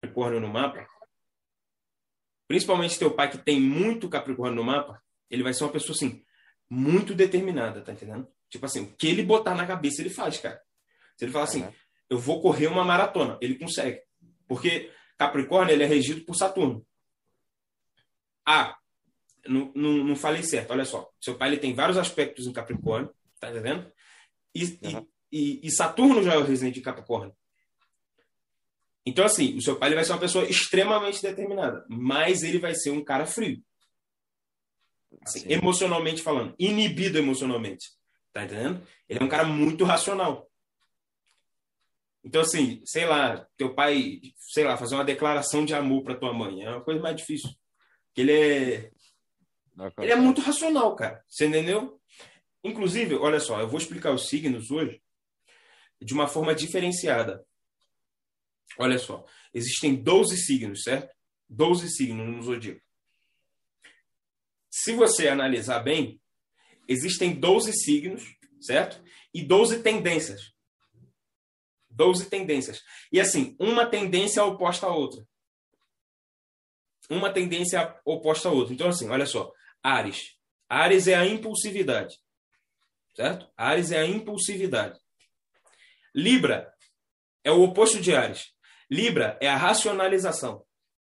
Capricórnio no mapa, principalmente teu pai que tem muito Capricórnio no mapa, ele vai ser uma pessoa assim, muito determinada, tá entendendo? Tipo assim, o que ele botar na cabeça, ele faz, cara. Se ele falar assim, Aham. eu vou correr uma maratona, ele consegue. Porque Capricórnio, ele é regido por Saturno. Ah, não falei certo, olha só. Seu pai, ele tem vários aspectos em Capricórnio, tá entendendo? E, Aham. e Saturno já é o residente de Capricórnio. Então, assim, o seu pai ele vai ser uma pessoa extremamente determinada, mas ele vai ser um cara frio. Assim, Sim. emocionalmente falando, inibido emocionalmente. Tá entendendo? Ele é um cara muito racional. Então, assim, sei lá, teu pai, sei lá, fazer uma declaração de amor pra tua mãe é uma coisa mais difícil. Porque Não ele é muito acontece. racional, cara. Você entendeu? Inclusive, olha só, eu vou explicar os signos hoje de uma forma diferenciada. Olha só, existem 12 signos, certo? 12 signos no zodíaco. Se você analisar bem, existem 12 signos, certo? E 12 tendências. 12 tendências. E assim, uma tendência é oposta à outra. Uma tendência é oposta à outra. Então, assim, olha só. Áries. Áries é a impulsividade. Certo? Áries é a impulsividade. Libra é o oposto de Áries. Libra é a racionalização.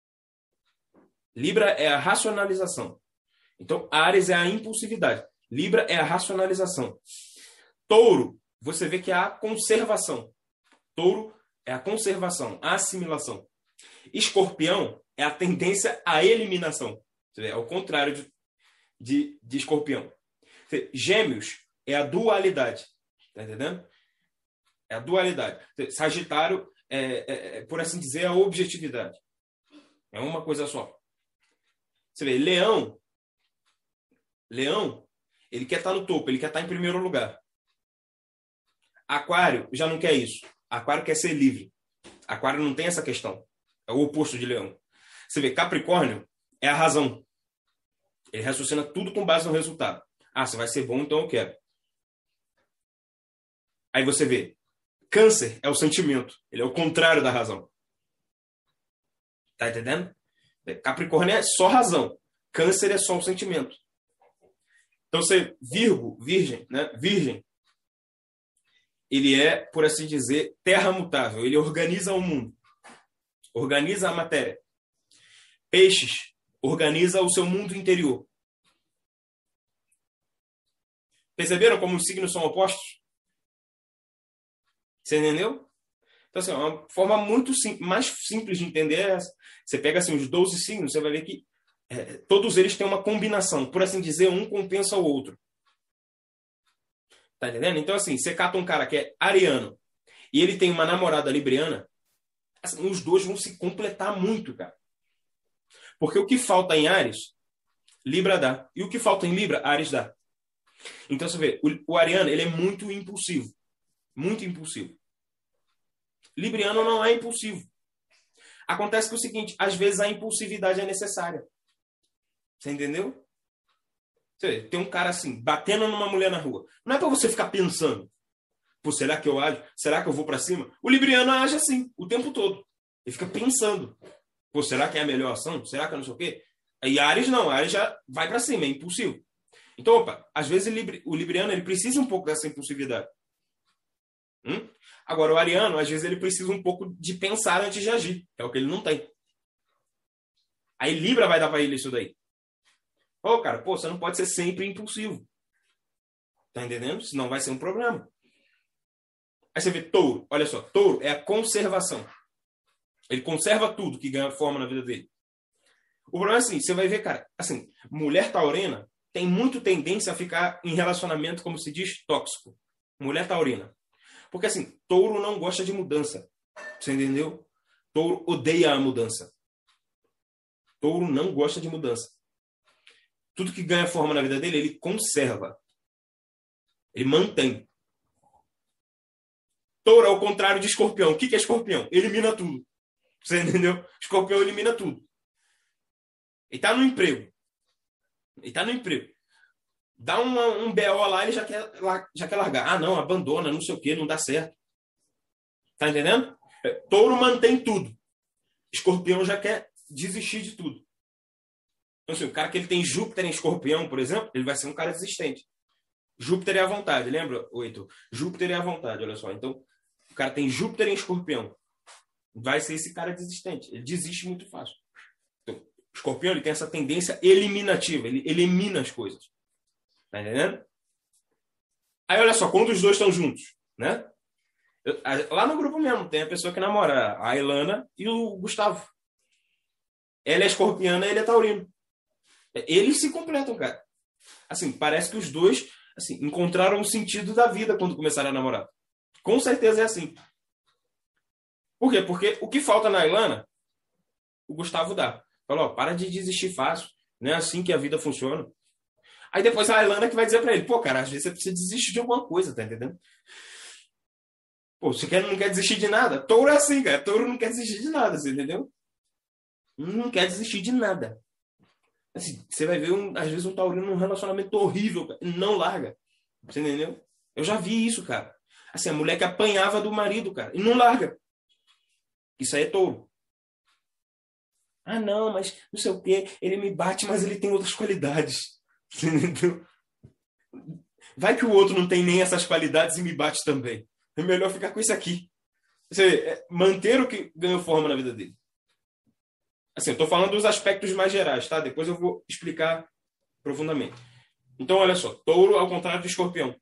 Libra é a racionalização. Então, Áries é a impulsividade. Libra é a racionalização. Touro, você vê que é a conservação. Touro é a conservação, a assimilação. Escorpião é a tendência à eliminação. É o contrário de escorpião. Gêmeos é a dualidade. Tá entendendo? É a dualidade. Sagitário por assim dizer, a objetividade. É uma coisa só. Você vê, Leão, ele quer estar no topo, ele quer estar em primeiro lugar. Aquário já não quer isso. Aquário quer ser livre. Aquário não tem essa questão. É o oposto de Leão. Você vê, Capricórnio é a razão. Ele raciocina tudo com base no resultado. Ah, você vai ser bom, então eu quero. Aí você vê, Câncer é o sentimento. Ele é o contrário da razão. Tá entendendo? Capricórnio é só razão. Câncer é só o sentimento. Então você, Virgem, né? Virgem, ele é, por assim dizer, terra mutável. Ele organiza o mundo. Organiza a matéria. Peixes, organiza o seu mundo interior. Perceberam como os signos são opostos? Você entendeu? Então, assim, uma forma muito mais simples de entender é essa. Você pega assim, os 12 signos, você vai ver que todos eles têm uma combinação. Por assim dizer, um compensa o outro. Tá entendendo? Então, assim, você cata um cara que é ariano e ele tem uma namorada libriana, assim, os dois vão se completar muito, cara. Porque o que falta em Ares, Libra dá. E o que falta em Libra, Ares dá. Então, você vê, o ariano, ele é muito impulsivo. Muito impulsivo. Libriano não é impulsivo. Acontece que é o seguinte, às vezes a impulsividade é necessária. Você entendeu? Você vê, tem um cara assim, batendo numa mulher na rua. Não é pra você ficar pensando, pô, será que eu ajo? Será que eu vou pra cima? O libriano age assim, o tempo todo. Ele fica pensando, pô, será que é a melhor ação? Será que eu não sei o quê? E Ares não, Ares já vai pra cima, é impulsivo. Então, opa, às vezes o libriano ele precisa um pouco dessa impulsividade. Agora, o ariano, às vezes, ele precisa um pouco de pensar antes de agir. É o que ele não tem. Aí Libra vai dar pra ele isso daí. Ô, cara, pô, você não pode ser sempre impulsivo. Tá entendendo? Senão vai ser um problema. Aí você vê Touro. Olha só, Touro é a conservação. Ele conserva tudo que ganha forma na vida dele. O problema é assim, você vai ver, cara, assim, mulher taurina tem muito tendência a ficar em relacionamento, como se diz, tóxico. Mulher taurina. Porque assim, Touro não gosta de mudança. Você entendeu? Touro odeia a mudança. Touro não gosta de mudança. Tudo que ganha forma na vida dele, ele conserva. Ele mantém. Touro é o contrário de escorpião. O que é escorpião? Elimina tudo. Você entendeu? Escorpião elimina tudo. Ele tá no emprego. Ele tá no emprego. Dá um BO lá, ele já quer largar. Ah, não, abandona, não sei o que, não dá certo. Tá entendendo? Touro mantém tudo. Escorpião já quer desistir de tudo. Então, assim, o cara que ele tem Júpiter em Escorpião, por exemplo, ele vai ser um cara desistente. Júpiter é a vontade, lembra, Heitor? Júpiter é a vontade, olha só. Então, o cara tem Júpiter em Escorpião. Vai ser esse cara desistente. Ele desiste muito fácil. Então, o Escorpião ele tem essa tendência eliminativa. Ele elimina as coisas. Tá entendendo? Aí, olha só, quando os dois estão juntos, né? Lá no grupo mesmo, tem a pessoa que namora, a Ilana e o Gustavo. Ela é escorpiana e ele é taurino. Eles se completam, cara. Assim, parece que os dois assim, encontraram o sentido da vida quando começaram a namorar. Com certeza é assim. Por quê? Porque o que falta na Ilana, o Gustavo dá. Falou, para de desistir fácil. Não é assim que a vida funciona. Aí depois a Ilana que vai dizer pra ele, pô, cara, às vezes você precisa desistir de alguma coisa, tá entendendo? Pô, você não quer desistir de nada? Touro é assim, cara. Touro não quer desistir de nada, você entendeu? Não quer desistir de nada. Assim, você vai ver, às vezes, um taurino num relacionamento horrível, cara, não larga. Você entendeu? Eu já vi isso, cara. Assim, a mulher que apanhava do marido, cara, e não larga. Isso aí é touro. Ah, não, mas não sei o quê. Ele me bate, mas ele tem outras qualidades. Você entendeu? Vai que o outro não tem nem essas qualidades e me bate também. É melhor ficar com isso aqui. Você manter o que ganhou forma na vida dele. Assim, eu estou falando dos aspectos mais gerais, tá? Depois eu vou explicar profundamente. Então, olha só. Touro ao contrário de escorpião.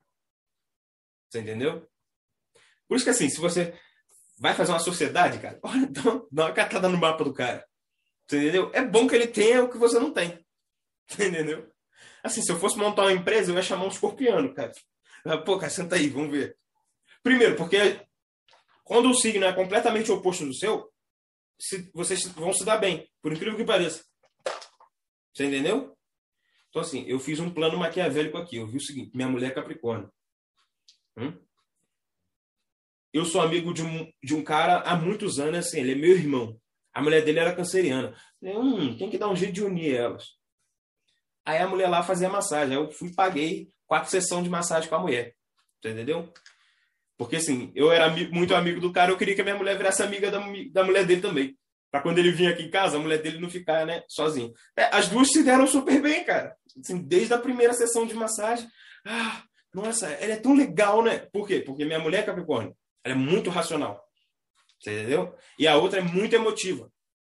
Você entendeu? Por isso que, assim, se você vai fazer uma sociedade, cara, olha, dá uma catada no mapa do cara. Você entendeu? É bom que ele tenha o que você não tem. Você entendeu? Assim, se eu fosse montar uma empresa, eu ia chamar um escorpiano, cara. Pô, cara, senta aí, vamos ver. Primeiro, porque quando o signo é completamente oposto do seu, vocês vão se dar bem, por incrível que pareça. Você entendeu? Então, assim, eu fiz um plano maquiavélico aqui. Eu vi o seguinte, minha mulher é Capricórnio. Eu sou amigo de um cara há muitos anos, assim, ele é meu irmão. A mulher dele era canceriana. Tem que dar um jeito de unir elas. Aí a mulher lá fazia massagem. Aí eu fui e paguei 4 sessões de massagem com a mulher. Você entendeu? Porque, assim, eu era muito amigo do cara, eu queria que a minha mulher virasse amiga da mulher dele também. Pra quando ele vinha aqui em casa, a mulher dele não ficar, né, sozinha. As duas se deram super bem, cara. Assim, desde a primeira sessão de massagem. Nossa, ela é tão legal, né? Por quê? Porque minha mulher é Capricórnio. Ela é muito racional. Você entendeu? E a outra é muito emotiva.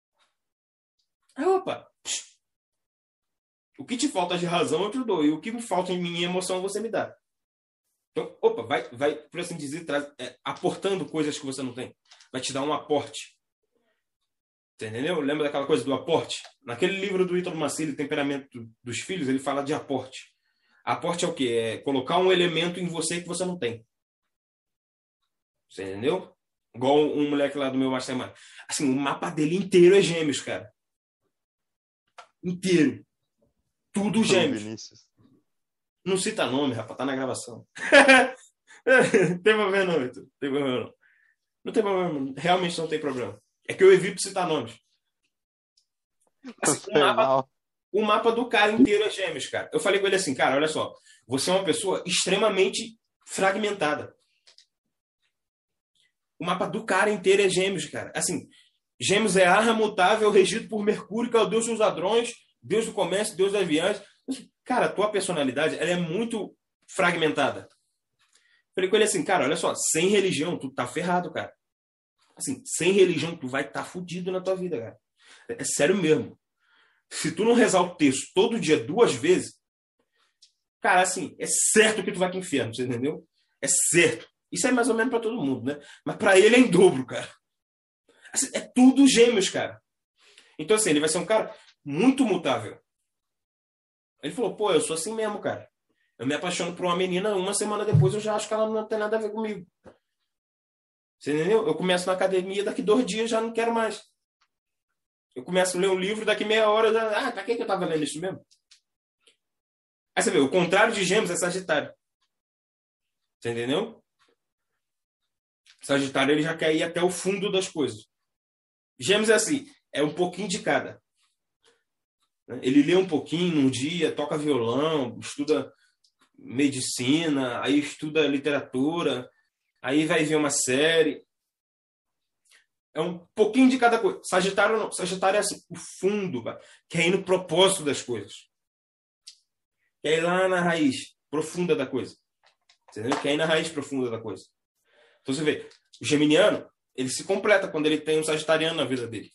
Opa! O que te falta de razão eu te dou. E o que me falta em minha emoção você me dá. Então, opa, vai por assim dizer, aportando coisas que você não tem. Vai te dar um aporte. Entendeu? Lembra daquela coisa do aporte? Naquele livro do Ítalo Marcilli, Temperamento dos Filhos, ele fala de aporte. Aporte é o quê? É colocar um elemento em você que você não tem. Você entendeu? Igual um moleque lá do meu mastermind. Assim, o mapa dele inteiro é gêmeos, cara. Inteiro. Tudo gêmeos. Vinícius. Não cita nome, rapaz, tá na gravação. Tem problema não, Vitor. Tem problema não. Não tem problema, realmente não tem problema. É que eu evito citar nomes. Assim, o mapa do cara inteiro é gêmeos, cara. Eu falei com ele assim, cara, olha só. Você é uma pessoa extremamente fragmentada. O mapa do cara inteiro é gêmeos, cara. Assim, gêmeos é arra mutável, regido por Mercúrio, que é o deus dos ladrões, deus do comércio, deus das viagens. Cara, a tua personalidade, ela é muito fragmentada. Falei com ele assim, cara, olha só, sem religião, tu tá ferrado, cara. Assim, sem religião, tu vai estar fudido na tua vida, cara. É sério mesmo. Se tu não rezar o texto todo dia 2 vezes, cara, assim, é certo que tu vai pro inferno, você entendeu? É certo. Isso é mais ou menos pra todo mundo, né? Mas pra ele é em dobro, cara. Assim, é tudo gêmeos, cara. Então, assim, ele vai ser um cara muito mutável. Ele falou, pô, eu sou assim mesmo, cara. Eu me apaixono por uma menina, 1 semana depois eu já acho que ela não tem nada a ver comigo. Você entendeu? Eu começo na academia, daqui 2 dias já não quero mais. Eu começo a ler um livro, daqui meia hora já... pra que eu tava lendo isso mesmo? Aí você vê, o contrário de gêmeos é Sagitário. Você entendeu? Sagitário, ele já quer ir até o fundo das coisas. Gêmeos é assim, é um pouquinho de cada. Ele lê um pouquinho num dia, toca violão, estuda medicina, aí estuda literatura, aí vai ver uma série. É um pouquinho de cada coisa. Sagitário não. Sagitário é assim, o fundo, cara, quer ir no propósito das coisas. Quer ir lá na raiz profunda da coisa. Entendeu? Quer ir na raiz profunda da coisa. Então você vê, o geminiano, ele se completa quando ele tem um sagitariano na vida dele.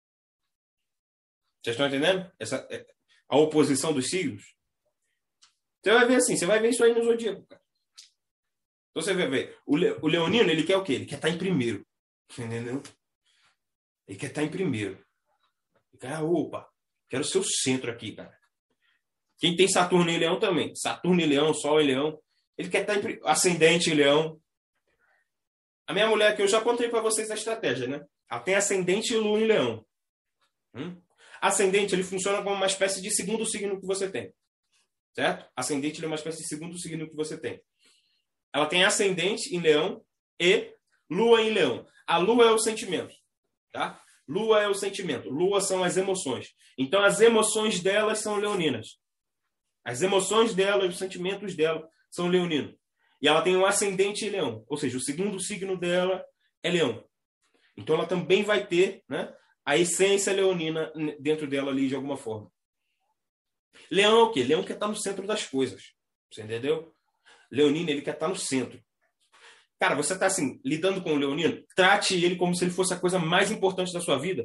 Vocês estão entendendo? A oposição dos signos. Você vai ver assim, você vai ver isso aí no zodíaco, cara. Então você vai ver, o leonino, ele quer o quê? Ele quer estar em primeiro. Entendeu? Ele quer estar em primeiro. Ele quer, opa, quero ser o centro aqui, cara. Quem tem Saturno em Leão também. Saturno em Leão, Sol em Leão. Ele quer estar em ascendente em Leão. A minha mulher, que eu já contei para vocês a estratégia, né? Ela tem ascendente e lua em Leão. Ascendente, ele funciona como uma espécie de segundo signo que você tem. Certo? Ascendente, ele é uma espécie de segundo signo que você tem. Ela tem ascendente em Leão e lua em Leão. A lua é o sentimento. Tá? Lua é o sentimento. Lua são as emoções. Então, as emoções delas são leoninas. As emoções dela e os sentimentos dela são leoninos. E ela tem um ascendente em Leão. Ou seja, o segundo signo dela é Leão. Então, ela também vai ter, né, a essência leonina dentro dela ali de alguma forma. Leão é o quê? Leão quer estar no centro das coisas. Você entendeu? Leonino, ele quer estar no centro. Cara, você está assim, lidando com o leonino, trate ele como se ele fosse a coisa mais importante da sua vida.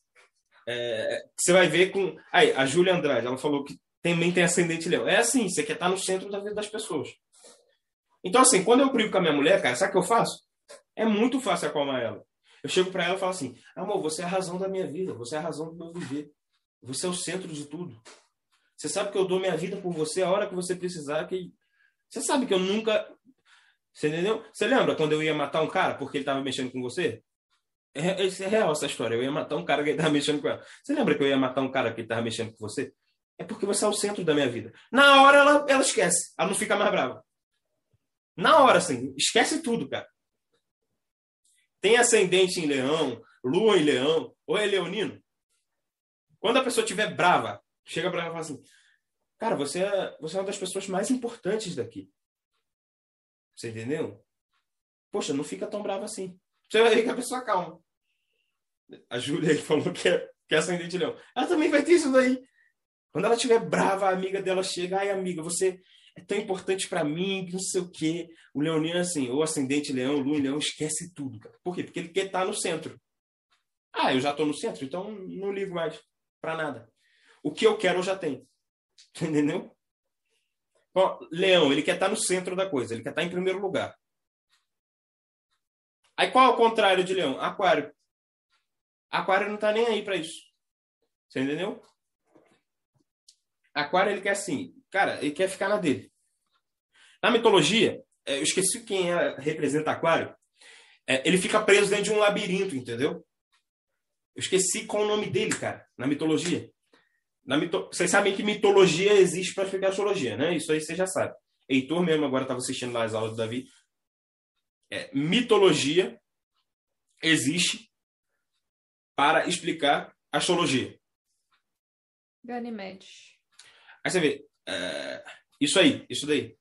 Você vai ver com... Aí, a Júlia Andrade, ela falou que também tem ascendente leão. É assim, você quer estar no centro da vida das pessoas. Então, assim, quando eu brigo com a minha mulher, cara, sabe o que eu faço? É muito fácil acalmar ela. Eu chego para ela e falo assim, amor, você é a razão da minha vida, você é a razão do meu viver. Você é o centro de tudo. Você sabe que eu dou minha vida por você a hora que você precisar. Você sabe que eu nunca... Você entendeu? Você lembra quando eu ia matar um cara porque ele estava mexendo com você? É real essa história. Eu ia matar um cara que estava mexendo com ela. Você lembra que eu ia matar um cara que estava mexendo com você? É porque você é o centro da minha vida. Na hora ela esquece. Ela não fica mais brava. Na hora, assim. Esquece tudo, cara. Tem ascendente em Leão, Lua em Leão, ou é leonino. Quando a pessoa estiver brava, chega brava e fala assim, cara, você é uma das pessoas mais importantes daqui. Você entendeu? Poxa, não fica tão brava assim. Você vai ver que a pessoa calma. A Júlia falou que é ascendente leão. Ela também vai ter isso daí. Quando ela estiver brava, a amiga dela chega. Ai, amiga, você é tão importante pra mim, que não sei o quê. O leonino é assim, ou ascendente leão, lua em leão, esquece tudo, cara. Por quê? Porque ele quer estar no centro. Ah, eu já tô no centro, então não ligo mais pra nada. O que eu quero, eu já tenho. Entendeu? Bom, leão, ele quer estar no centro da coisa. Ele quer estar em primeiro lugar. Aí qual é o contrário de leão? Aquário. Aquário não tá nem aí pra isso. Você entendeu? Aquário, ele quer assim, cara, ele quer ficar na dele. Na mitologia, eu esqueci quem representa Aquário, ele fica preso dentro de um labirinto, entendeu? Eu esqueci qual o nome dele, cara, na mitologia. Vocês sabem que mitologia existe para explicar astrologia, né? Isso aí você já sabe. Heitor mesmo agora estava assistindo lá as aulas do Davi. Mitologia existe para explicar astrologia. Ganymede. Aí você vê, isso daí.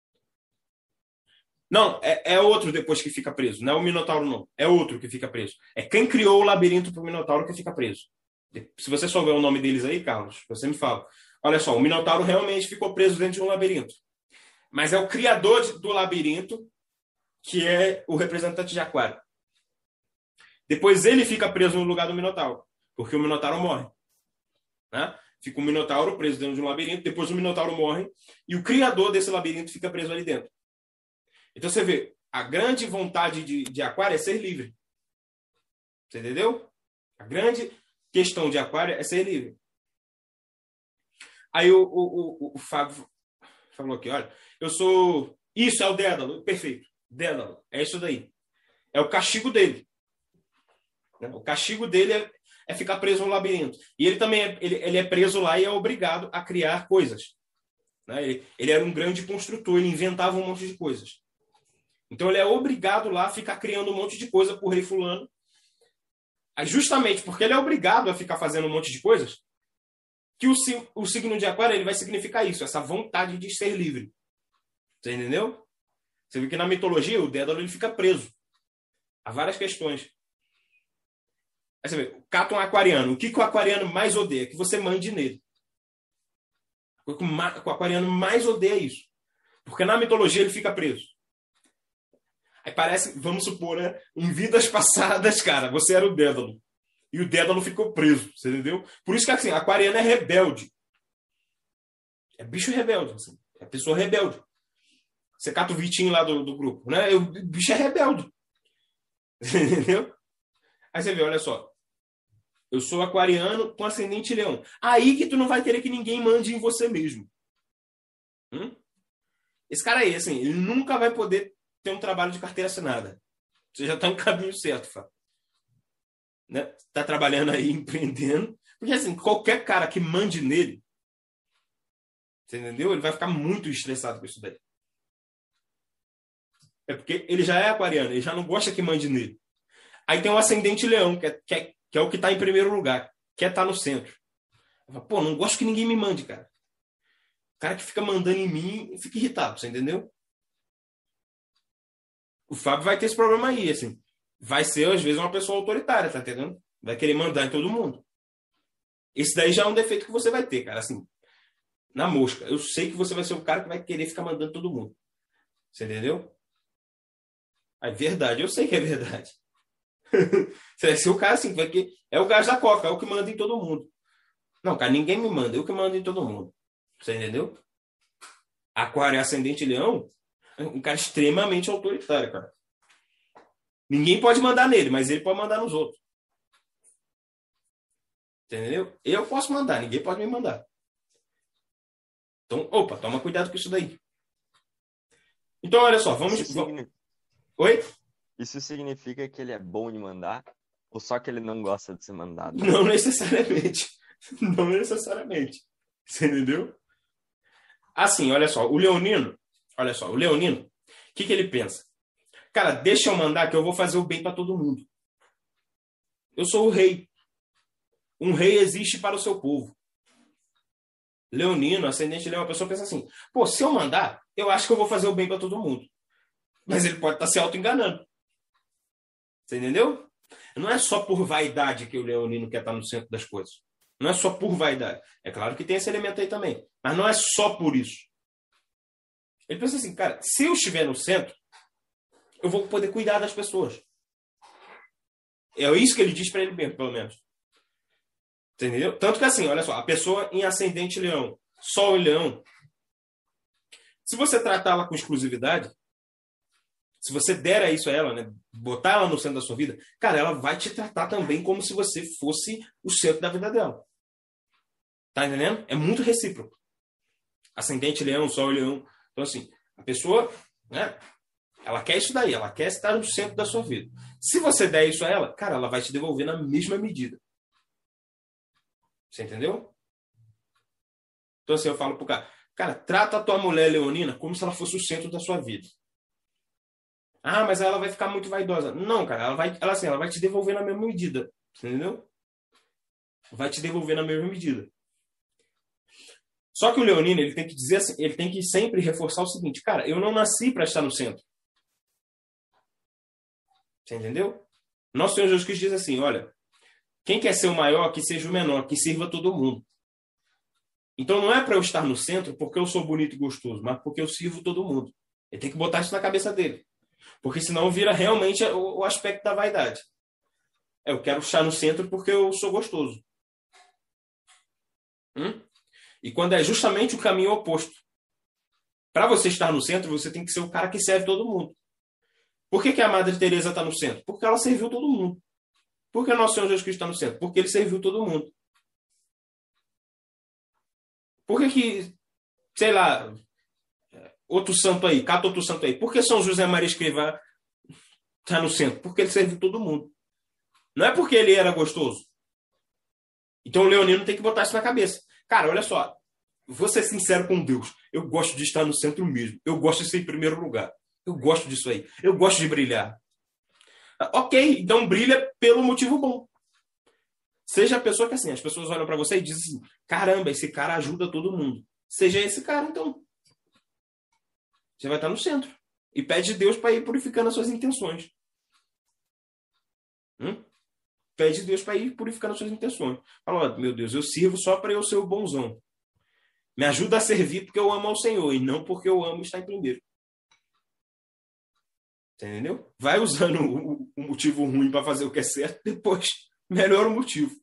Não, é outro depois que fica preso. Não é o Minotauro, não. É outro que fica preso. É quem criou o labirinto para o Minotauro que fica preso. Se você souber o nome deles aí, Carlos, você me fala. Olha só, o Minotauro realmente ficou preso dentro de um labirinto. Mas é o criador do labirinto que é o representante de Aquário. Depois ele fica preso no lugar do Minotauro, porque o Minotauro morre. Né? Fica o Minotauro preso dentro de um labirinto, depois o Minotauro morre e o criador desse labirinto fica preso ali dentro. Então você vê, a grande vontade de Aquário é ser livre. Você entendeu? A grande questão de Aquário é ser livre. Aí o Fábio falou aqui, olha, eu sou... Isso é o Dédalo, perfeito. Dédalo, é isso daí. É o castigo dele. O castigo dele é ficar preso no labirinto. E ele também ele é preso lá e é obrigado a criar coisas. Ele era um grande construtor, ele inventava um monte de coisas. Então ele é obrigado lá a ficar criando um monte de coisa por rei fulano. Aí, justamente porque ele é obrigado a ficar fazendo um monte de coisas, que o signo de Aquário ele vai significar isso, essa vontade de ser livre. Você entendeu? Você viu que na mitologia o Dédalo ele fica preso. Há várias questões. Aí você vê, cata um aquariano. O que o aquariano mais odeia? Que você mande nele. O aquariano mais odeia isso. Porque na mitologia ele fica preso. Aí parece, vamos supor, né? Em vidas passadas, cara, você era o Dédalo. E o Dédalo ficou preso, você entendeu? Por isso que assim, aquariano é rebelde. É bicho rebelde, assim. É pessoa rebelde. Você cata o Vitinho lá do grupo, né? O bicho é rebelde. Entendeu? Aí você vê, olha só. Eu sou aquariano com ascendente leão. Aí que tu não vai querer que ninguém mande em você mesmo. Esse cara aí, assim, ele nunca vai poder ter um trabalho de carteira assinada. Você já está no caminho certo, Fábio. Né? Tá trabalhando aí, empreendendo. Porque, assim, qualquer cara que mande nele, você entendeu? Ele vai ficar muito estressado com isso daí. É porque ele já é aquariano, ele já não gosta que mande nele. Aí tem o ascendente leão, que é o que está em primeiro lugar, quer estar no centro. Pô, não gosto que ninguém me mande, cara. O cara que fica mandando em mim fica irritado, você entendeu? O Fábio vai ter esse problema aí, assim. Vai ser, às vezes, uma pessoa autoritária, tá entendendo? Vai querer mandar em todo mundo. Esse daí já é um defeito que você vai ter, cara, assim. Na mosca. Eu sei que você vai ser o cara que vai querer ficar mandando todo mundo. Você entendeu? É verdade, eu sei que é verdade. Você vai ser o cara, assim, que vai que é o gás da coca, é o que manda em todo mundo. Não, cara, ninguém me manda, eu que mando em todo mundo. Você entendeu? Aquário é ascendente leão, é um cara extremamente autoritário, cara. Ninguém pode mandar nele, mas ele pode mandar nos outros. Entendeu? Eu posso mandar, ninguém pode me mandar. Então, opa, toma cuidado com isso daí. Então, olha só, vamos... Oi? Isso significa que ele é bom de mandar? Ou só que ele não gosta de ser mandado? Não necessariamente. Não necessariamente. Você entendeu? Assim, olha só, o leonino, o que ele pensa? Cara, deixa eu mandar que eu vou fazer o bem para todo mundo. Eu sou o rei. Um rei existe para o seu povo. Leonino, ascendente leão, a pessoa pensa assim, pô, se eu mandar, eu acho que eu vou fazer o bem para todo mundo. Mas ele pode estar se auto-enganando. Você entendeu? Não é só por vaidade que o leonino quer estar no centro das coisas. Não é só por vaidade. É claro que tem esse elemento aí também. Mas não é só por isso. Ele pensa assim, cara, se eu estiver no centro, eu vou poder cuidar das pessoas. É isso que ele diz para ele mesmo, pelo menos. Entendeu? Tanto que assim, olha só, a pessoa em ascendente leão, sol em leão, se você tratá-la com exclusividade, se você der isso a ela, né, botar ela no centro da sua vida, cara, ela vai te tratar também como se você fosse o centro da vida dela. Tá entendendo? É muito recíproco. Ascendente leão, sol leão. Então, assim, a pessoa, né, ela quer isso daí, ela quer estar no centro da sua vida. Se você der isso a ela, cara, ela vai te devolver na mesma medida. Você entendeu? Então, assim, eu falo pro cara, trata a tua mulher leonina como se ela fosse o centro da sua vida. Ah, mas ela vai ficar muito vaidosa. Não, cara, ela vai te devolver na mesma medida. Entendeu? Vai te devolver na mesma medida. Só que o leonino, ele tem que dizer assim, ele tem que sempre reforçar o seguinte, cara, eu não nasci para estar no centro. Você entendeu? Nosso Senhor Jesus Cristo diz assim, olha, quem quer ser o maior, que seja o menor, que sirva todo mundo. Então não é para eu estar no centro porque eu sou bonito e gostoso, mas porque eu sirvo todo mundo. Ele tem que botar isso na cabeça dele. Porque senão vira realmente o aspecto da vaidade. Eu quero estar no centro porque eu sou gostoso. E quando é justamente o caminho oposto. Para você estar no centro, você tem que ser o cara que serve todo mundo. Por que a Madre Teresa está no centro? Porque ela serviu todo mundo. Por que Nosso Senhor Jesus Cristo está no centro? Porque ele serviu todo mundo. Por que, sei lá, outro santo aí, cata outro santo aí. Por que São José Maria Escrivá está no centro? Porque ele serviu todo mundo. Não é porque ele era gostoso. Então o leonino tem que botar isso na cabeça. Cara, olha só. Vou ser sincero com Deus. Eu gosto de estar no centro mesmo. Eu gosto de ser em primeiro lugar. Eu gosto disso aí. Eu gosto de brilhar. Ok, então brilha pelo motivo bom. Seja a pessoa que assim, as pessoas olham para você e dizem assim, caramba, esse cara ajuda todo mundo. Seja esse cara, então. Você vai estar no centro. E pede a Deus para ir purificando as suas intenções. pede a Deus para ir purificando as suas intenções. Fala, meu Deus, eu sirvo só para eu ser o bonzão. Me ajuda a servir porque eu amo ao Senhor e não porque eu amo estar em primeiro. Entendeu? Vai usando o motivo ruim para fazer o que é certo, depois melhora o motivo.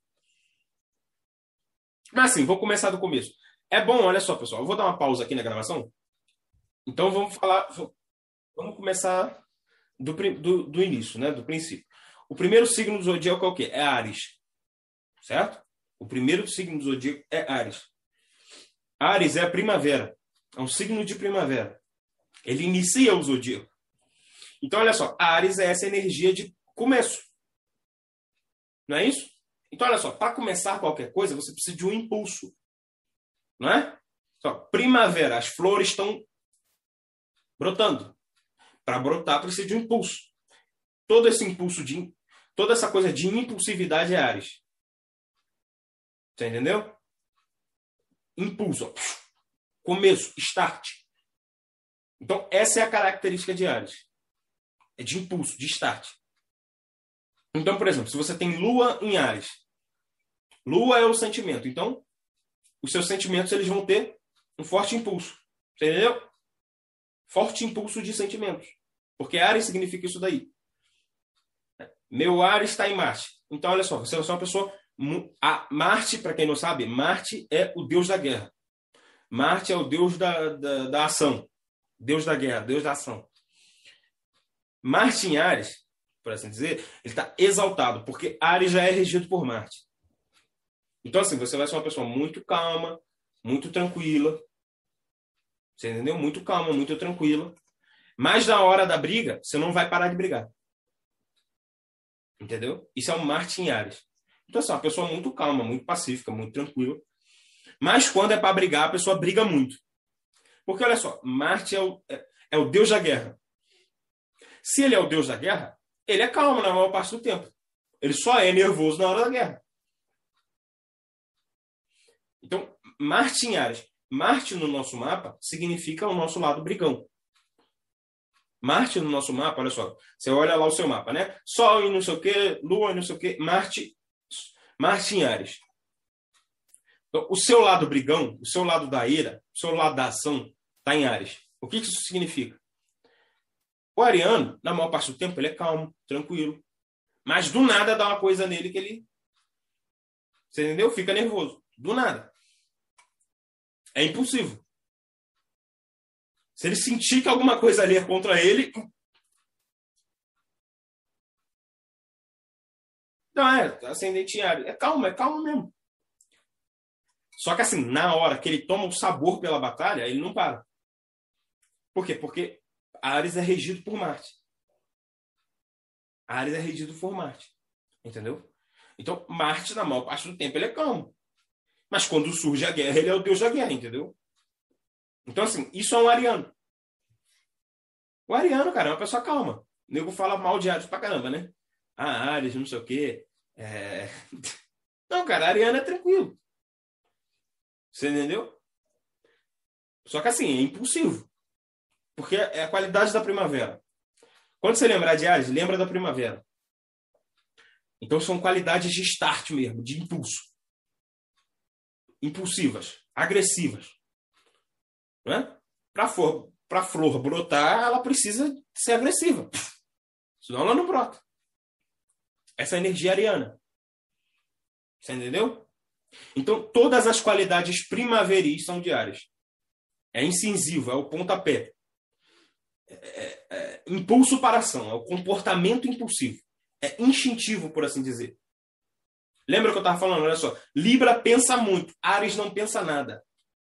Mas assim, vou começar do começo. É bom, olha só, pessoal, eu vou dar uma pausa aqui na gravação. Então vamos começar do início, né? Do princípio. O primeiro signo do zodíaco é o quê? É Áries. Certo? O primeiro signo do zodíaco é Áries. Áries é a primavera. É um signo de primavera. Ele inicia o zodíaco. Então, olha só. Áries é essa energia de começo. Não é isso? Então, olha só. Para começar qualquer coisa, você precisa de um impulso. Não é? Só, primavera. As flores estão brotando. Para brotar, precisa de um impulso. Todo esse impulso toda essa coisa de impulsividade é Áries. Você entendeu? Impulso. Ó. Começo. Start. Então, essa é a característica de Áries. É de impulso, de start. Então, por exemplo, se você tem Lua em Áries. Lua é o sentimento. Então, os seus sentimentos eles vão ter um forte impulso. Você entendeu? Forte impulso de sentimentos. Porque Áries significa isso daí. Meu Áries está em Marte. Então, olha só, você é uma pessoa... Marte, para quem não sabe, Marte é o deus da guerra. Marte é o deus da ação. Deus da guerra, deus da ação. Marte em Áries, por assim dizer, ele está exaltado, porque Áries já é regido por Marte. Então, assim, você vai ser uma pessoa muito calma, muito tranquila. Você entendeu? Muito calma, muito tranquila. Mas na hora da briga, você não vai parar de brigar. Entendeu? Isso é um Marte em Áries. Então, assim, uma pessoa muito calma, muito pacífica, muito tranquila. Mas quando é para brigar, a pessoa briga muito. Porque, olha só, Marte é o deus da guerra. Se ele é o deus da guerra, ele é calmo na maior parte do tempo. Ele só é nervoso na hora da guerra. Então, Marte em Áries. Marte no nosso mapa significa o nosso lado brigão. Marte no nosso mapa, olha só. Você olha lá o seu mapa, né? Sol e não sei o quê, Lua e não sei o quê, Marte em Áries. Então, o seu lado brigão, o seu lado da ira, o seu lado da ação, está em Áries. O que isso significa? O ariano, na maior parte do tempo, ele é calmo, tranquilo. Mas do nada dá uma coisa nele que ele... Você entendeu? Fica nervoso. Do nada. É impulsivo. Se ele sentir que alguma coisa ali é contra ele... Não, ascendente em Áries. É calmo mesmo. Só que assim, na hora que ele toma o sabor pela batalha, ele não para. Por quê? Porque Áries é regido por Marte. Áries é regido por Marte. Entendeu? Então, Marte, na maior parte do tempo, ele é calmo. Mas quando surge a guerra, ele é o deus da guerra, entendeu? Então, assim, isso é um ariano. O ariano, cara, é uma pessoa calma. O nego fala mal de Áries pra caramba, né? Ah, Áries, não sei o quê. Não, cara, ariano é tranquilo. Você entendeu? Só que assim, é impulsivo. Porque é a qualidade da primavera. Quando você lembrar de Áries, lembra da primavera. Então são qualidades de start mesmo, de impulso. Impulsivas, agressivas. Né? Para a flor brotar, ela precisa ser agressiva. Senão ela não brota. Essa é a energia ariana. Você entendeu? Então todas as qualidades primaveris são de Áries. É incisivo, é o pontapé. Impulso para ação, é o comportamento impulsivo. É instintivo, por assim dizer. Lembra que eu estava falando? Olha só. Libra pensa muito. Áries não pensa nada.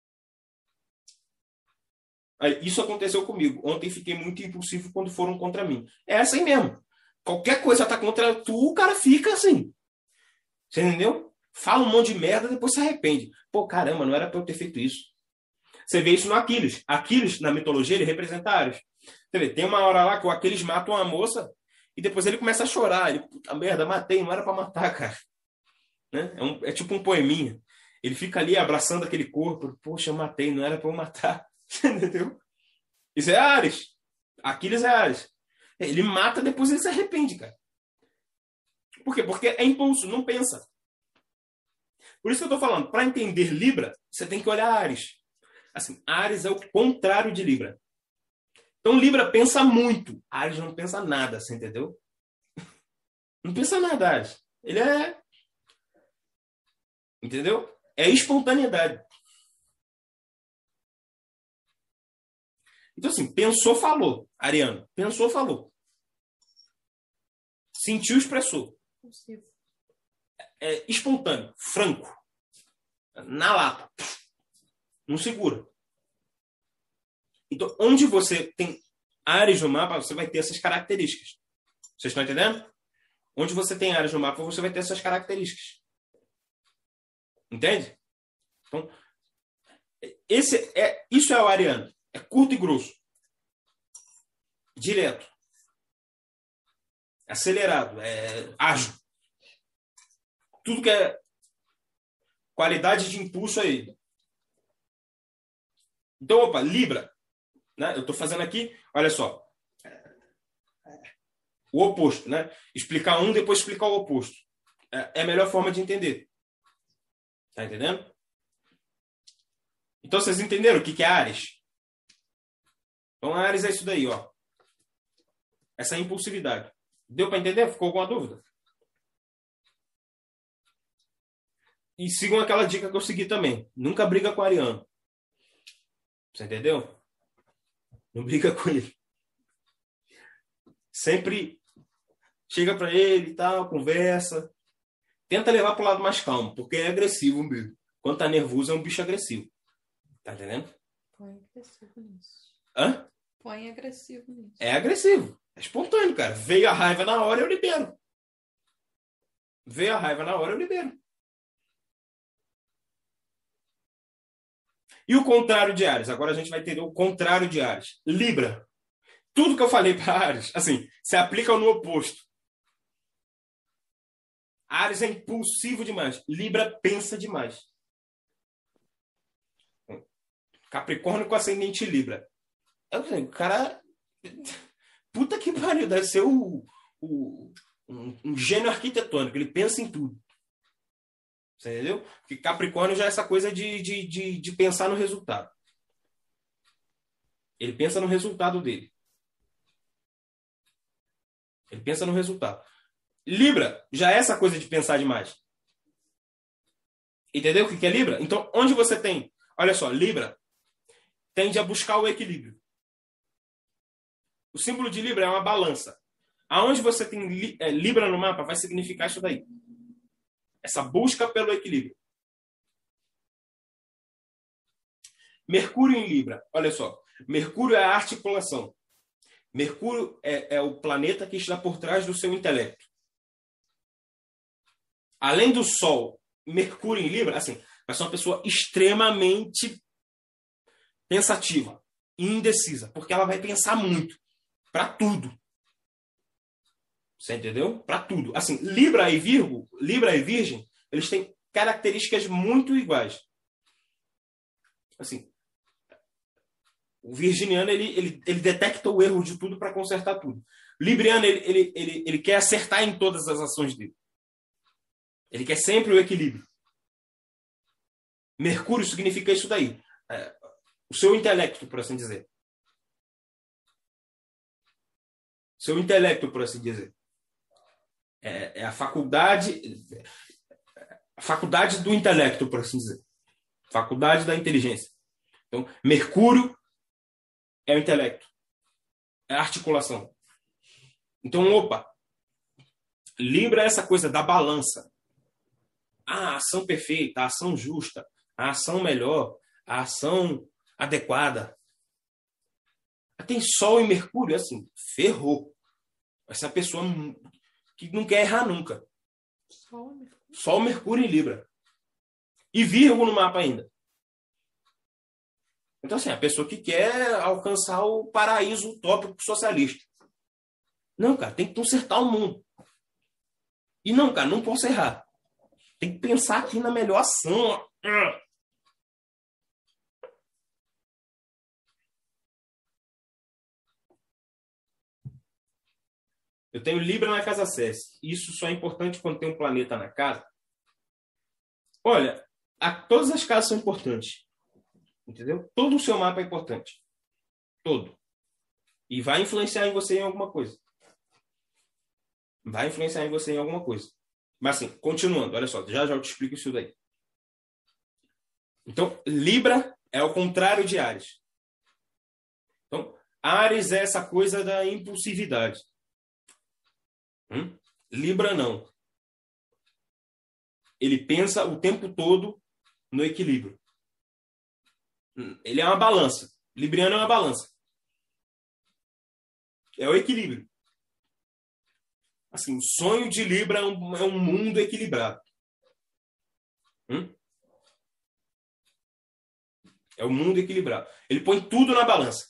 Isso aconteceu comigo. Ontem fiquei muito impulsivo quando foram contra mim. É assim mesmo. Qualquer coisa tá contra tu, o cara fica assim. Você entendeu? Fala um monte de merda, depois se arrepende. Pô, caramba, não era pra eu ter feito isso. Você vê isso no Aquiles. Aquiles, na mitologia, ele representa Áries. Você vê, tem uma hora lá que o Aquiles mata uma moça e depois ele começa a chorar. Ele, puta merda, matei, não era pra matar, cara. Né? É tipo um poeminha. Ele fica ali abraçando aquele corpo. Poxa, eu matei, não era pra eu matar. Entendeu? Isso é Áries. Aquiles é Áries. Ele mata, depois ele se arrepende, cara. Por quê? Porque é impulso, não pensa. Por isso que eu estou falando, para entender Libra, você tem que olhar Áries. Assim, Áries é o contrário de Libra. Então, Libra pensa muito. Áries não pensa nada, você entendeu? Não pensa nada, Áries. Ele é... Entendeu? É espontaneidade. Então, assim, pensou, falou. Ariano, pensou, falou. Sentiu, expressou. É espontâneo, franco. Na lata. Não segura. Então, onde você tem Áries no mapa, você vai ter essas características. Vocês estão entendendo? Onde você tem Áries no mapa, você vai ter essas características. Entende? Então, isso é o ariano. É curto e grosso. Direto. Acelerado. É ágil. Tudo que é qualidade de impulso aí. Então, opa, Libra. Né? Eu estou fazendo aqui, olha só. O oposto, né? Explicar um, depois explicar o oposto. É a melhor forma de entender. Tá entendendo? Então, vocês entenderam o que é Áries? Então, Áries é isso daí, ó. Essa impulsividade. Deu para entender? Ficou alguma dúvida? E sigam aquela dica que eu segui também. Nunca briga com o ariano. Você entendeu? Não briga com ele. Sempre chega para ele e tal, conversa. Tenta levar para o lado mais calmo, porque é agressivo mesmo. Quando tá nervoso, é um bicho agressivo. Tá entendendo? Põe agressivo nisso. Hã? Põe agressivo nisso. É agressivo. É espontâneo, cara. Veio a raiva na hora, eu libero. Veio a raiva na hora, eu libero. E o contrário de Áries? Agora a gente vai entender o contrário de Áries. Libra. Tudo que eu falei para Áries, assim, se aplica no oposto. Áries é impulsivo demais. Libra pensa demais. Capricórnio com ascendente Libra. O cara... Puta que pariu. Deve ser um gênio arquitetônico. Ele pensa em tudo. Você entendeu? Porque Capricórnio já é essa coisa de pensar no resultado. Ele pensa no resultado dele. Ele pensa no resultado. Libra já é essa coisa de pensar demais. Entendeu o que é Libra? Então, onde você tem... Olha só, Libra tende a buscar o equilíbrio. O símbolo de Libra é uma balança. Aonde você tem Libra no mapa vai significar isso daí. Essa busca pelo equilíbrio. Mercúrio em Libra. Olha só. Mercúrio é a articulação. Mercúrio é o planeta que está por trás do seu intelecto. Além do Sol, Mercúrio em Libra, assim, vai ser uma pessoa extremamente pensativa e indecisa, porque ela vai pensar muito para tudo. Você entendeu? Para tudo. Assim, Libra e Virgem, eles têm características muito iguais. Assim, o virginiano, ele detecta o erro de tudo para consertar tudo. Libriano, ele quer acertar em todas as ações dele. Ele quer sempre o equilíbrio. Mercúrio significa isso daí. O seu intelecto, por assim dizer. Seu intelecto, por assim dizer. É a faculdade do intelecto, por assim dizer. Faculdade da inteligência. Então, Mercúrio é o intelecto. É a articulação. Então, opa. Libra é essa coisa da balança. A ação perfeita, a ação justa, a ação melhor, a ação adequada. Tem Sol e Mercúrio, assim, ferrou. Essa pessoa que não quer errar nunca. Sol, Mercúrio e Libra. E Virgo no mapa ainda. Então, assim, a pessoa que quer alcançar o paraíso utópico socialista. Não, cara, tem que consertar o mundo. E não, cara, não posso errar. Tem que pensar aqui na melhor ação. Eu tenho Libra na casa SESC. Isso só é importante quando tem um planeta na casa. Olha, todas as casas são importantes. Entendeu? Todo o seu mapa é importante. Todo. E vai influenciar em você em alguma coisa. Vai influenciar em você em alguma coisa. Mas assim, continuando, olha só, já eu te explico isso daí. Então, Libra é o contrário de Áries. Então, Áries é essa coisa da impulsividade. Libra não. Ele pensa o tempo todo no equilíbrio. Ele é uma balança. Libriano é uma balança. É o equilíbrio. Assim, o sonho de Libra é um mundo equilibrado. É o mundo equilibrado. Ele põe tudo na balança.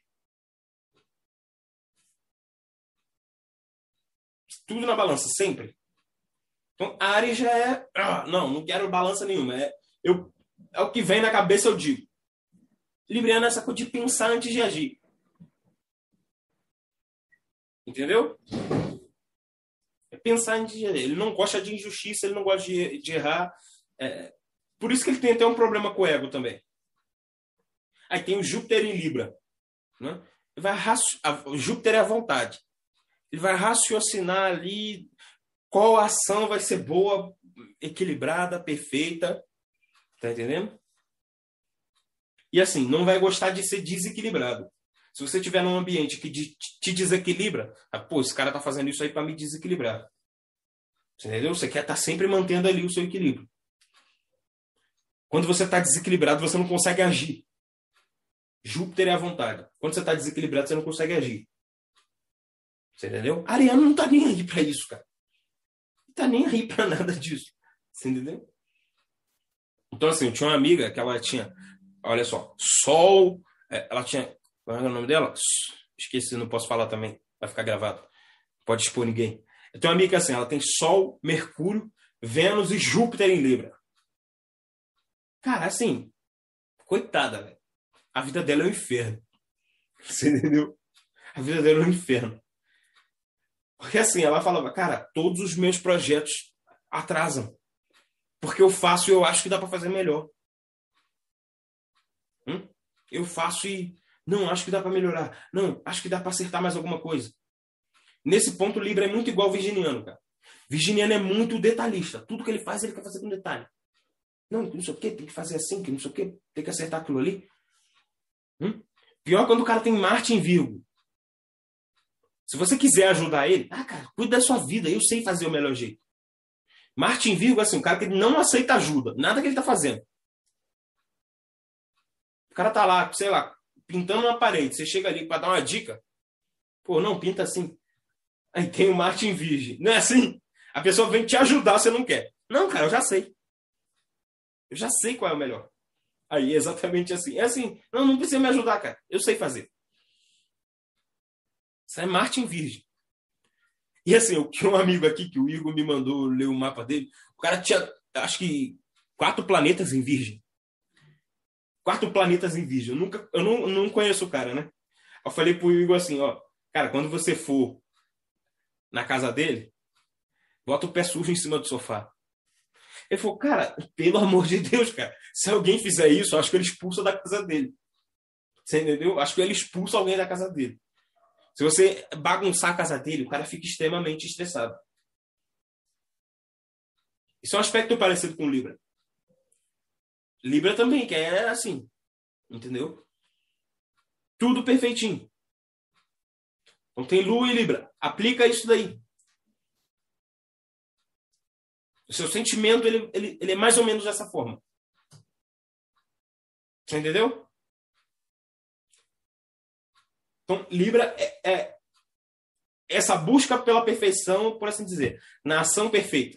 Tudo na balança, sempre. Então, Áries já é... não quero balança nenhuma. É o que vem na cabeça, eu digo. Libriano é essa coisa de pensar antes de agir. Entendeu? É pensar antes de agir. Ele não gosta de injustiça, ele não gosta de errar. Por isso que ele tem até um problema com o ego também. Aí tem o Júpiter em Libra. Né? Júpiter é a vontade. Ele vai raciocinar ali qual ação vai ser boa, equilibrada, perfeita. Tá entendendo? E assim, não vai gostar de ser desequilibrado. Se você estiver num ambiente que te desequilibra, esse cara tá fazendo isso aí para me desequilibrar. Você entendeu? Você quer estar sempre mantendo ali o seu equilíbrio. Quando você está desequilibrado, você não consegue agir. Júpiter é a vontade. Quando você está desequilibrado, você não consegue agir. Você entendeu? Ariano não tá nem aí para isso, cara. Não tá nem aí para nada disso. Você entendeu? Então, assim, eu tinha uma amiga que ela tinha, olha só, Sol, ela tinha, qual era o nome dela? Esqueci, não posso falar também, vai ficar gravado. Pode expor ninguém. Eu tenho uma amiga assim, ela tem Sol, Mercúrio, Vênus e Júpiter em Libra. Cara, assim, coitada, velho. A vida dela é um inferno. Você entendeu? A vida dela é um inferno. Porque assim, ela falava, cara, todos os meus projetos atrasam. Porque eu faço e eu acho que dá para fazer melhor. Eu faço e não, acho que dá para melhorar. Não, acho que dá para acertar mais alguma coisa. Nesse ponto, Libra é muito igual ao Virginiano, cara. Virginiano é muito detalhista. Tudo que ele faz, ele quer fazer com detalhe. Não sei o que, tem que fazer assim, que não sei o que, tem que acertar aquilo ali. Pior quando o cara tem Marte em Virgo. Se você quiser ajudar ele, cara, cuida da sua vida, eu sei fazer o melhor jeito. Marte em Virgo, assim, um cara que não aceita ajuda, nada que ele tá fazendo. O cara tá lá, sei lá, pintando uma parede, você chega ali para dar uma dica, não, pinta assim. Aí tem o Marte em Virgem, não é assim? A pessoa vem te ajudar, você não quer. Não, cara, eu já sei. Eu já sei qual é o melhor. Aí, exatamente assim. É assim, não precisa me ajudar, cara. Eu sei fazer. Isso é Marte em Virgem. E assim, eu tinha um amigo aqui que o Igor me mandou ler o mapa dele. O cara tinha, acho que, 4 planetas em Virgem. 4 planetas em Virgem. Eu não conheço o cara, né? Eu falei pro Igor assim, cara, quando você for na casa dele, bota o pé sujo em cima do sofá. Ele falou, cara, pelo amor de Deus, cara, se alguém fizer isso, eu acho que ele expulsa da casa dele. Você entendeu? Acho que ele expulsa alguém da casa dele. Se você bagunçar a casa dele, o cara fica extremamente estressado. Isso é um aspecto parecido com Libra. Libra também, que é assim. Entendeu? Tudo perfeitinho. Então tem Lua e Libra. Aplica isso daí. O seu sentimento, ele é mais ou menos dessa forma. Você entendeu? Então, Libra é essa busca pela perfeição, por assim dizer, na ação perfeita.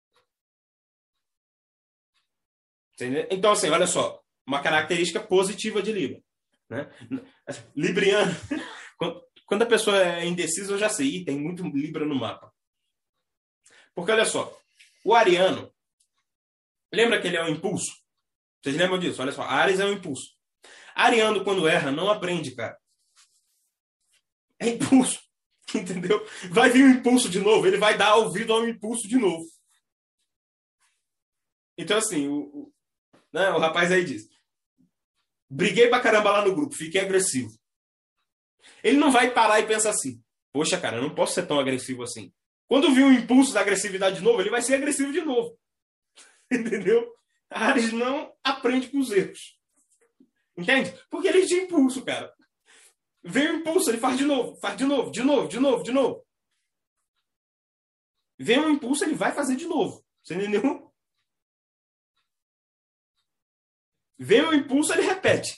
Entendeu? Então, assim, olha só, uma característica positiva de Libra. Né? Libriano, quando a pessoa é indecisa, eu já sei, tem muito Libra no mapa. Porque, olha só, o ariano, lembra que ele é um impulso? Vocês lembram disso? Olha só, Áries é um impulso. Ariano, quando erra, não aprende, cara. É impulso. Entendeu? Vai vir um impulso de novo, ele vai dar ouvido ao impulso de novo. Então, assim, o rapaz aí diz: briguei pra caramba lá no grupo, fiquei agressivo. Ele não vai parar e pensar assim: poxa, cara, eu não posso ser tão agressivo assim. Quando vir um impulso da agressividade de novo, ele vai ser agressivo de novo. Entendeu? Ares não aprende com os erros. Entende? Porque ele é de impulso, cara. Vem o impulso, ele faz de novo, de novo. Vem um impulso, ele vai fazer de novo. Você entendeu? Vem um impulso, ele repete.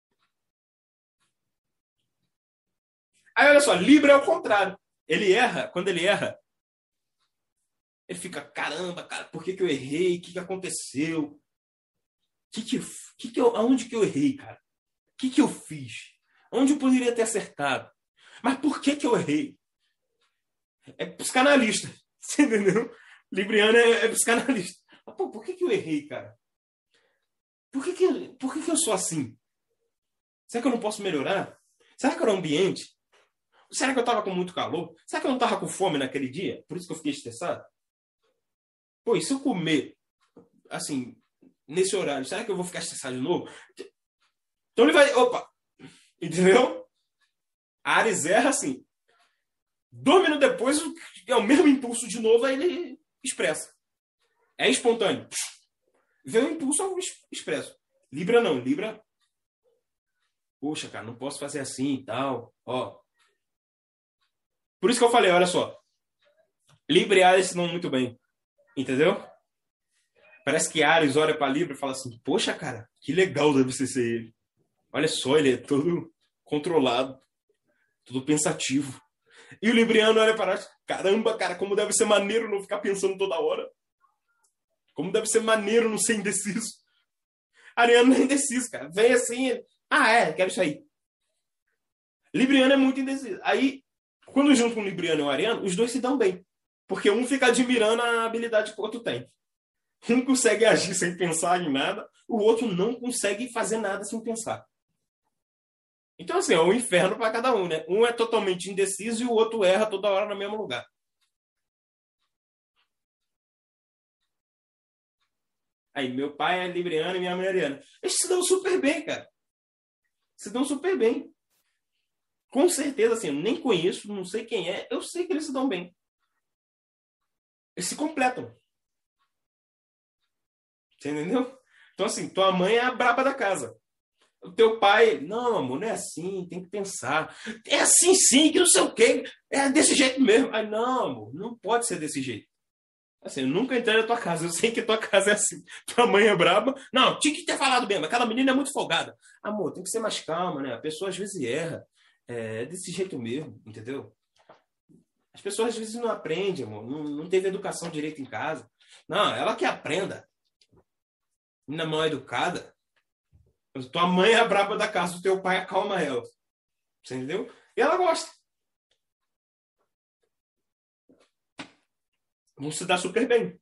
Aí, olha só, Libra é o contrário. Ele erra, quando ele erra, ele fica, caramba, cara, por que eu errei? O que aconteceu? Aonde que eu errei, cara? O que eu fiz? Onde eu poderia ter acertado? Mas por que eu errei? É psicanalista. Você entendeu? Libriano é psicanalista. Mas, pô, por que eu errei, cara? Por que eu sou assim? Será que eu não posso melhorar? Será que era o ambiente? Será que eu estava com muito calor? Será que eu não estava com fome naquele dia? Por isso que eu fiquei estressado? Pô, e se eu comer, assim, nesse horário, será que eu vou ficar estressado de novo? Então ele vai, opa, entendeu? A Ares erra assim. 2 minutos depois, é o mesmo impulso de novo, aí ele expressa. É espontâneo. Vem o impulso, eu expresso. Libra não, Libra, poxa, cara, não posso fazer assim e tal, ó. Por isso que eu falei, olha só, Libra e Ares se dão muito bem, entendeu? Parece que Ares olha para Libra e fala assim, poxa, cara, que legal deve ser ele. Olha só, ele é todo controlado, todo pensativo. E o Libriano olha para Ares, caramba, cara, como deve ser maneiro não ficar pensando toda hora. Como deve ser maneiro não ser indeciso. Ariano não é indeciso, cara. Vem assim, quero isso aí. Libriano é muito indeciso. Aí, quando junto com o Libriano e o Ariano, os dois se dão bem. Porque um fica admirando a habilidade que o outro tem. Um consegue agir sem pensar em nada, o outro não consegue fazer nada sem pensar. Então, assim, é um inferno para cada um, né? Um é totalmente indeciso e o outro erra toda hora no mesmo lugar. Aí, meu pai é libriano e minha mãe é ariana. Eles se dão super bem, cara. Se dão super bem. Com certeza, assim, eu nem conheço, não sei quem é, eu sei que eles se dão bem. Eles se completam. Você entendeu? Então, assim, tua mãe é a braba da casa. O teu pai, não, amor, não é assim, tem que pensar. É assim sim, que não sei o quê. É desse jeito mesmo. Aí, não, amor, não pode ser desse jeito. Assim, eu nunca entrei na tua casa, eu sei que tua casa é assim. Tua mãe é braba. Não, tinha que ter falado mesmo, aquela menina é muito folgada. Amor, tem que ser mais calma, né? A pessoa às vezes erra. É desse jeito mesmo, entendeu? As pessoas às vezes não aprendem, amor. Não teve educação direito em casa. Não, ela que aprenda. Menina mal educada. Tua mãe é a braba da casa, o teu pai acalma ela. Você entendeu? E ela gosta. Vão se dar super bem.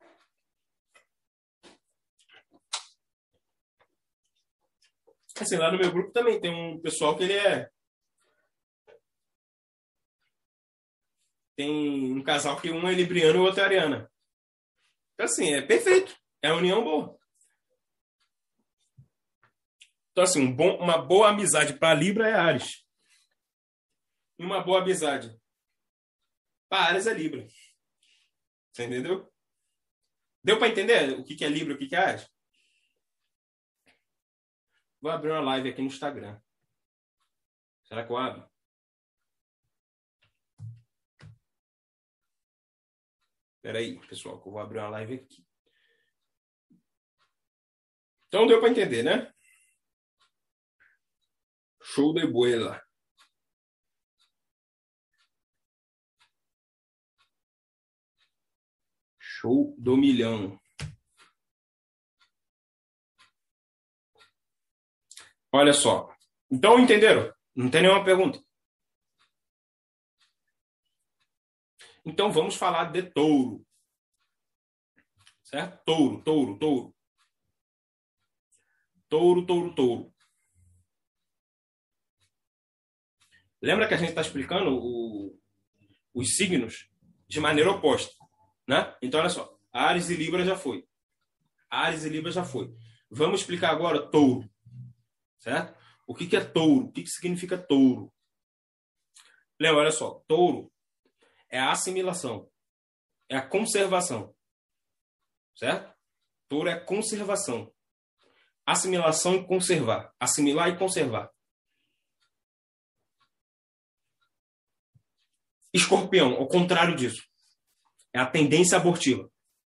Assim, lá no meu grupo também tem um pessoal que ele é... Tem um casal que um é libriano e o outro é ariana. Então, assim, é perfeito. É a união boa. Então, assim, uma boa amizade para Libra é Ares. E uma boa amizade para Ares é Libra. Você entendeu? Deu para entender o que é Libra e o que é Ares? Vou abrir uma live aqui no Instagram. Será que eu abro? Espera aí, pessoal, que eu vou abrir uma live aqui. Então deu para entender, né? Show de bola. Show do milhão. Olha só. Então entenderam? Não tem nenhuma pergunta. Então vamos falar de touro. Certo? Touro. Touro. Lembra que a gente está explicando os signos de maneira oposta, né? Então, olha só. Áries e Libra já foi. Áries e Libra já foi. Vamos explicar agora touro. Certo? O que é touro? O que significa touro? Léo, olha só. Touro é a assimilação. É a conservação. Certo? Touro é conservação. Assimilação e conservar. Assimilar e conservar. Escorpião, ao contrário disso. É a tendência abortiva.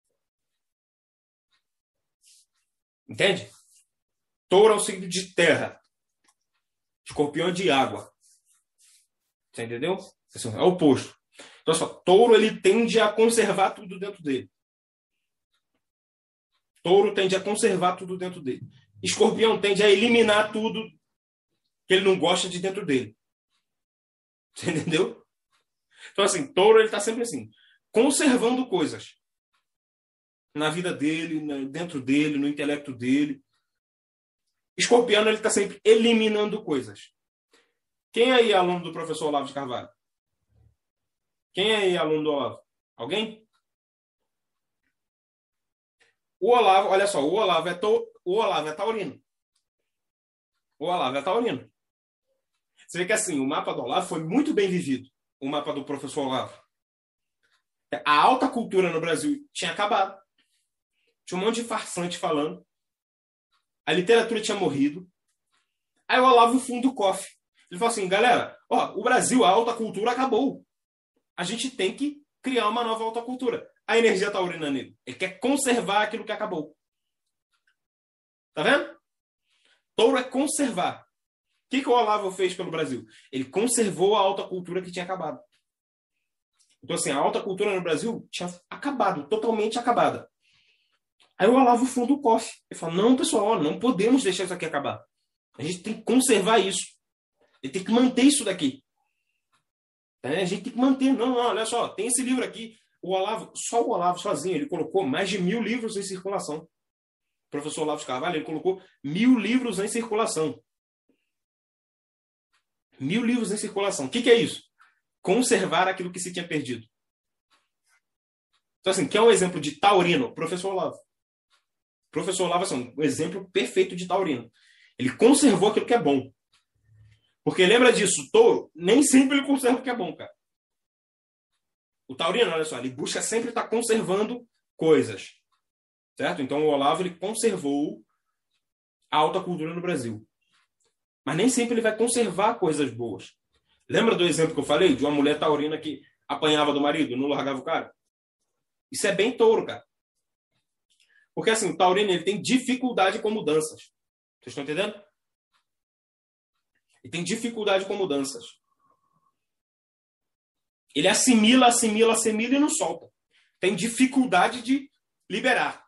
Entende? Touro é o signo de terra. Escorpião é de água. Você entendeu? Assim, é o oposto. Então, só, touro ele tende a conservar tudo dentro dele. Touro tende a conservar tudo dentro dele. Escorpião tende a eliminar tudo que ele não gosta de dentro dele. Você entendeu? Então, assim, touro ele está sempre assim, conservando coisas na vida dele, dentro dele, no intelecto dele. Escorpiano ele está sempre eliminando coisas. Quem aí é aluno do professor Olavo de Carvalho? Quem aí é aluno do Olavo? Alguém? O Olavo, olha só, o Olavo é taurino. O Olavo é taurino. Você vê que assim, o mapa do Olavo foi muito bem vivido. O mapa do professor Olavo. A alta cultura no Brasil tinha acabado. Tinha um monte de farsante falando. A literatura tinha morrido. Aí o Olavo funda o cofre. Ele falou assim, galera, ó, o Brasil, a alta cultura acabou. A gente tem que criar uma nova alta cultura. A energia taurina nele. Ele quer conservar aquilo que acabou. Tá vendo? Touro é conservar. O que o Olavo fez pelo Brasil? Ele conservou a alta cultura que tinha acabado. Então, assim, a alta cultura no Brasil tinha acabado, totalmente acabada. Aí o Olavo funda o cofre. Ele fala, não, pessoal, não podemos deixar isso aqui acabar. A gente tem que conservar isso. Ele tem que manter isso daqui. A gente tem que manter. Não, olha só, tem esse livro aqui. O Olavo, só o Olavo sozinho, ele colocou mais de 1000 livros em circulação. O professor Olavo de Carvalho, ele colocou 1000 livros em circulação. 1000 livros em circulação. O que é isso? Conservar aquilo que se tinha perdido. Então, assim, quer um exemplo de taurino? Professor Olavo. Professor Olavo, assim, um exemplo perfeito de taurino. Ele conservou aquilo que é bom. Porque lembra disso, touro, nem sempre ele conserva o que é bom, cara. O taurino, olha só, ele busca sempre estar conservando coisas. Certo? Então o Olavo, ele conservou a alta cultura no Brasil. Mas nem sempre ele vai conservar coisas boas. Lembra do exemplo que eu falei? De uma mulher taurina que apanhava do marido, não largava o cara? Isso é bem touro, cara. Porque assim, o taurino ele tem dificuldade com mudanças. Vocês estão entendendo? Ele tem dificuldade com mudanças. Ele assimila e não solta. Tem dificuldade de liberar.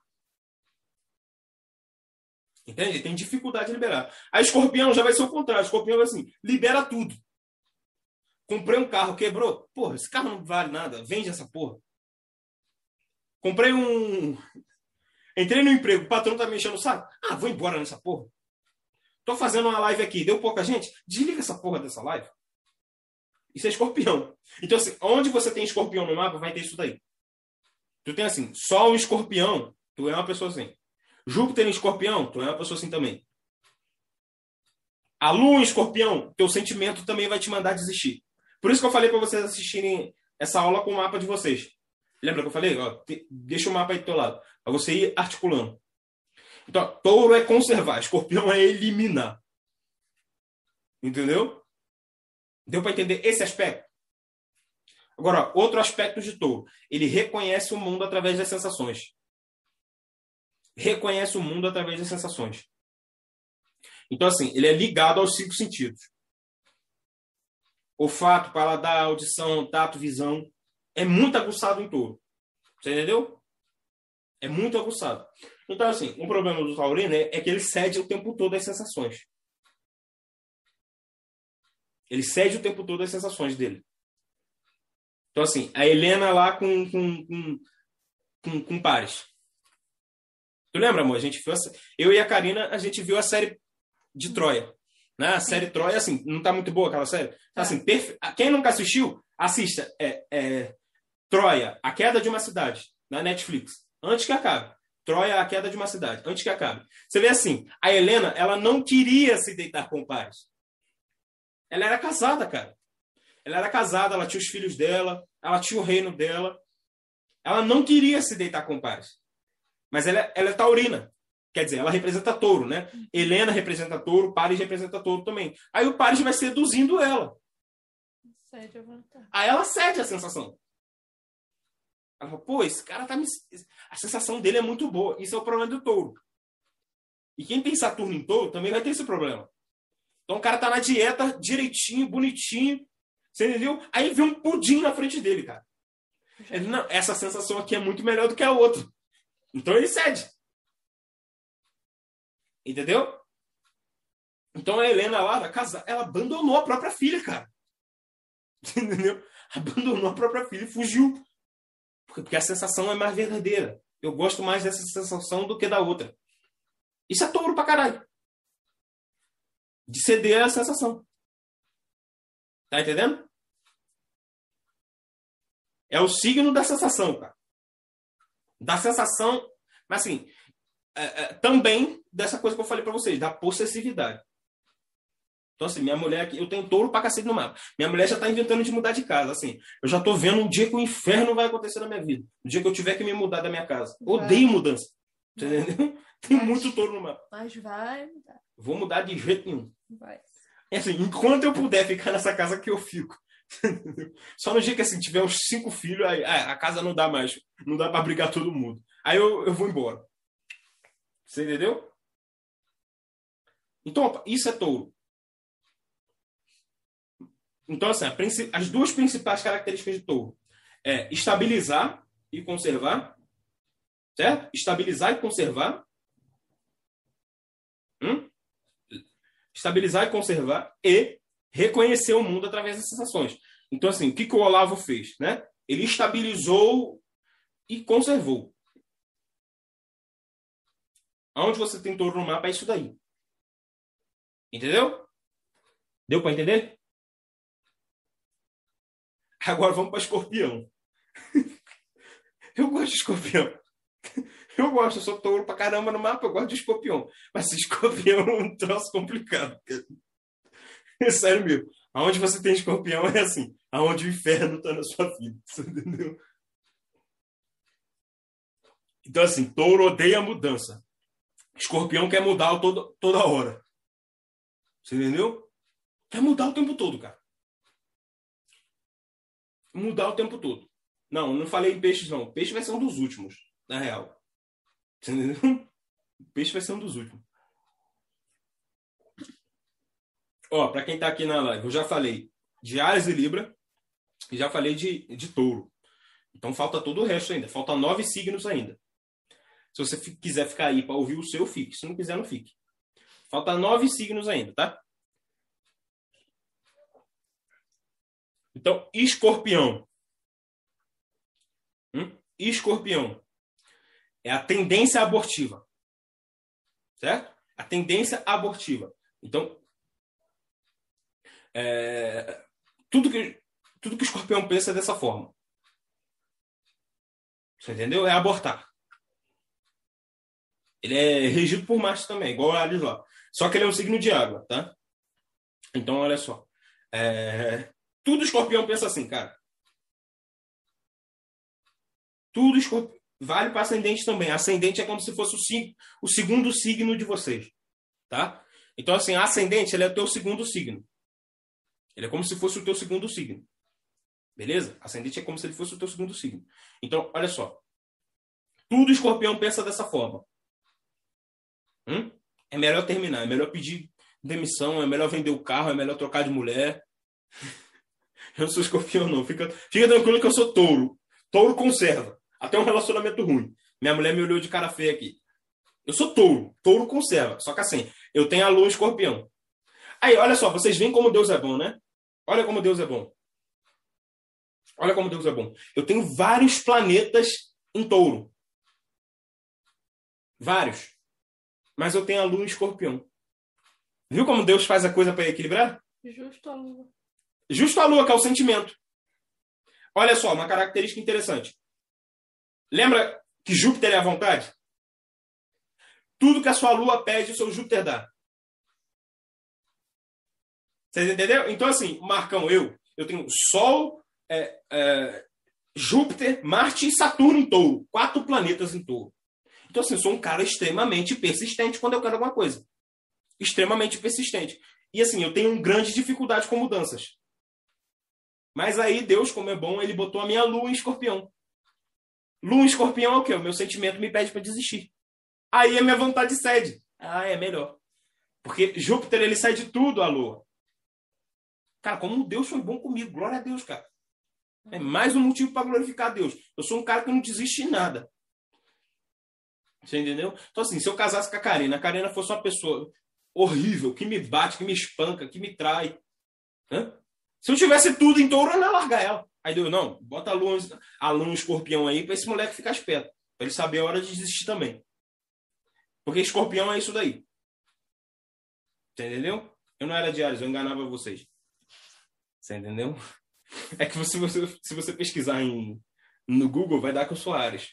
Entende? Tem dificuldade de liberar. A escorpião já vai ser o contrário. A escorpião vai assim, libera tudo. Comprei um carro, quebrou. Porra, esse carro não vale nada. Vende essa porra. Comprei um... Entrei no emprego, o patrão tá me enchendo o saco. Ah, vou embora nessa porra. Tô fazendo uma live aqui, deu pouca gente. Desliga essa porra dessa live. Isso é escorpião. Então, assim, onde você tem escorpião no mapa, vai ter isso daí. Tu tem assim, Sol em escorpião, tu é uma pessoa assim. Júpiter em escorpião, tu é uma pessoa assim também. A Lua em escorpião, teu sentimento também vai te mandar desistir. Por isso que eu falei para vocês assistirem essa aula com o mapa de vocês. Lembra que eu falei? Ó, deixa o mapa aí do teu lado. Para você ir articulando. Então, touro é conservar, escorpião é eliminar. Entendeu? Deu para entender esse aspecto? Agora, outro aspecto de touro. Ele reconhece o mundo através das sensações. Reconhece o mundo através das sensações. Então, assim, ele é ligado aos 5 sentidos. Olfato, paladar, audição, tato, visão. É muito aguçado em touro. Você entendeu? É muito aguçado. Então, assim, um problema do taurino é que ele cede o tempo todo às sensações. Ele cede o tempo todo às sensações dele. Então, assim, a Helena lá com Paris. Tu lembra, amor? A gente viu eu e a Karina, a gente viu a série de Troia. Né? A série Troia, assim, não tá muito boa aquela série. Tá, assim, quem nunca assistiu, Assista. Troia, a queda de uma cidade, na Netflix. Antes que acabe. Troia, a queda de uma cidade. Antes que acabe. Você vê assim, a Helena, ela não queria se deitar com o Paris. Ela era casada, cara. Ela era casada, ela tinha os filhos dela, ela tinha o reino dela. Ela não queria se deitar com o Paris. Mas ela é taurina. Quer dizer, ela representa touro, né? Helena representa touro, Paris representa touro também. Aí o Paris vai seduzindo ela. Cede à vontade. Aí ela cede a sensação. Ela fala, pô, esse cara tá me... A sensação dele é muito boa. Isso é o problema do touro. E quem tem Saturno em touro também vai ter esse problema. Então o cara tá na dieta direitinho, bonitinho. Você entendeu? Aí vê um pudim na frente dele, cara. Ele, não, essa sensação aqui é muito melhor do que a outra. Então ele cede. Entendeu? Então a Helena lá da casa, ela abandonou a própria filha, cara. Entendeu? Abandonou a própria filha e fugiu. Porque a sensação é mais verdadeira. Eu gosto mais dessa sensação do que da outra. Isso é touro pra caralho. De ceder a sensação. Tá entendendo? É o signo da sensação, cara. Da sensação, mas assim, também dessa coisa que eu falei pra vocês, da possessividade. Então assim, minha mulher aqui, eu tenho touro pra cacete no mapa. Minha mulher já tá inventando de mudar de casa, assim. Eu já tô vendo um dia que o inferno vai acontecer na minha vida. O dia que eu tiver que me mudar da minha casa. Odeio mudança. Entendeu? Tem muito touro no mapa. Mas vai mudar. Vou mudar de jeito nenhum. Vai. É assim, enquanto eu puder ficar nessa casa que eu fico. Só no dia que assim, tiver uns 5 filhos, aí a casa não dá mais. Não dá pra brigar todo mundo. Aí eu vou embora. Você entendeu? Então, isso é touro. Então, assim, as duas principais características de touro é estabilizar e conservar. Certo? Estabilizar e conservar. Estabilizar e conservar e reconhecer o mundo através das sensações. Então, assim, o que o Olavo fez? Né? Ele estabilizou e conservou. Onde você tem touro no mapa é isso daí. Entendeu? Deu para entender? Agora vamos para escorpião. Eu gosto de escorpião. Eu gosto, eu sou touro pra caramba no mapa, eu gosto de escorpião. Mas escorpião é um troço complicado. É sério mesmo. Aonde você tem escorpião é assim. Aonde o inferno tá na sua vida. Você entendeu? Então, assim, touro odeia a mudança. Escorpião quer mudar toda hora. Você entendeu? Quer mudar o tempo todo, cara. Mudar o tempo todo. Não falei em peixes, não. Peixe vai ser um dos últimos, na real. Você entendeu? Peixe vai ser um dos últimos. Ó, pra quem tá aqui na live, eu já falei de Áries e Libra e já falei de Touro. Então falta todo o resto ainda. Falta 9 signos ainda. Se você quiser ficar aí para ouvir o seu, fique. Se não quiser, não fique. Falta 9 signos ainda, tá? Então, Escorpião. Escorpião é a tendência abortiva. Certo? A tendência abortiva. Então, tudo que o escorpião pensa é dessa forma. Você entendeu? É abortar. Ele é regido por Marte também, igual a Ares lá. Só que ele é um signo de água, tá? Então, olha só. Tudo escorpião pensa assim, cara. Tudo escorpião. Vale para ascendente também. Ascendente é como se fosse o segundo signo de vocês, tá? Então, assim, ascendente, ele é o teu segundo signo. Ele é como se fosse o teu segundo signo. Beleza? Ascendente é como se ele fosse o teu segundo signo. Então, olha só. Tudo escorpião pensa dessa forma. É melhor terminar, é melhor pedir demissão, é melhor vender o carro, é melhor trocar de mulher. Eu não sou escorpião, não. Fica tranquilo que eu sou touro. Touro conserva. Até um relacionamento ruim. Minha mulher me olhou de cara feia aqui. Eu sou touro. Touro conserva. Só que assim, eu tenho a lua escorpião. Aí, olha só, vocês veem como Deus é bom, né? Olha como Deus é bom. Olha como Deus é bom. Eu tenho vários planetas em touro. Vários. Mas eu tenho a lua em escorpião. Viu como Deus faz a coisa para equilibrar? Justo a lua. Justo a lua, que é o sentimento. Olha só, uma característica interessante. Lembra que Júpiter é a vontade? Tudo que a sua Lua pede, o seu Júpiter dá. Vocês entenderam? Então, assim, Marcão, eu tenho Sol, Júpiter, Marte e Saturno em touro. 4 planetas em touro. Então, assim, eu sou um cara extremamente persistente quando eu quero alguma coisa. Extremamente persistente. E, assim, eu tenho grande dificuldade com mudanças. Mas aí, Deus, como é bom, ele botou a minha Lua em Escorpião. Lua em Escorpião é o quê? O meu sentimento me pede para desistir. Aí a minha vontade cede. Ah, é melhor. Porque Júpiter, ele sai de tudo, a Lua. Cara, como Deus foi bom comigo. Glória a Deus, cara. É mais um motivo para glorificar a Deus. Eu sou um cara que não desiste em nada. Você entendeu? Então, assim, se eu casasse com a Karina fosse uma pessoa horrível, que me bate, que me espanca, que me trai. Se eu tivesse tudo em touro, eu não ia largar ela. Aí Deus, não, bota a lua em Escorpião aí para esse moleque ficar esperto. Para ele saber a hora de desistir também. Porque Escorpião é isso daí. Você entendeu? Eu não era de Áries, eu enganava vocês. Você entendeu? É que se você pesquisar no Google, vai dar que eu sou Áries.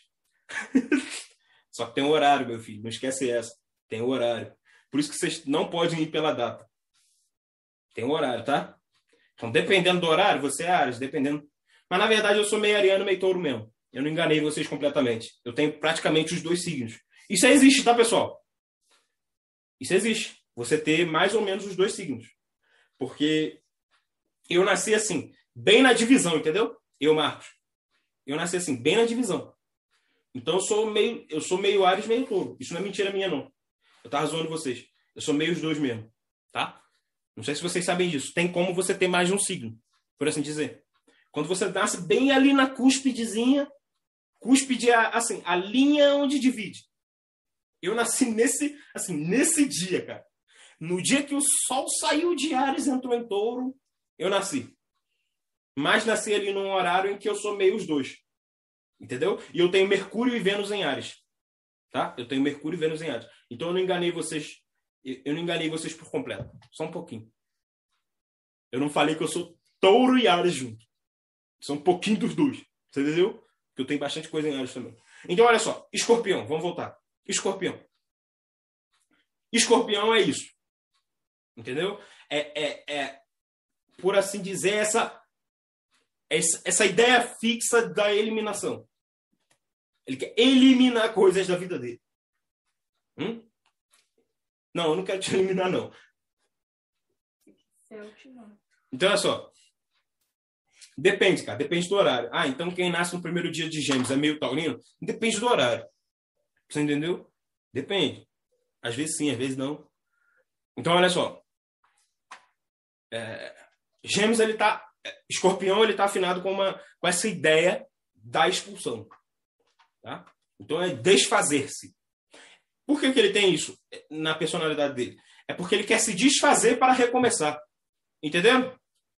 Só que tem um horário, meu filho. Não esquece essa. Tem um horário. Por isso que vocês não podem ir pela data. Tem um horário, tá? Então, dependendo do horário, você é Áries, dependendo. Mas, na verdade, eu sou meio ariano, meio touro mesmo. Eu não enganei vocês completamente. Eu tenho praticamente os 2 signos. Isso existe, tá, pessoal? Isso existe. Você ter mais ou menos os 2 signos. Porque eu nasci assim, bem na divisão, entendeu? Eu, Marcos. Eu nasci assim, bem na divisão. Então, eu sou meio Áries, meio touro. Isso não é mentira minha, não. Eu tava zoando vocês. Eu sou meio os 2 mesmo, tá? Não sei se vocês sabem disso. Tem como você ter mais de um signo, por assim dizer. Quando você nasce bem ali na cúspidezinha, cúspide é assim, a linha onde divide. Eu nasci nesse dia, cara. No dia que o Sol saiu de Áries e entrou em touro, eu nasci. Mas nasci ali num horário em que eu sou meio os 2. Entendeu? E eu tenho Mercúrio e Vênus em Áries. Tá? Eu tenho Mercúrio e Vênus em Áries. Então eu não enganei vocês. Eu não enganei vocês por completo. Só um pouquinho. Eu não falei que eu sou touro e Áries junto. São um pouquinho dos 2. Você entendeu? Porque eu tenho bastante coisa em Áries também. Então, olha só. Escorpião. Vamos voltar. Escorpião. Escorpião é isso. Entendeu? Por assim dizer, essa ideia fixa da eliminação. Ele quer eliminar coisas da vida dele. Não, eu não quero te eliminar, não. Então, olha só. Depende, cara. Depende do horário. Ah, então quem nasce no primeiro dia de Gêmeos é meio taurino? Depende do horário. Você entendeu? Depende. Às vezes sim, às vezes não. Então, olha só. Gêmeos, Escorpião, ele tá afinado com essa ideia da expulsão. Tá? Então, é desfazer-se. Por que ele tem isso na personalidade dele? É porque ele quer se desfazer para recomeçar. Entendeu?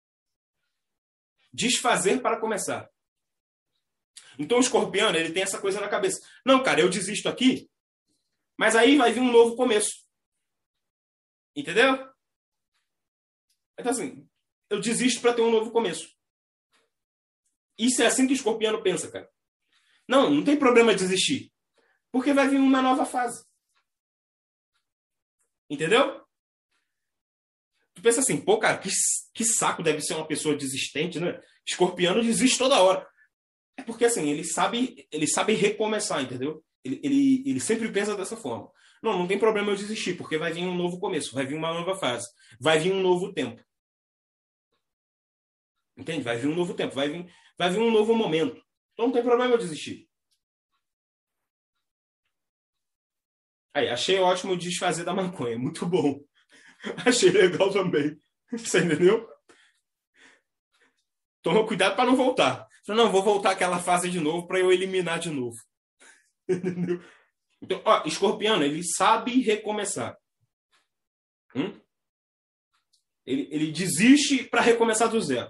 Desfazer para começar. Então, o escorpião, ele tem essa coisa na cabeça. Não, cara, eu desisto aqui, mas aí vai vir um novo começo. Entendeu? Então, assim, eu desisto para ter um novo começo. Isso é assim que o escorpiano pensa, cara. Não tem problema desistir. Porque vai vir uma nova fase. Entendeu? Tu pensa assim, pô, cara, que saco deve ser uma pessoa desistente, né? Escorpiano desiste toda hora. É porque, assim, ele sabe recomeçar, entendeu? Ele sempre pensa dessa forma. Não tem problema eu desistir, porque vai vir um novo começo, vai vir uma nova fase, vai vir um novo tempo. Entende? Vai vir um novo tempo, vai vir um novo momento. Então não tem problema eu desistir. Aí, achei ótimo desfazer da maconha, muito bom. Achei legal também. Você entendeu? Toma cuidado para não voltar. Não, vou voltar àquela fase de novo para eu eliminar de novo. Entendeu? Então, escorpiano, ele sabe recomeçar. Ele desiste para recomeçar do zero.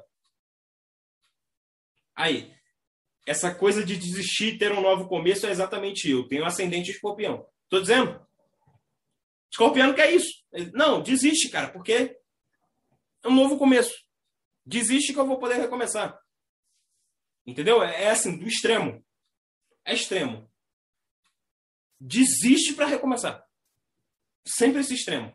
Aí, essa coisa de desistir e ter um novo começo é exatamente eu. Tenho ascendente escorpião. Tô dizendo? Escorpiano quer isso. Não, desiste, cara, porque é um novo começo. Desiste que eu vou poder recomeçar. Entendeu? É assim, do extremo. É extremo. Desiste para recomeçar. Sempre esse extremo.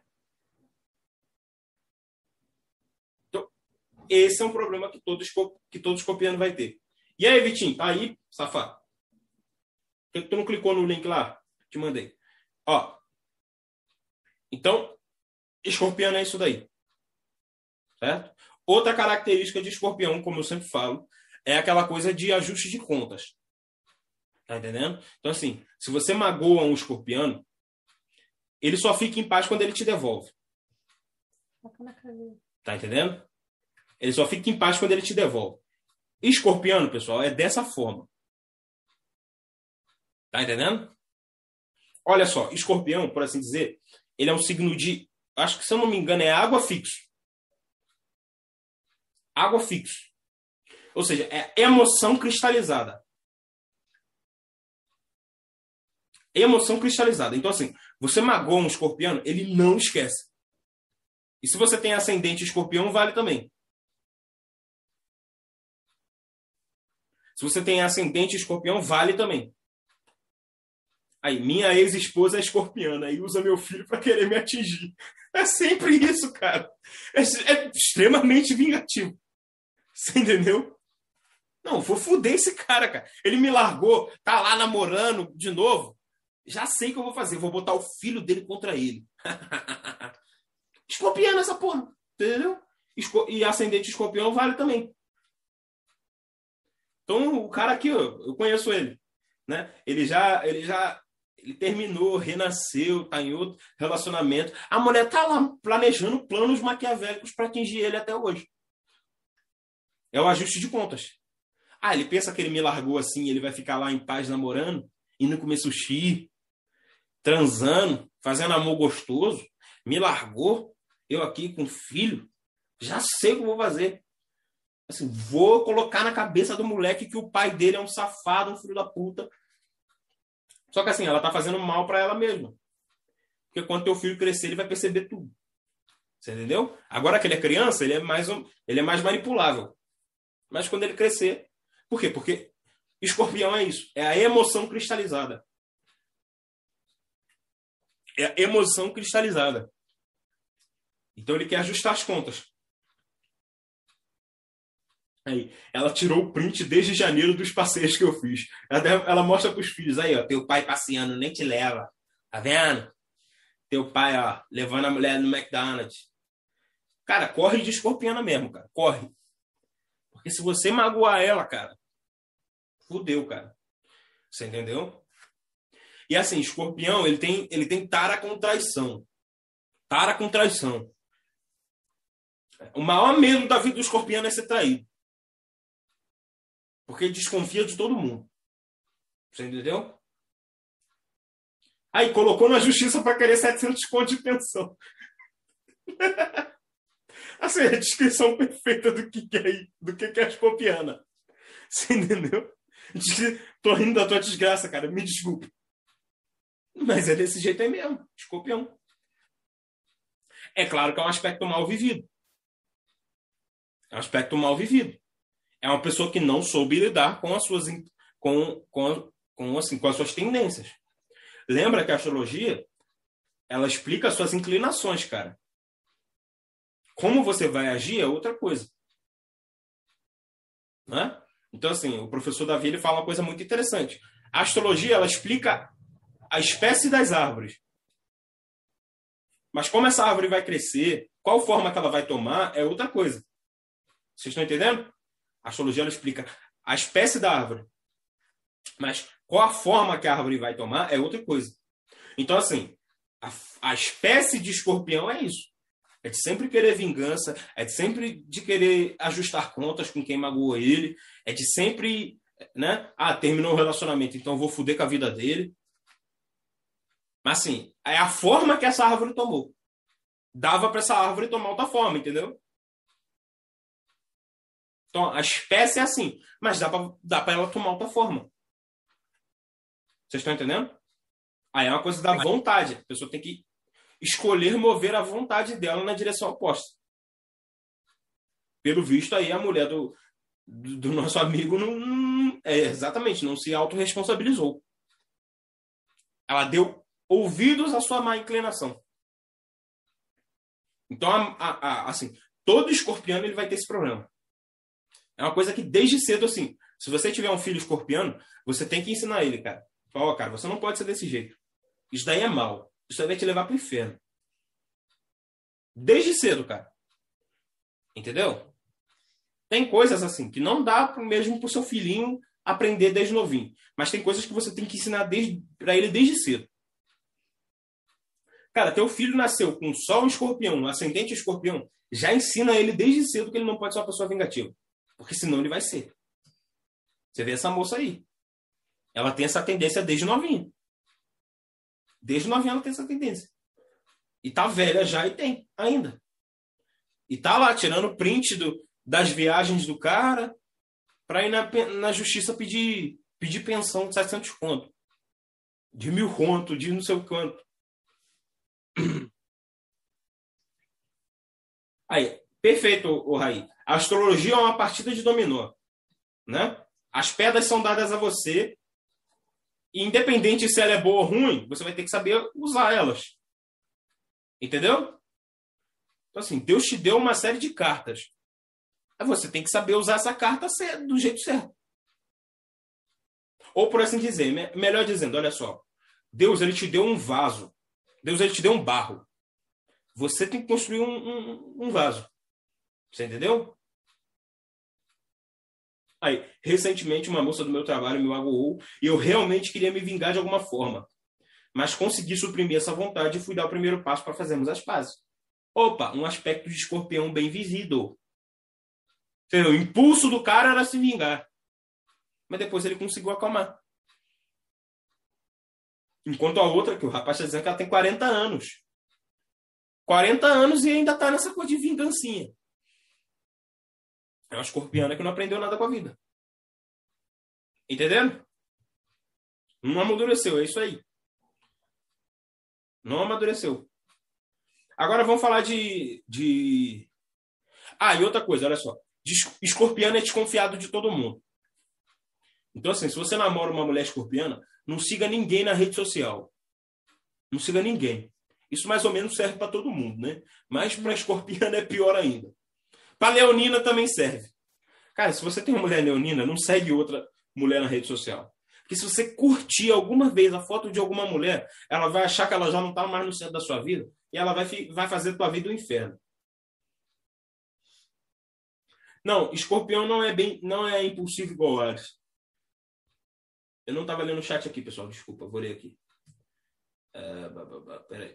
Então, esse é um problema que todo escorpiano vai ter. E aí, Vitinho, tá aí, safado? Por que tu não clicou no link lá? Te mandei. Ó. Então, escorpião é isso daí. Certo? Outra característica de escorpião, como eu sempre falo, é aquela coisa de ajuste de contas. Tá entendendo? Então, assim, se você magoa um escorpiano, ele só fica em paz quando ele te devolve. Tá entendendo? Ele só fica em paz quando ele te devolve. Escorpiano, pessoal, é dessa forma. Tá entendendo? Olha só, escorpião, por assim dizer, ele é um signo de, acho que se eu não me engano, é água fixo. Água fixo. Ou seja, é emoção cristalizada. Emoção cristalizada. Então, assim, você magoa um escorpiano, ele não esquece. E se você tem ascendente escorpião, vale também. Se você tem ascendente escorpião, vale também. Aí, minha ex-esposa é escorpiana e usa meu filho para querer me atingir. É sempre isso, cara. É extremamente vingativo. Você entendeu? Não, vou foder esse cara. Ele me largou, tá lá namorando de novo. Já sei o que eu vou fazer. Vou botar o filho dele contra ele. Escorpião essa porra. Entendeu? E ascendente escorpião vale também. Então, o cara aqui, ó, eu conheço ele. Né? Ele terminou, renasceu, tá em outro relacionamento. A mulher tá lá planejando planos maquiavélicos para atingir ele até hoje. É o ajuste de contas. Ah, ele pensa que ele me largou assim, ele vai ficar lá em paz namorando, indo comer sushi, transando, fazendo amor gostoso. Me largou, eu aqui com filho. Já sei o que eu vou fazer. Assim, vou colocar na cabeça do moleque que o pai dele é um safado, um filho da puta. Só que assim, ela tá fazendo mal para ela mesma. Porque quando teu filho crescer, ele vai perceber tudo. Você entendeu? Agora que ele é criança, ele é mais manipulável. Mas quando ele crescer... Por quê? Porque escorpião é isso. É a emoção cristalizada. É a emoção cristalizada. Então ele quer ajustar as contas. Aí, ela tirou o print desde janeiro dos passeios que eu fiz. Ela mostra pros filhos. Aí, ó, teu pai passeando nem te leva. Tá vendo? Teu pai, ó, levando a mulher no McDonald's. Cara, corre de escorpiana mesmo, cara. Corre. Porque se você magoar ela, cara, fudeu, cara. Você entendeu? E assim, escorpião, ele tem tara com traição. Tara com traição. O maior medo da vida do escorpião é ser traído. Porque ele desconfia de todo mundo. Você entendeu? Aí colocou na justiça para querer 700 contos de pensão. Assim, é a descrição perfeita do que é escorpiana. Você entendeu? Tô rindo da tua desgraça, cara. Me desculpe. Mas é desse jeito aí mesmo. Escorpião. É claro que é um aspecto mal vivido. É um aspecto mal vivido. É uma pessoa que não soube lidar com as suas com as suas tendências. Lembra que a astrologia ela explica as suas inclinações, cara. Como você vai agir é outra coisa. Né? Então, assim, o professor Davi ele fala uma coisa muito interessante. A astrologia ela explica a espécie das árvores. Mas como essa árvore vai crescer, qual forma que ela vai tomar é outra coisa. Vocês estão entendendo? A astrologia ela explica a espécie da árvore. Mas qual a forma que a árvore vai tomar é outra coisa. Então, assim, a espécie de escorpião é isso. É de sempre querer vingança, é de sempre de querer ajustar contas com quem magoou ele, é de sempre, né? Ah, terminou o relacionamento, então eu vou foder com a vida dele. Mas, assim, é a forma que essa árvore tomou. Dava para essa árvore tomar outra forma, entendeu? Então, a espécie é assim, mas dá para ela tomar outra forma. Vocês estão entendendo? Aí é uma coisa da vontade. A pessoa tem que escolher mover a vontade dela na direção oposta. Pelo visto, aí a mulher do nosso amigo exatamente, não se autorresponsabilizou. Ela deu ouvidos à sua má inclinação. Então, assim, todo escorpiano ele vai ter esse problema. É uma coisa que desde cedo, assim, se você tiver um filho escorpiano, você tem que ensinar ele, cara. Fala, cara, você não pode ser desse jeito. Isso daí é mal. Isso aí vai te levar pro inferno. Desde cedo, cara. Entendeu? Tem coisas assim que não dá mesmo pro seu filhinho aprender desde novinho. Mas tem coisas que você tem que ensinar pra ele desde cedo. Cara, teu filho nasceu com Sol em Escorpião, ascendente em Escorpião, já ensina ele desde cedo que ele não pode ser uma pessoa vingativa. Porque senão ele vai ser. Você vê essa moça aí. Ela tem essa tendência desde novinha. Desde novinha ela tem essa tendência. E tá velha já e tem ainda. E tá lá tirando print das viagens do cara pra ir na justiça pedir pensão de 700 conto. De 1.000 conto, de não sei o quanto. Aí, perfeito, o Raí. A astrologia é uma partida de dominó, né? As pedras são dadas a você e independente se ela é boa ou ruim, você vai ter que saber usar elas. Entendeu? Então, assim, Deus te deu uma série de cartas. Aí você tem que saber usar essa carta do jeito certo. Ou, por assim dizer, melhor dizendo, olha só. Deus, ele te deu um vaso. Deus, ele te deu um barro. Você tem que construir um vaso. Você entendeu? Aí, recentemente, uma moça do meu trabalho me magoou e eu realmente queria me vingar de alguma forma. Mas consegui suprimir essa vontade e fui dar o primeiro passo para fazermos as pazes. Opa, um aspecto de escorpião bem visível. O impulso do cara era se vingar. Mas depois ele conseguiu acalmar. Enquanto a outra, que o rapaz está dizendo que ela tem 40 anos. 40 anos e ainda está nessa coisa de vingancinha. É uma escorpiana que não aprendeu nada com a vida. Entendendo? Não amadureceu, é isso aí. Não amadureceu. Agora vamos falar de... Ah, e outra coisa, olha só. Escorpiano é desconfiado de todo mundo. Então, assim, se você namora uma mulher escorpiana, não siga ninguém na rede social. Não siga ninguém. Isso mais ou menos serve para todo mundo, né? Mas para escorpiana é pior ainda. Para leonina também serve. Cara, se você tem uma mulher leonina, não segue outra mulher na rede social. Porque se você curtir alguma vez a foto de alguma mulher, ela vai achar que ela já não está mais no centro da sua vida e ela vai fazer a tua vida um inferno. Não, escorpião não é impulsivo igual o Ares. Eu não estava lendo o chat aqui, pessoal. Desculpa, vou ler aqui. Peraí.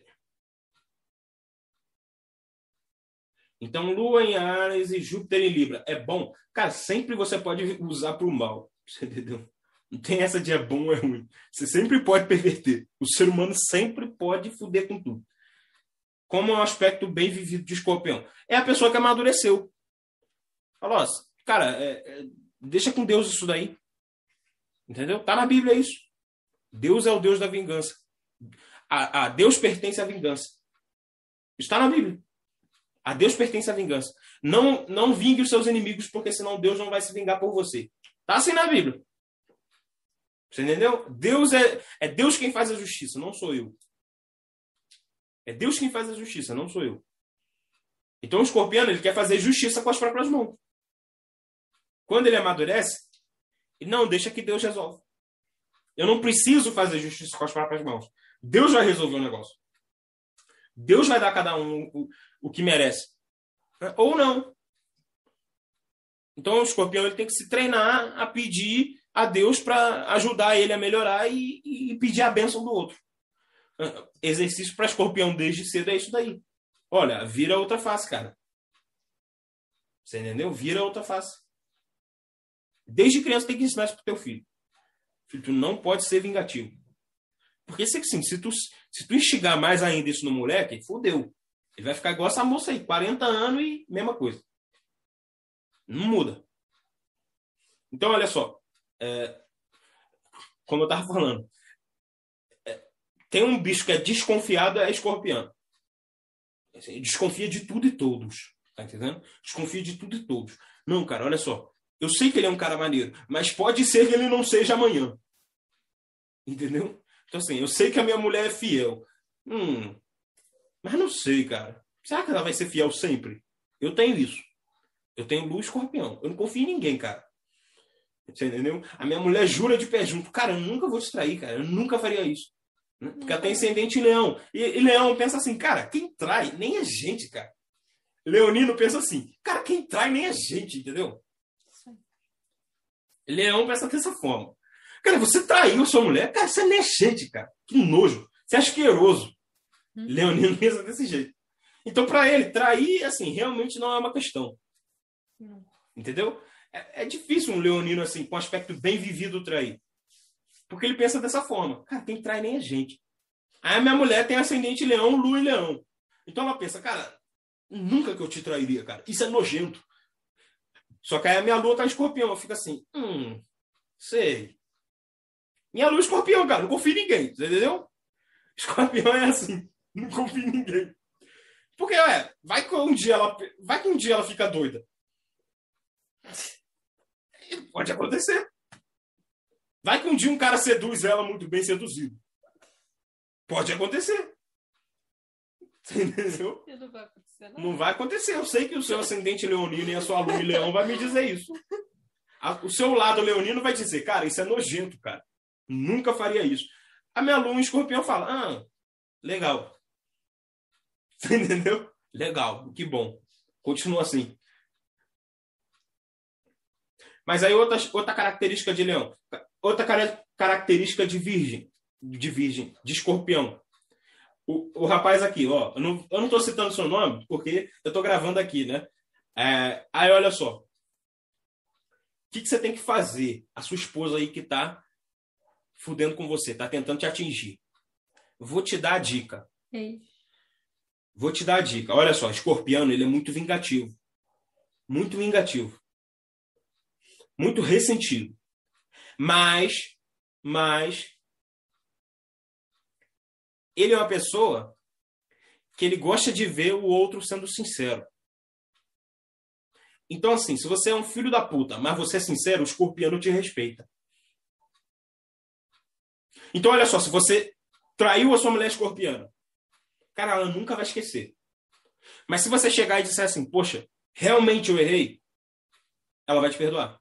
Então, Lua em Áries e Júpiter em Libra. É bom? Cara, sempre você pode usar para o mal. Você entendeu? Não tem essa de é bom ou é ruim. Você sempre pode perverter. O ser humano sempre pode foder com tudo. Como é um aspecto bem vivido de escorpião? É a pessoa que amadureceu. Falou, cara, deixa com Deus isso daí. Entendeu? Tá na Bíblia isso. Deus é o Deus da vingança. A Deus pertence a vingança. Está na Bíblia. A Deus pertence a vingança. Não vingue os seus inimigos, porque senão Deus não vai se vingar por você. Está assim na Bíblia. Você entendeu? Deus é Deus quem faz a justiça, não sou eu. É Deus quem faz a justiça, não sou eu. Então o escorpiano ele quer fazer justiça com as próprias mãos. Quando ele amadurece, ele não deixa que Deus resolva. Eu não preciso fazer justiça com as próprias mãos. Deus vai resolver o negócio. Deus vai dar a cada um o que merece. Ou não. Então o escorpião ele tem que se treinar a pedir a Deus para ajudar ele a melhorar e pedir a bênção do outro. Exercício para escorpião desde cedo é isso daí. Olha, vira outra face, cara. Você entendeu? Vira outra face. Desde criança tem que ensinar isso pro teu filho. Filho, tu não pode ser vingativo. Porque assim, se tu instigar mais ainda isso no moleque, fodeu. Ele vai ficar igual essa moça aí, 40 anos e mesma coisa. Não muda. Então, olha só. Como eu tava falando. Tem um bicho que é desconfiado, é escorpião. Assim, desconfia de tudo e todos. Tá entendendo? Desconfia de tudo e todos. Não, cara, olha só. Eu sei que ele é um cara maneiro, mas pode ser que ele não seja amanhã. Entendeu? Então, assim, eu sei que a minha mulher é fiel. Mas não sei, cara. Será que ela vai ser fiel sempre? Eu tenho isso. Eu tenho Lua e Escorpião. Eu não confio em ninguém, cara. Você entendeu? A minha mulher jura de pé junto. Cara, eu nunca vou te trair, cara. Eu nunca faria isso. Porque ela tem ascendente em Leão. E Leão pensa assim, cara, quem trai nem a gente, cara. Leonino pensa assim, cara, quem trai nem a gente, entendeu? Leão pensa dessa forma. Cara, você traiu a sua mulher? Cara, você nem é gente, cara. Que nojo. Você é asqueroso. Leonino pensa desse jeito. Então, pra ele, trair, assim, realmente não é uma questão. Entendeu? É difícil um leonino, assim, com aspecto bem vivido, trair. Porque ele pensa dessa forma. Cara, quem trai nem a gente. Aí a minha mulher tem ascendente leão, lua e leão. Então ela pensa, cara, nunca que eu te trairia, cara. Isso é nojento. Só que aí a minha lua tá em escorpião. Eu fico assim, sei. Minha lua é escorpião, cara. Não confio em ninguém. Você entendeu? Escorpião é assim. Não confio em ninguém. Porque, vai que um dia ela fica doida. Pode acontecer. Vai que um dia um cara seduz ela muito bem seduzido. Pode acontecer. Entendeu? Não vai acontecer, não. Não vai acontecer. Eu sei que o seu ascendente leonino e a sua lua em leão vai me dizer isso. O seu lado leonino vai dizer, cara, isso é nojento, cara. Nunca faria isso. A minha lua em escorpião fala, legal. Você entendeu? Legal, que bom. Continua assim. Mas aí outra característica de leão. Outra característica de virgem, de escorpião. O rapaz aqui, ó, eu não estou citando seu nome, porque eu estou gravando aqui, né? Aí, olha só. O que você tem que fazer? A sua esposa aí que tá fudendo com você, tá tentando te atingir. Vou te dar a dica. Vou te dar a dica. Olha só, escorpiano, ele é muito vingativo. Muito vingativo. Muito ressentido. Mas ele é uma pessoa que ele gosta de ver o outro sendo sincero. Então, assim, se você é um filho da puta, mas você é sincero, o escorpiano te respeita. Então, olha só, se você traiu a sua mulher escorpiana, cara, ela nunca vai esquecer. Mas se você chegar e disser assim, poxa, realmente eu errei, ela vai te perdoar.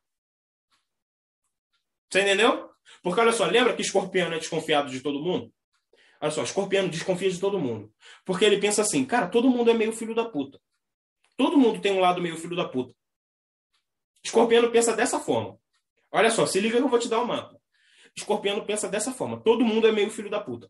Você entendeu? Porque, olha só, lembra que escorpiano é desconfiado de todo mundo? Olha só, escorpiano desconfia de todo mundo. Porque ele pensa assim, cara, todo mundo é meio filho da puta. Todo mundo tem um lado meio filho da puta. Escorpiano pensa dessa forma. Olha só, se liga que eu vou te dar o mapa. Escorpiano pensa dessa forma. Todo mundo é meio filho da puta.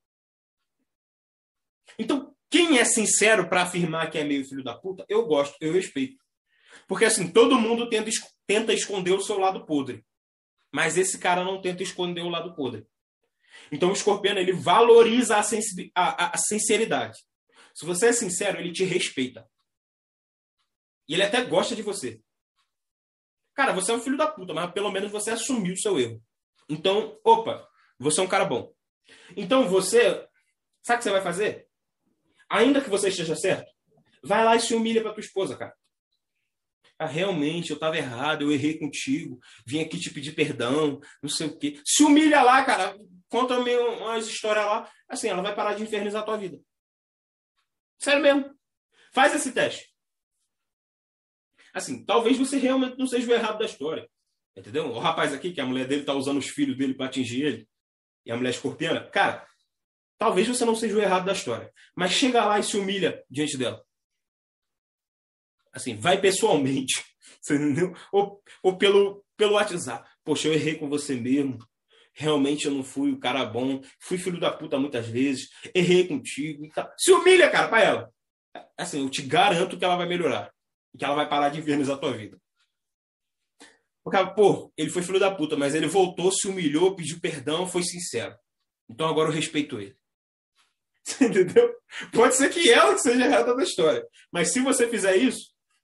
Então, quem é sincero para afirmar que é meio filho da puta, eu gosto, eu respeito. Porque assim, todo mundo tenta esconder o seu lado podre. Mas esse cara não tenta esconder o lado podre. Então o escorpiano, ele valoriza a sinceridade. Se você é sincero, ele te respeita. E ele até gosta de você. Cara, você é um filho da puta, mas pelo menos você assumiu o seu erro. Então, opa, você é um cara bom. Então você, sabe o que você vai fazer? Ainda que você esteja certo, vai lá e se humilha pra tua esposa, cara. Realmente, eu estava errado, eu errei contigo, vim aqui te pedir perdão, não sei o quê. Se humilha lá, cara, conta-me umas histórias lá, assim, ela vai parar de infernizar a tua vida. Sério mesmo. Faz esse teste. Assim, talvez você realmente não seja o errado da história. Entendeu? O rapaz aqui, que a mulher dele tá usando os filhos dele para atingir ele, e a mulher escorpiana, cara, talvez você não seja o errado da história, mas chega lá e se humilha diante dela. Assim, vai pessoalmente, você entendeu? Ou pelo WhatsApp. Poxa, eu errei com você mesmo. Realmente eu não fui o cara bom. Fui filho da puta muitas vezes. Errei contigo e tal. Se humilha, cara, pra ela. Assim, eu te garanto que ela vai melhorar. E que ela vai parar de infernizar a tua vida. Porque, pô, ele foi filho da puta, mas ele voltou, se humilhou, pediu perdão, foi sincero. Então agora eu respeito ele. Você entendeu? Pode ser que ela seja errada da história. Mas se você fizer isso,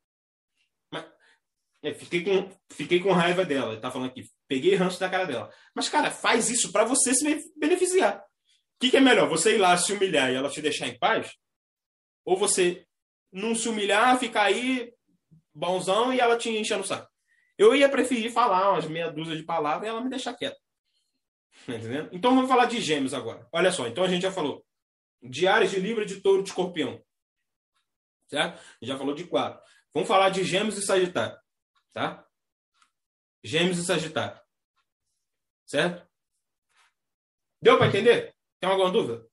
fiquei com raiva dela. Ele tá falando aqui. Peguei ranço da cara dela. Mas, cara, faz isso pra você se beneficiar. O que é melhor? Você ir lá se humilhar e ela te deixar em paz? Ou você não se humilhar, ficar aí bonzão e ela te encher no saco? Eu ia preferir falar umas meia dúzia de palavras e ela me deixar quieta. Tá entendendo? Então vamos falar de Gêmeos agora. Olha só, então a gente já falou de Áries, de Libra, de Touro, de Escorpião. Certo? Já falou de 4. Vamos falar de Gêmeos e Sagitário. Tá? Gêmeos e Sagitário. Certo? Deu para entender? Tem alguma dúvida?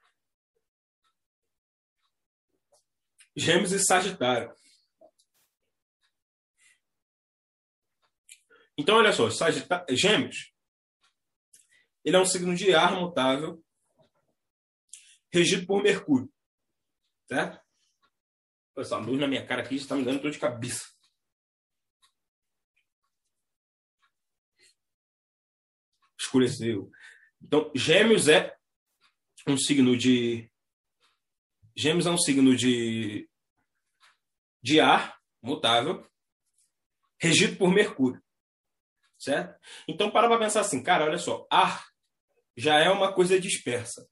Gêmeos e Sagitário. Então, olha só, Gêmeos, ele é um signo de ar mutável, regido por Mercúrio. Certo? Essa luz na minha cara aqui está me dando dor de cabeça. Escureceu. Então, Gêmeos é um signo de ar mutável, regido por Mercúrio. Certo? Então, para pensar assim, cara, olha só, ar já é uma coisa dispersa.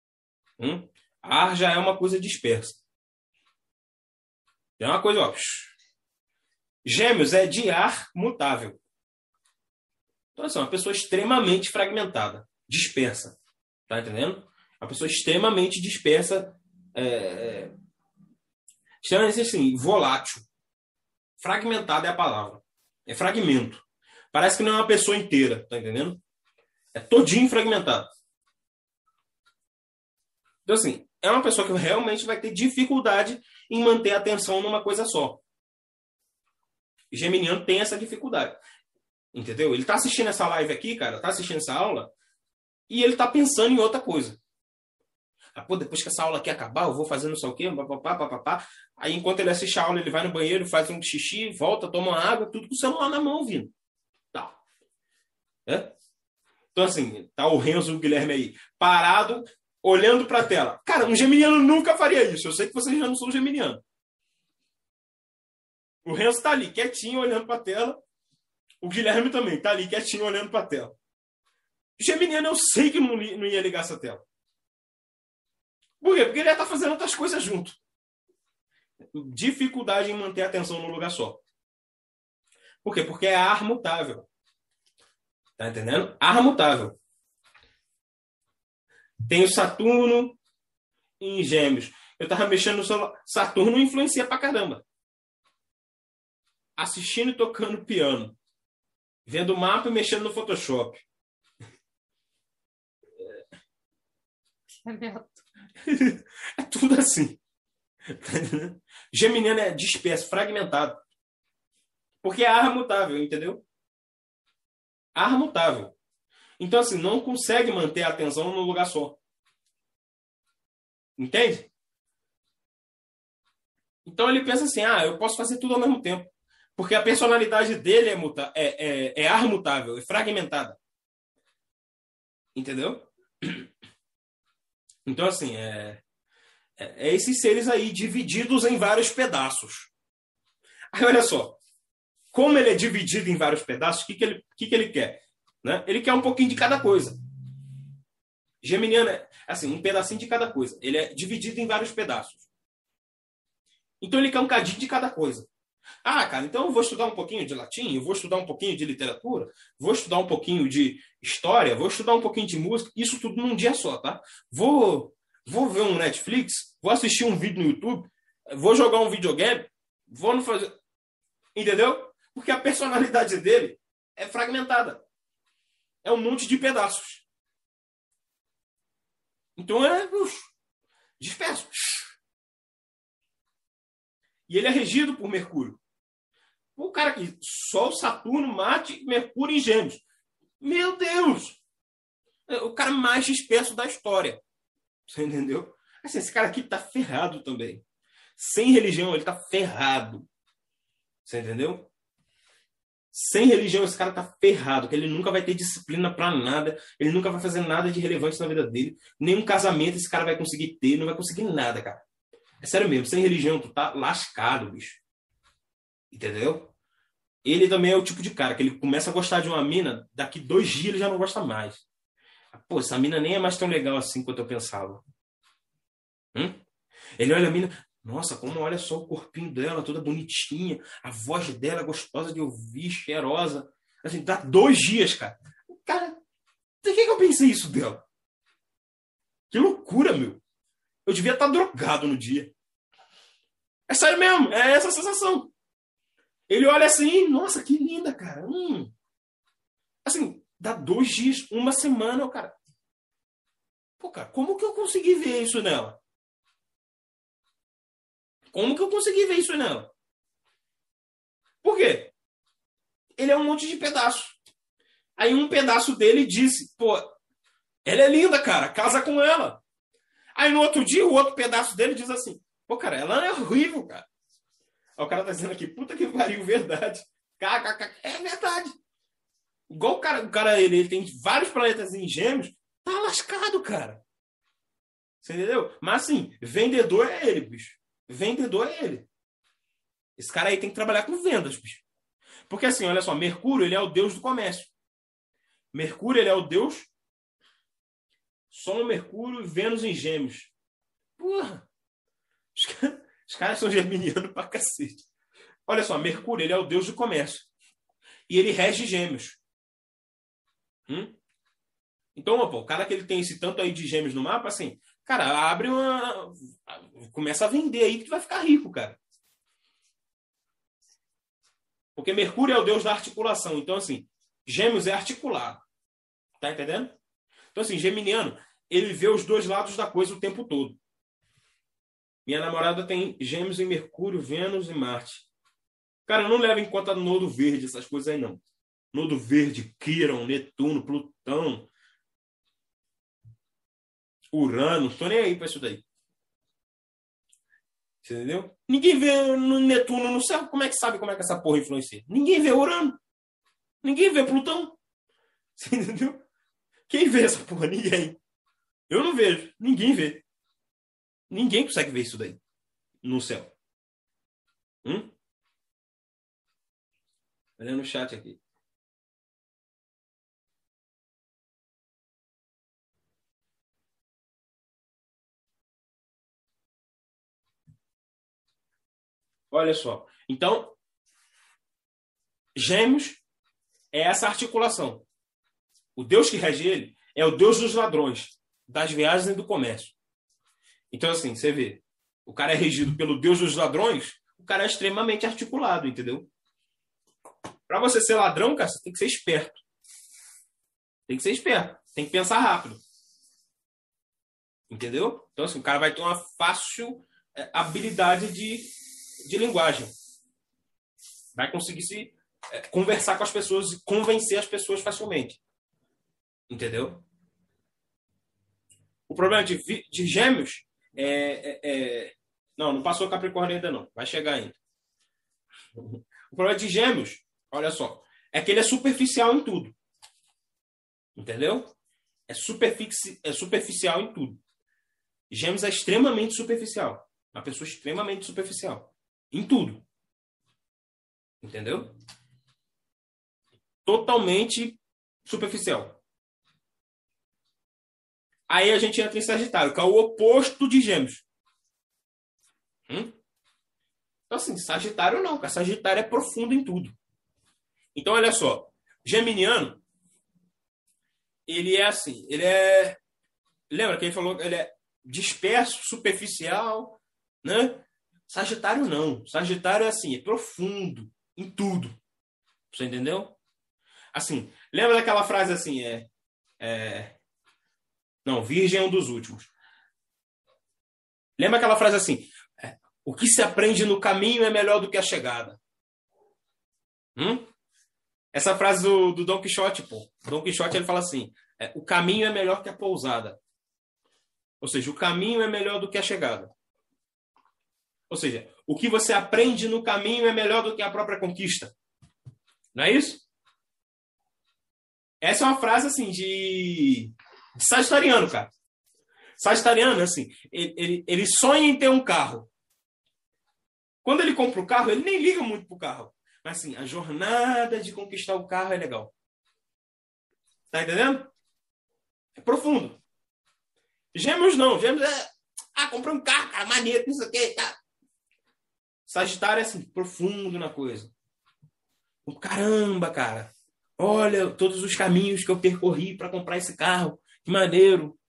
Ar já é uma coisa dispersa. Já é uma coisa, ó. Gêmeos é de ar mutável. Então, assim, uma pessoa extremamente fragmentada, dispersa. Tá entendendo? Uma pessoa extremamente dispersa, extremamente assim, volátil. Fragmentada é a palavra. É fragmento. Parece que não é uma pessoa inteira, tá entendendo? É todinho fragmentado. Então, assim, é uma pessoa que realmente vai ter dificuldade em manter a atenção numa coisa só. O geminiano tem essa dificuldade. Entendeu? Ele tá assistindo essa live aqui, cara, tá assistindo essa aula, e ele tá pensando em outra coisa. Depois que essa aula aqui acabar, eu vou fazer não sei o quê, papapá. Aí, enquanto ele assiste a aula, ele vai no banheiro, faz um xixi, volta, toma uma água, tudo com o celular na mão, vindo. Tá. Então, assim, tá o Renzo e o Guilherme aí, parado, olhando pra tela. Cara, um geminiano nunca faria isso. Eu sei que vocês já não são geminianos. O Renzo tá ali, quietinho, olhando pra tela. O Guilherme também tá ali, quietinho, olhando pra tela. O geminiano, eu sei que não ia ligar essa tela. Por quê? Porque ele ia estar fazendo outras coisas junto. Dificuldade em manter a atenção no lugar só. Por quê? Porque é ar mutável. Tá entendendo? Ar mutável. Tem o Saturno em Gêmeos. Eu tava mexendo no celular. Saturno influencia pra caramba. Assistindo e tocando piano. Vendo o mapa e mexendo no Photoshop. É tudo assim. Geminiano é disperso, fragmentado. Porque é ar mutável, entendeu? Ar mutável. Então, assim, não consegue manter a atenção num lugar só. Entende? Então ele pensa assim, eu posso fazer tudo ao mesmo tempo. Porque a personalidade dele é ar mutável, é fragmentada. Entendeu? Então, assim, esses seres aí divididos em vários pedaços. Aí, olha só. Como ele é dividido em vários pedaços, o que ele quer? Né? Ele quer um pouquinho de cada coisa. Geminiano é, assim, um pedacinho de cada coisa. Ele é dividido em vários pedaços. Então, ele quer um cadinho de cada coisa. Cara, então eu vou estudar um pouquinho de latim, eu vou estudar um pouquinho de literatura, vou estudar um pouquinho de história, vou estudar um pouquinho de música, isso tudo num dia só, tá? Vou ver um Netflix, vou assistir um vídeo no YouTube, vou jogar um videogame, vou não fazer... Entendeu? Porque a personalidade dele é fragmentada. É um monte de pedaços. Então é disperso. E ele é regido por Mercúrio. O cara aqui, Sol, Saturno, Marte, Mercúrio em Gêmeos. Meu Deus! É o cara mais disperso da história. Você entendeu? Assim, esse cara aqui tá ferrado também. Sem religião, ele tá ferrado. Você entendeu? Sem religião, esse cara tá ferrado, que ele nunca vai ter disciplina pra nada, ele nunca vai fazer nada de relevante na vida dele, nenhum casamento esse cara vai conseguir ter, não vai conseguir nada, cara. É sério mesmo, sem religião, tu tá lascado, bicho. Entendeu? Ele também é o tipo de cara que ele começa a gostar de uma mina, daqui 2 dias ele já não gosta mais. Pô, essa mina nem é mais tão legal assim quanto eu pensava. Ele olha a mina, Nossa, como olha só o corpinho dela, toda bonitinha, a voz dela gostosa de ouvir, cheirosa. Assim, dá 2 dias, cara. Cara, por que eu pensei isso dela? Que loucura, meu. Eu devia estar drogado no dia. É sério mesmo, é essa a sensação. Ele olha assim, nossa, que linda, cara. Assim, dá 2 dias, 1 semana, o cara. Pô, cara, como que eu consegui ver isso nela? Como que eu consegui ver isso nela? Por quê? Ele é um monte de pedaço. Aí um pedaço dele disse, pô, ela é linda, cara, casa com ela. Aí no outro dia, o outro pedaço dele diz assim, pô, cara, ela é horrível, cara. Aí o cara tá dizendo aqui, puta que pariu, verdade. É verdade. Igual o cara ele tem vários planetas em Gêmeos, tá lascado, cara. Você entendeu? Mas assim, vendedor é ele, bicho. Vendedor é ele. Esse cara aí tem que trabalhar com vendas, bicho. Porque assim, olha só, Mercúrio, ele é o deus do comércio. Mercúrio, ele é o deus. Sol, Mercúrio e Vênus em Gêmeos. Porra. Os caras são geminianos pra cacete. Olha só, Mercúrio, ele é o deus do comércio. E ele rege Gêmeos. Então, pô, o cara que ele tem esse tanto aí de Gêmeos no mapa, assim, cara, abre uma... Começa a vender aí que tu vai ficar rico, cara. Porque Mercúrio é o deus da articulação. Então, assim, Gêmeos é articulado. Tá entendendo? Então, assim, geminiano, ele vê os 2 lados da coisa o tempo todo. Minha namorada tem Gêmeos em Mercúrio, Vênus e Marte. Cara, não leva em conta nodo verde, essas coisas aí, não. Nodo verde, Quirón, Netuno, Plutão, Urano. Tô nem aí pra isso daí. Você entendeu? Ninguém vê no Netuno no céu. Como é que sabe como é que essa porra influencia? Ninguém vê Urano. Ninguém vê Plutão. Você entendeu? Quem vê essa porra? Ninguém. Eu não vejo. Ninguém vê. Ninguém consegue ver isso daí no céu. Olha no chat aqui. Olha só. Então, Gêmeos é essa articulação. O Deus que rege ele é o Deus dos ladrões, das viagens e do comércio. Então, assim, você vê, o cara é regido pelo Deus dos ladrões, o cara é extremamente articulado, entendeu? Para você ser ladrão, cara, você tem que ser esperto. Tem que ser esperto. Tem que pensar rápido. Entendeu? Então, assim, o cara vai ter uma fácil habilidade de linguagem. Vai conseguir se conversar com as pessoas e convencer as pessoas facilmente. Entendeu? O problema de Gêmeos não passou Capricórnio ainda não. Vai chegar ainda. O problema de Gêmeos, olha só, é que ele é superficial em tudo. Entendeu? É superficial em tudo. Gêmeos é extremamente superficial. Uma pessoa extremamente superficial. Em tudo. Entendeu? Totalmente superficial. Aí a gente entra em Sagitário, que é o oposto de Gêmeos. Então, assim, Sagitário não, cara. Sagitário é profundo em tudo. Então, olha só. Geminiano, ele é assim, ele é... Lembra que ele falou que ele é disperso, superficial, né? Sagitário não. Sagitário é assim, é profundo em tudo. Você entendeu? Assim, lembra daquela frase assim, não, Virgem é um dos últimos. Lembra aquela frase assim, o que se aprende no caminho é melhor do que a chegada. Essa frase do Dom Quixote, pô. Dom Quixote, ele fala assim, o caminho é melhor que a pousada. Ou seja, o caminho é melhor do que a chegada. Ou seja, o que você aprende no caminho é melhor do que a própria conquista. Não é isso? Essa é uma frase, assim, de sagitariano, cara. Sagitariano, assim, ele sonha em ter um carro. Quando ele compra o carro, ele nem liga muito pro carro. Mas, assim, a jornada de conquistar o carro é legal. Tá entendendo? É profundo. Gêmeos não. Gêmeos comprei um carro, cara, maneiro, não sei o que, tá. Sagitário é assim, profundo na coisa. Caramba, cara. Olha todos os caminhos que eu percorri para comprar esse carro. Que maneiro.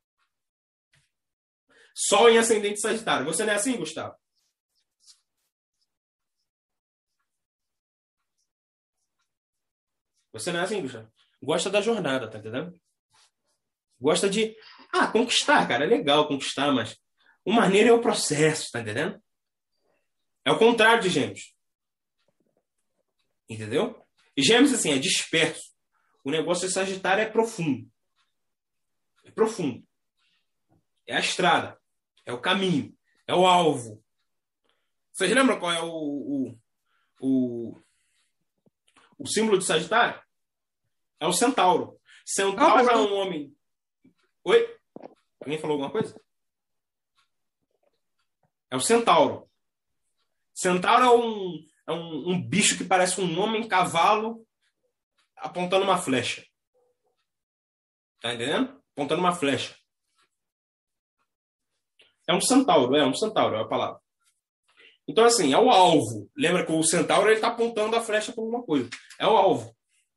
Sol em ascendente Sagitário. Você não é assim, Gustavo? Você não é assim, Gustavo? Gosta da jornada, tá entendendo? Gosta de conquistar, cara. É legal conquistar, mas o maneiro é o processo, tá entendendo? É o contrário de Gêmeos. Entendeu? E Gêmeos, assim, é disperso. O negócio de Sagitário é profundo. É profundo. É a estrada. É o caminho. É o alvo. Vocês lembram qual é o símbolo de Sagitário? É o centauro. Centauro é um homem... Oi? Alguém falou alguma coisa? É o centauro. Centauro é um bicho que parece um homem cavalo apontando uma flecha. Tá entendendo? Apontando uma flecha. É um centauro é a palavra. Então, assim, é o alvo. Lembra que o centauro está apontando a flecha para alguma coisa. É o alvo.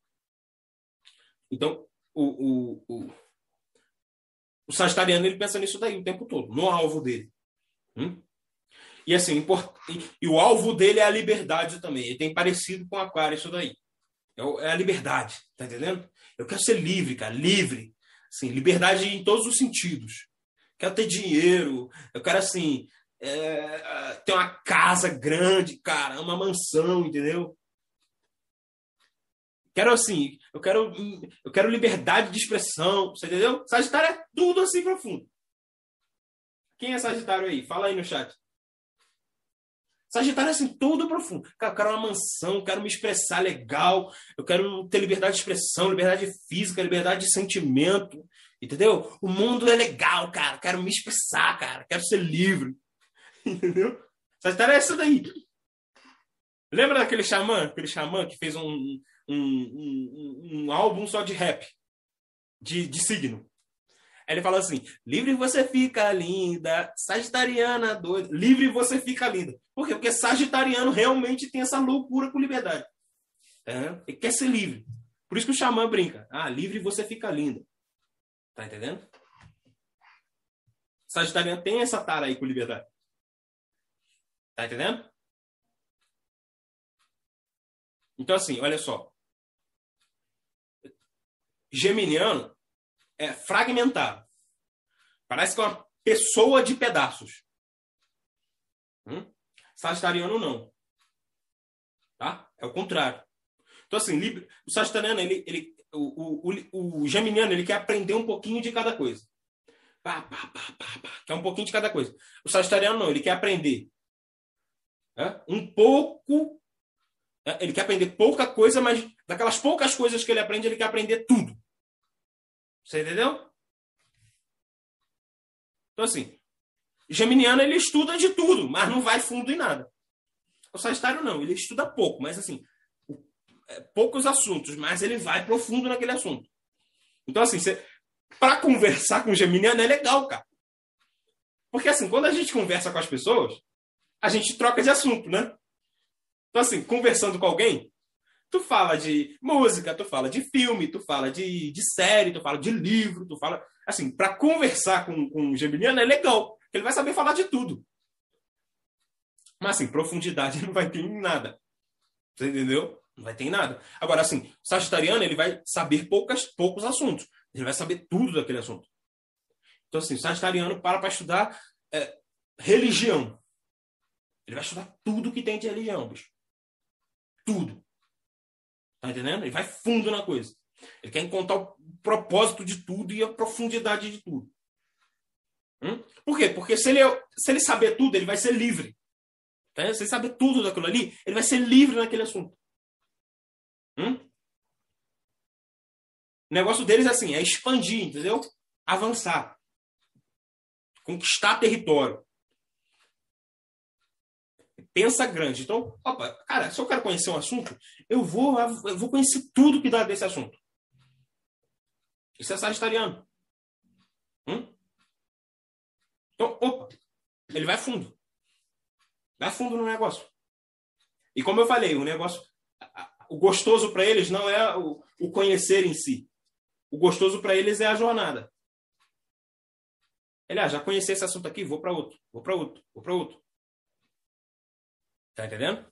Então, o sagitariano ele pensa nisso daí o tempo todo, no alvo dele. E assim, e o alvo dele é a liberdade também. Ele tem parecido com o Aquário isso daí. É a liberdade, tá entendendo? Eu quero ser livre, cara, livre. Assim, liberdade em todos os sentidos. Quero ter dinheiro, eu quero, assim, ter uma casa grande, cara, uma mansão, entendeu? Quero, assim, eu quero liberdade de expressão, você entendeu? Sagitário é tudo assim profundo. Quem é Sagitário aí? Fala aí no chat. Sagitário é assim, tudo profundo. Cara, eu quero uma mansão, eu quero me expressar legal, eu quero ter liberdade de expressão, liberdade física, liberdade de sentimento, entendeu? O mundo é legal, cara, quero me expressar, cara, quero ser livre, entendeu? Sagitário é isso daí. Lembra daquele xamã? Aquele xamã que fez um álbum só de rap, de signo. Aí ele fala assim, livre você fica linda, sagitariana doida. Livre você fica linda. Por quê? Porque sagitariano realmente tem essa loucura com liberdade. Ele quer ser livre. Por isso que o xamã brinca. Livre você fica linda. Tá entendendo? Sagitariano tem essa tara aí com liberdade. Tá entendendo? Então assim, olha só. Geminiano é fragmentado. Parece que é uma pessoa de pedaços. Sagitariano não. Tá? É o contrário. Então, assim, o sagitariano, o geminiano, ele quer aprender um pouquinho de cada coisa. Quer um pouquinho de cada coisa. O sagitariano não, ele quer aprender um pouco. Ele quer aprender pouca coisa, mas daquelas poucas coisas que ele aprende, ele quer aprender tudo. Você entendeu? Então, assim, geminiano, ele estuda de tudo, mas não vai fundo em nada. O Sagitário não, ele estuda pouco, mas assim, poucos assuntos, mas ele vai profundo naquele assunto. Então, assim, para conversar com o geminiano é legal, cara. Porque, assim, quando a gente conversa com as pessoas, a gente troca de assunto, né? Então, assim, conversando com alguém, tu fala de música, tu fala de filme, tu fala de série, tu fala de livro, tu fala... Assim, para conversar com o geminiano é legal, porque ele vai saber falar de tudo. Mas, assim, profundidade não vai ter em nada. Você entendeu? Não vai ter em nada. Agora, assim, o sagitariano, ele vai saber poucos assuntos. Ele vai saber tudo daquele assunto. Então, assim, o sagitariano para estudar religião. Ele vai estudar tudo que tem de religião, bicho. Tudo. Tá entendendo? Ele vai fundo na coisa. Ele quer encontrar o propósito de tudo e a profundidade de tudo. Por quê? Porque se ele saber tudo, ele vai ser livre. Tá? Se ele saber tudo daquilo ali, ele vai ser livre naquele assunto. O negócio deles é assim, é expandir, entendeu? Avançar. Conquistar território. Pensa grande. Então, cara, se eu quero conhecer um assunto, eu vou conhecer tudo que dá desse assunto. Isso é sagitariano. Então, ele vai fundo. Vai fundo no negócio. E como eu falei, o negócio, o gostoso para eles não é o conhecer em si. O gostoso para eles é a jornada. Ele, já conheci esse assunto aqui, vou para outro, vou para outro, vou para outro. Tá entendendo?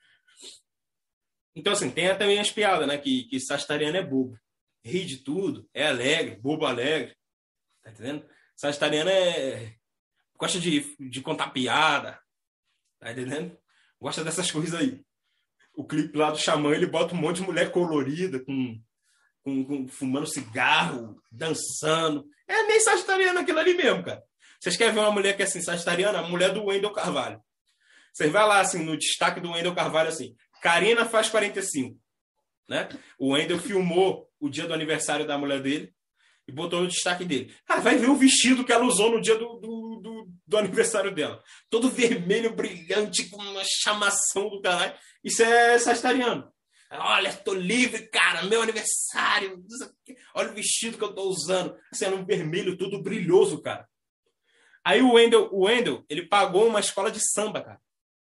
Então, assim, tem também as piadas, né? Que sagitariano é bobo. Ri de tudo, é alegre, bobo alegre. Tá entendendo? Sagitariano gosta de contar piada. Tá entendendo? Gosta dessas coisas aí. O clipe lá do Xamã, ele bota um monte de mulher colorida, fumando cigarro, dançando. É meio sagitariano aquilo ali mesmo, cara. Vocês querem ver uma mulher que é assim, sagitariana? A mulher do Wendel Carvalho. Você vai lá, assim, no destaque do Wendel Carvalho, assim, Karina faz 45, né? O Wendel filmou o dia do aniversário da mulher dele e botou no destaque dele. Cara, vai ver o vestido que ela usou no dia do aniversário dela. Todo vermelho, brilhante, com uma chamação do caralho. Isso é sagitariano. Olha, tô livre, cara, meu aniversário. Olha o vestido que eu tô usando. Assim, era um vermelho todo brilhoso, cara. Aí o Wendel, ele pagou uma escola de samba, cara.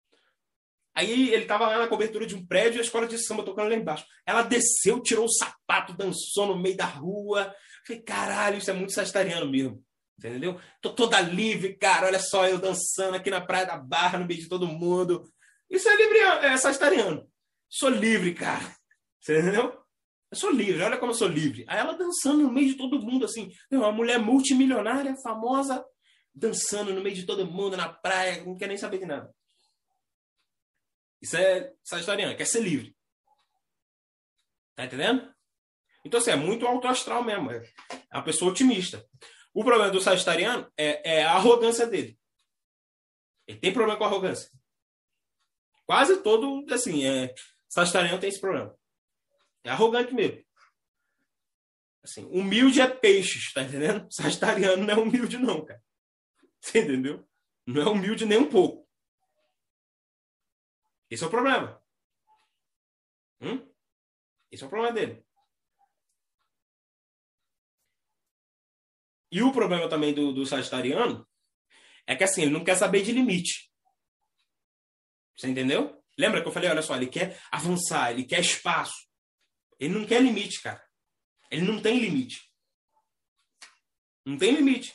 Aí ele tava lá na cobertura de um prédio e a escola de samba tocando lá embaixo. Ela desceu, tirou o sapato, dançou no meio da rua. Falei, caralho, isso é muito sagitariano mesmo. Entendeu? Tô toda livre, cara. Olha só, eu dançando aqui na Praia da Barra, no meio de todo mundo. Isso é sagitariano. Sou livre, cara. Você entendeu? Eu sou livre, olha como eu sou livre. Aí ela dançando no meio de todo mundo, assim. Uma mulher multimilionária, famosa, dançando no meio de todo mundo, na praia, não quer nem saber de nada. Isso é sagitariano, quer ser livre. Tá entendendo? Então, assim, é muito alto astral mesmo. É uma pessoa otimista. O problema do sagitariano é a arrogância dele. Ele tem problema com a arrogância. Quase todo, assim, sagitariano tem esse problema. É arrogante mesmo. Assim, humilde é peixes, tá entendendo? Sagitariano não é humilde não, cara. Você entendeu? Não é humilde nem um pouco. Esse é o problema. Esse é o problema dele. E o problema também do sagitariano é que, assim, ele não quer saber de limite. Você entendeu? Lembra que eu falei, olha só, ele quer avançar, ele quer espaço. Ele não quer limite, cara. Ele não tem limite. Não tem limite.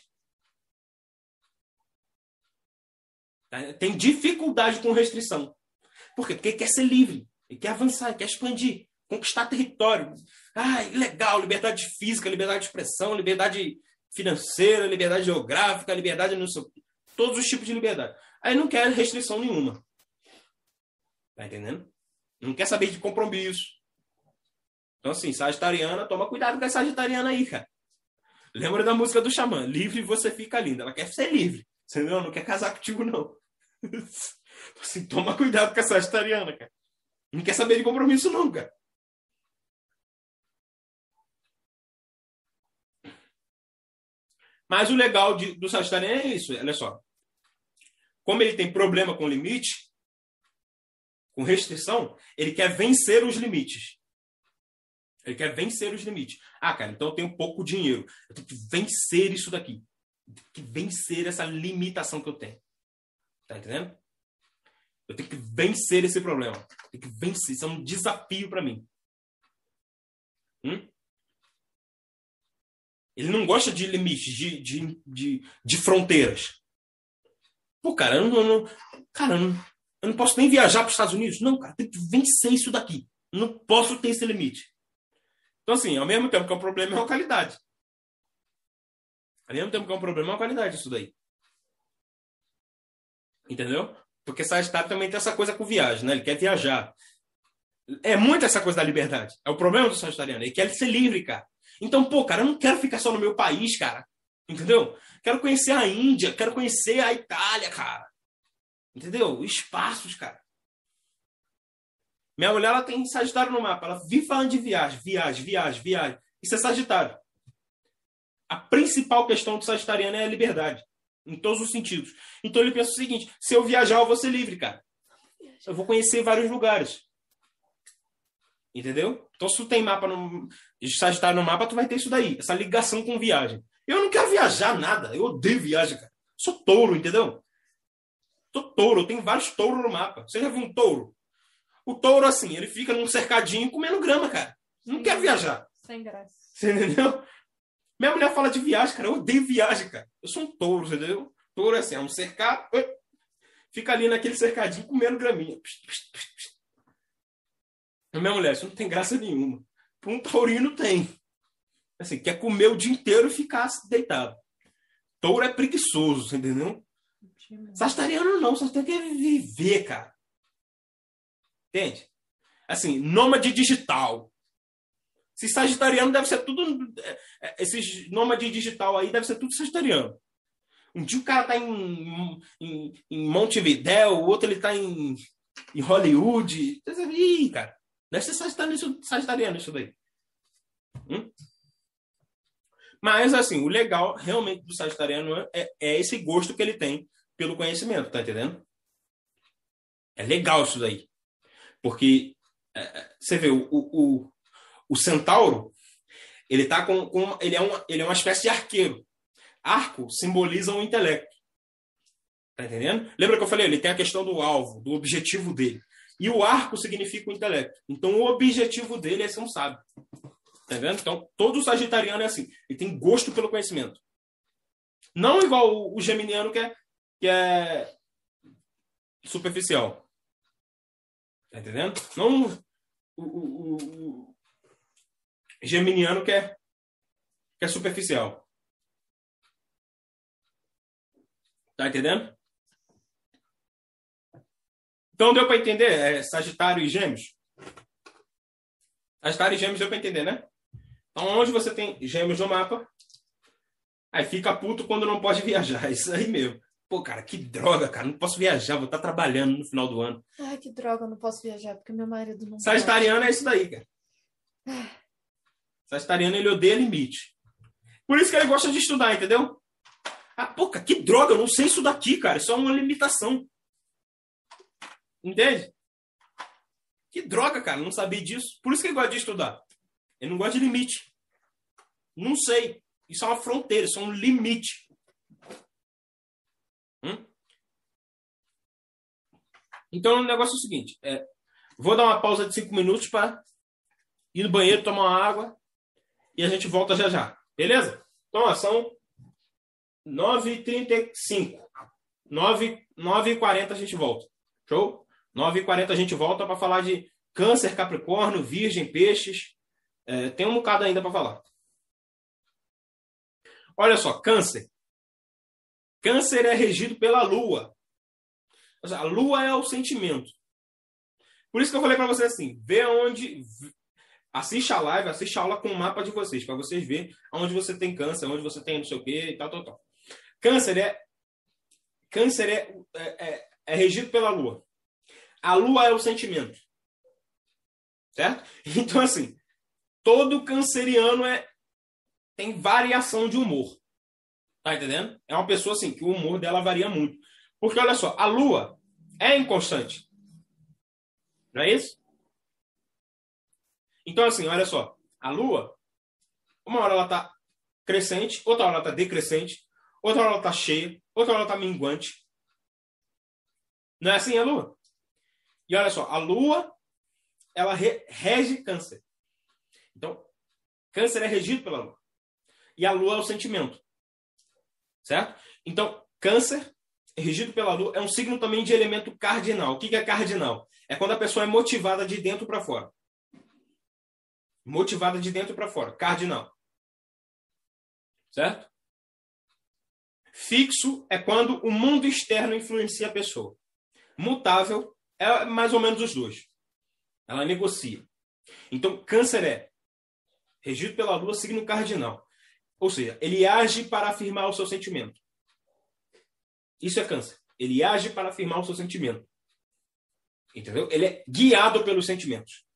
Tem dificuldade com restrição. Por quê? Porque ele quer ser livre. Ele quer avançar, ele quer expandir, conquistar território. Legal, liberdade física, liberdade de expressão, liberdade financeira, liberdade geográfica, liberdade no seu... Todos os tipos de liberdade. Aí não quer restrição nenhuma. Tá entendendo? Não quer saber de compromisso. Então, assim, sagitariana, toma cuidado com a sagitariana aí, cara. Lembra da música do Xamã? Livre você fica linda. Ela quer ser livre. Entendeu? Não quer casar contigo, não. Assim, toma cuidado com a sagitariana, cara. Não quer saber de compromisso, não, cara. Mas o legal do sagitariano é isso. Olha só. Como ele tem problema com limite, com restrição, ele quer vencer os limites. Ele quer vencer os limites. Cara, então eu tenho pouco dinheiro. Eu tenho que vencer isso daqui. Eu tenho que vencer essa limitação que eu tenho. Tá entendendo? Eu tenho que vencer esse problema. Eu tenho que vencer. Isso é um desafio para mim. Ele não gosta de limites, de fronteiras. Pô, cara, eu não posso nem viajar para os Estados Unidos. Não, cara, eu tenho que vencer isso daqui. Eu não posso ter esse limite. Então, assim, ao mesmo tempo que é um problema, é uma qualidade. Ao mesmo tempo que é um problema, é uma qualidade isso daí. Entendeu? Porque Sagitário também tem essa coisa com viagem, né? Ele quer viajar. É muito essa coisa da liberdade. É o problema do sagitariano. Ele quer ser livre, cara. Então, pô, cara, eu não quero ficar só no meu país, cara. Entendeu? Quero conhecer a Índia, quero conhecer a Itália, cara. Entendeu? Espaços, cara. Minha mulher, ela tem Sagitário no mapa. Ela vive falando de viagem. Isso é Sagitário. A principal questão do sagitariano é a liberdade. Em todos os sentidos. Então ele pensa o seguinte: se eu viajar, eu vou ser livre, cara. Eu vou conhecer vários lugares. Entendeu? Então se tu tem mapa de Sagitário no mapa, tu vai ter isso daí. Essa ligação com viagem. Eu não quero viajar nada. Eu odeio viagem, cara. Sou touro, entendeu? Sou touro. Eu tenho vários touros no mapa. Você já viu um touro? O touro, assim, ele fica num cercadinho comendo grama, cara. Não quer viajar. Sem graça. Você entendeu? Minha mulher fala de viagem, cara. Eu odeio viagem, cara. Eu sou um touro, entendeu? Touro é assim, é um cercado. Fica ali naquele cercadinho comendo graminha. Minha mulher, isso não tem graça nenhuma. Para um taurino tem. Assim, quer comer o dia inteiro e ficar deitado. Touro é preguiçoso, entendeu? Sagitariano não, Sagitariano quer viver, cara. Entende? Assim, nômade digital. Se sagitariano deve ser tudo... Esses nômade digital aí deve ser tudo sagitariano. Um dia o cara tá em Montevidéu, o outro ele tá em Hollywood. Ih, cara. Deve ser sagitariano isso daí. Mas, assim, o legal realmente do sagitariano é esse gosto que ele tem pelo conhecimento, tá entendendo? É legal isso daí. Porque, você vê, o centauro, ele tá ele é uma espécie de arqueiro. Arco simboliza o intelecto. Tá entendendo? Lembra que eu falei? Ele tem a questão do alvo, do objetivo dele. E o arco significa o intelecto. Então, o objetivo dele é ser um sábio. Tá vendo? Então, todo sagitariano é assim. Ele tem gosto pelo conhecimento. Não igual o geminiano que é superficial. Tá entendendo? Não o geminiano que é superficial. Tá entendendo? Então, deu para entender? Sagitário e Gêmeos? Sagitário e Gêmeos deu para entender, né? Então, onde você tem Gêmeos no mapa, aí fica puto quando não pode viajar. Isso aí mesmo. Pô, cara, que droga, cara. Não posso viajar, vou estar trabalhando no final do ano. Ai, que droga, eu não posso viajar porque meu marido não Sagitariano pode. é isso daí, cara. Sagitariano, ele odeia limite. Por isso que ele gosta de estudar, entendeu? Ah, pô, cara, que droga, eu não sei isso daqui, cara. Isso é uma limitação. Entende? Que droga, cara, não sabia disso. Por isso que ele gosta de estudar. Ele não gosta de limite. Não sei. Isso é uma fronteira, isso é um limite. Então, o negócio é o seguinte. Vou dar uma pausa de 5 minutos para ir no banheiro, tomar uma água e a gente volta já já. Beleza? Então, ó, são 9h35. 9h40 a gente volta. Show? 9h40 a gente volta para falar de Câncer, Capricórnio, Virgem, Peixes. Tem um bocado ainda para falar. Olha só, Câncer. Câncer é regido pela Lua. A Lua é o sentimento. Por isso que eu falei para vocês assim, vê onde... Assiste a live, assiste a aula com o mapa de vocês, para vocês verem onde você tem câncer, onde você tem não sei o quê e tal. Câncer é regido pela Lua. A Lua é o sentimento. Certo? Então, assim, todo canceriano tem variação de humor. Tá entendendo? É uma pessoa assim, que o humor dela varia muito. Porque, olha só, a Lua é inconstante. Não é isso? Então, assim, olha só. A Lua, uma hora ela tá crescente, outra hora ela tá decrescente, outra hora ela tá cheia, outra hora ela tá minguante. Não é assim a Lua? E olha só, a Lua, ela rege Câncer. Então, Câncer é regido pela Lua. E a Lua é o sentimento. Certo? Então, Câncer, regido pela Lua, é um signo também de elemento cardinal. O que é cardinal? É quando a pessoa é motivada de dentro para fora. Motivada de dentro para fora. Cardinal. Certo? Fixo é quando o mundo externo influencia a pessoa. Mutável é mais ou menos os dois. Ela negocia. Então, Câncer é regido pela Lua, signo cardinal. Ou seja, ele age para afirmar o seu sentimento. Isso é Câncer. Ele age para afirmar o seu sentimento. Entendeu? Ele é guiado pelos sentimentos.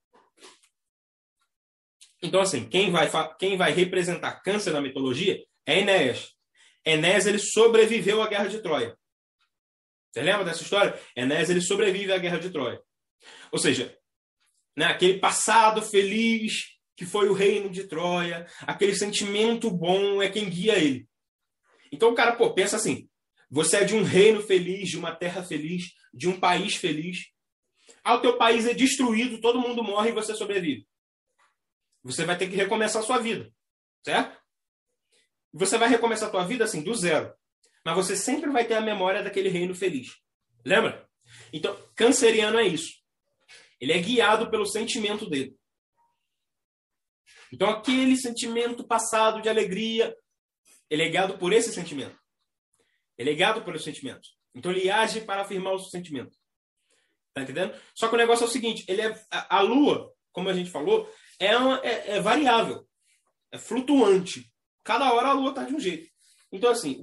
Então, assim, quem vai representar Câncer na mitologia é Enéas. Enéas, ele sobreviveu à Guerra de Troia. Você lembra dessa história? Enéas, ele sobrevive à Guerra de Troia. Ou seja, né, aquele passado feliz que foi o reino de Troia, aquele sentimento bom é quem guia ele. Então o cara, pensa assim, você é de um reino feliz, de uma terra feliz, de um país feliz. Ah, o teu país é destruído, todo mundo morre e você sobrevive. Você vai ter que recomeçar a sua vida, certo? Você vai recomeçar a tua vida assim, do zero. Mas você sempre vai ter a memória daquele reino feliz. Lembra? Então, canceriano é isso. Ele é guiado pelo sentimento dele. Então, aquele sentimento passado de alegria, ele é guiado por esse sentimento. Ele é guiado pelos sentimentos. Então, ele age para afirmar o sentimento. Tá entendendo? Só que o negócio é o seguinte, a Lua, como a gente falou, é variável, é flutuante. Cada hora a Lua está de um jeito. Então, assim,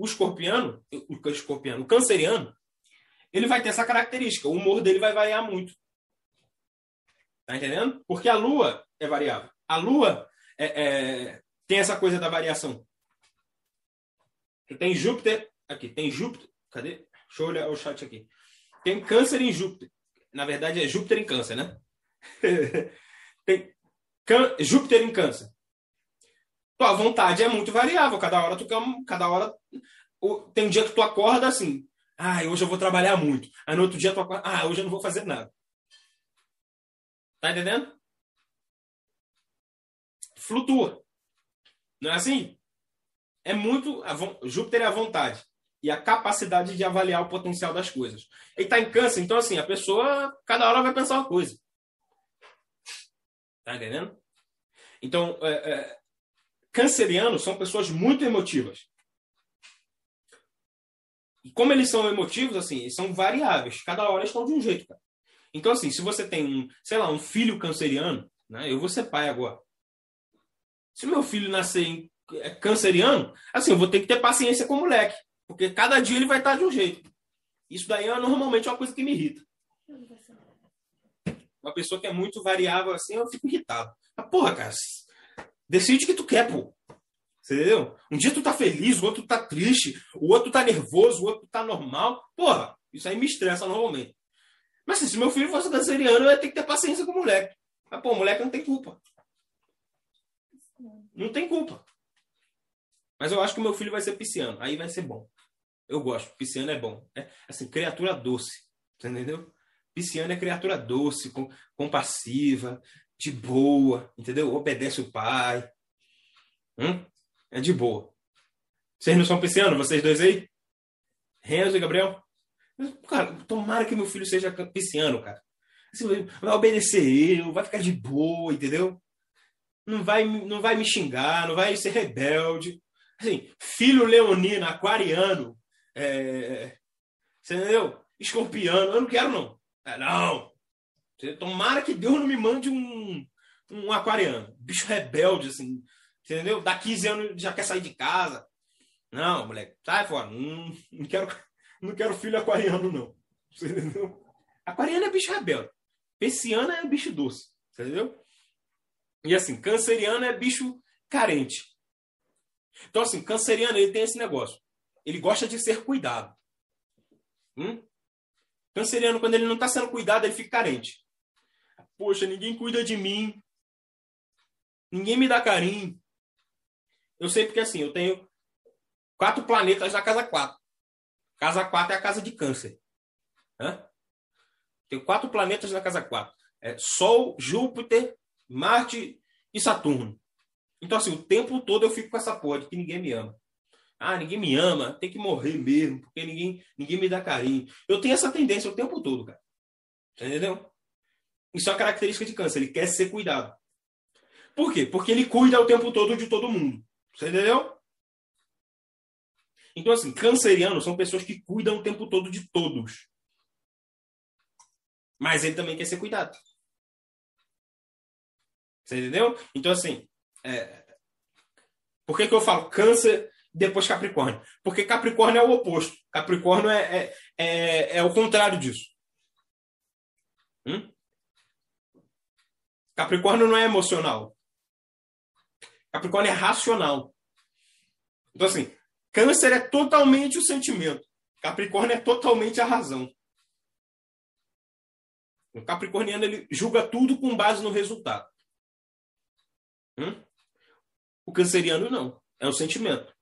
o canceriano, ele vai ter essa característica. O humor dele vai variar muito. Tá entendendo? Porque a Lua é variável. A Lua tem essa coisa da variação. Tem Júpiter, aqui, tem Júpiter, cadê? Deixa eu olhar o chat aqui. Tem Câncer em Júpiter. Na verdade, é Júpiter em Câncer, né? Tem Júpiter em Câncer. Tua vontade é muito variável. Cada hora tem um dia que tu acorda assim. Ah, hoje eu vou trabalhar muito. Aí no outro dia tu acorda. Ah, hoje eu não vou fazer nada. Tá entendendo? Flutua. Não é assim? É muito. Júpiter é a vontade. E a capacidade de avaliar o potencial das coisas. Ele está em Câncer, então assim, a pessoa, cada hora vai pensar uma coisa. Tá entendendo? Então, cancerianos são pessoas muito emotivas. E como eles são emotivos, assim, eles são variáveis. Cada hora estão de um jeito, cara. Então, assim, se você tem um filho canceriano, né? Eu vou ser pai agora. Se meu filho nascer canceriano, assim, eu vou ter que ter paciência com o moleque. Porque cada dia ele vai estar de um jeito. Isso daí normalmente uma coisa que me irrita. Uma pessoa que é muito variável assim, eu fico irritado. Mas, porra, cara, decide o que tu quer, pô. Você entendeu? Um dia tu tá feliz, o outro tá triste, o outro tá nervoso, o outro tá normal. Porra, isso aí me estressa normalmente. Mas assim, se meu filho fosse canceriano, eu ia ter que ter paciência com o moleque. Mas, pô, o moleque não tem culpa. Não tem culpa. Mas eu acho que o meu filho vai ser pisciano. Aí vai ser bom. Eu gosto. Pisciano é bom. É, assim, criatura doce. Você entendeu? Pisciano é criatura doce, compassiva, de boa. Entendeu? Obedece o pai. É de boa. Vocês não são piscianos? Vocês dois aí? Renzo e Gabriel? Cara, tomara que meu filho seja pisciano, cara. Assim, vai obedecer eu, vai ficar de boa, entendeu? Não vai me xingar, não vai ser rebelde. Assim, filho leonino, aquariano, você entendeu? Escorpiano, eu não quero, não. Não. Tomara que Deus não me mande um aquariano. Bicho rebelde, assim. Entendeu? Dá 15 anos já quer sair de casa. Não, moleque, sai fora. Não quero filho aquariano, não. Você entendeu? Aquariano é bicho rebelde. Pisciano é bicho doce. Entendeu? E assim, canceriano é bicho carente. Então, assim, canceriano, ele tem esse negócio. Ele gosta de ser cuidado. Canceriano, quando ele não está sendo cuidado, ele fica carente. Poxa, ninguém cuida de mim. Ninguém me dá carinho. Eu sei porque, assim, eu tenho 4 planetas na casa 4. Casa 4 é a casa de câncer. Tenho 4 planetas na casa 4. Sol, Júpiter, Marte e Saturno. Então, assim, o tempo todo eu fico com essa porra de que ninguém me ama. Ah, ninguém me ama, tem que morrer mesmo, porque ninguém me dá carinho. Eu tenho essa tendência o tempo todo, cara. Entendeu? Isso é uma característica de câncer, ele quer ser cuidado. Por quê? Porque ele cuida o tempo todo de todo mundo. Você entendeu? Então, assim, cancerianos são pessoas que cuidam o tempo todo de todos. Mas ele também quer ser cuidado. Você entendeu? Então, assim, por que eu falo câncer depois Capricórnio? Porque Capricórnio é o oposto. Capricórnio é o contrário disso. Capricórnio não é emocional. Capricórnio é racional. Então, assim, câncer é totalmente o sentimento. Capricórnio é totalmente a razão. O capricorniano, ele julga tudo com base no resultado. O canceriano não. É o sentimento.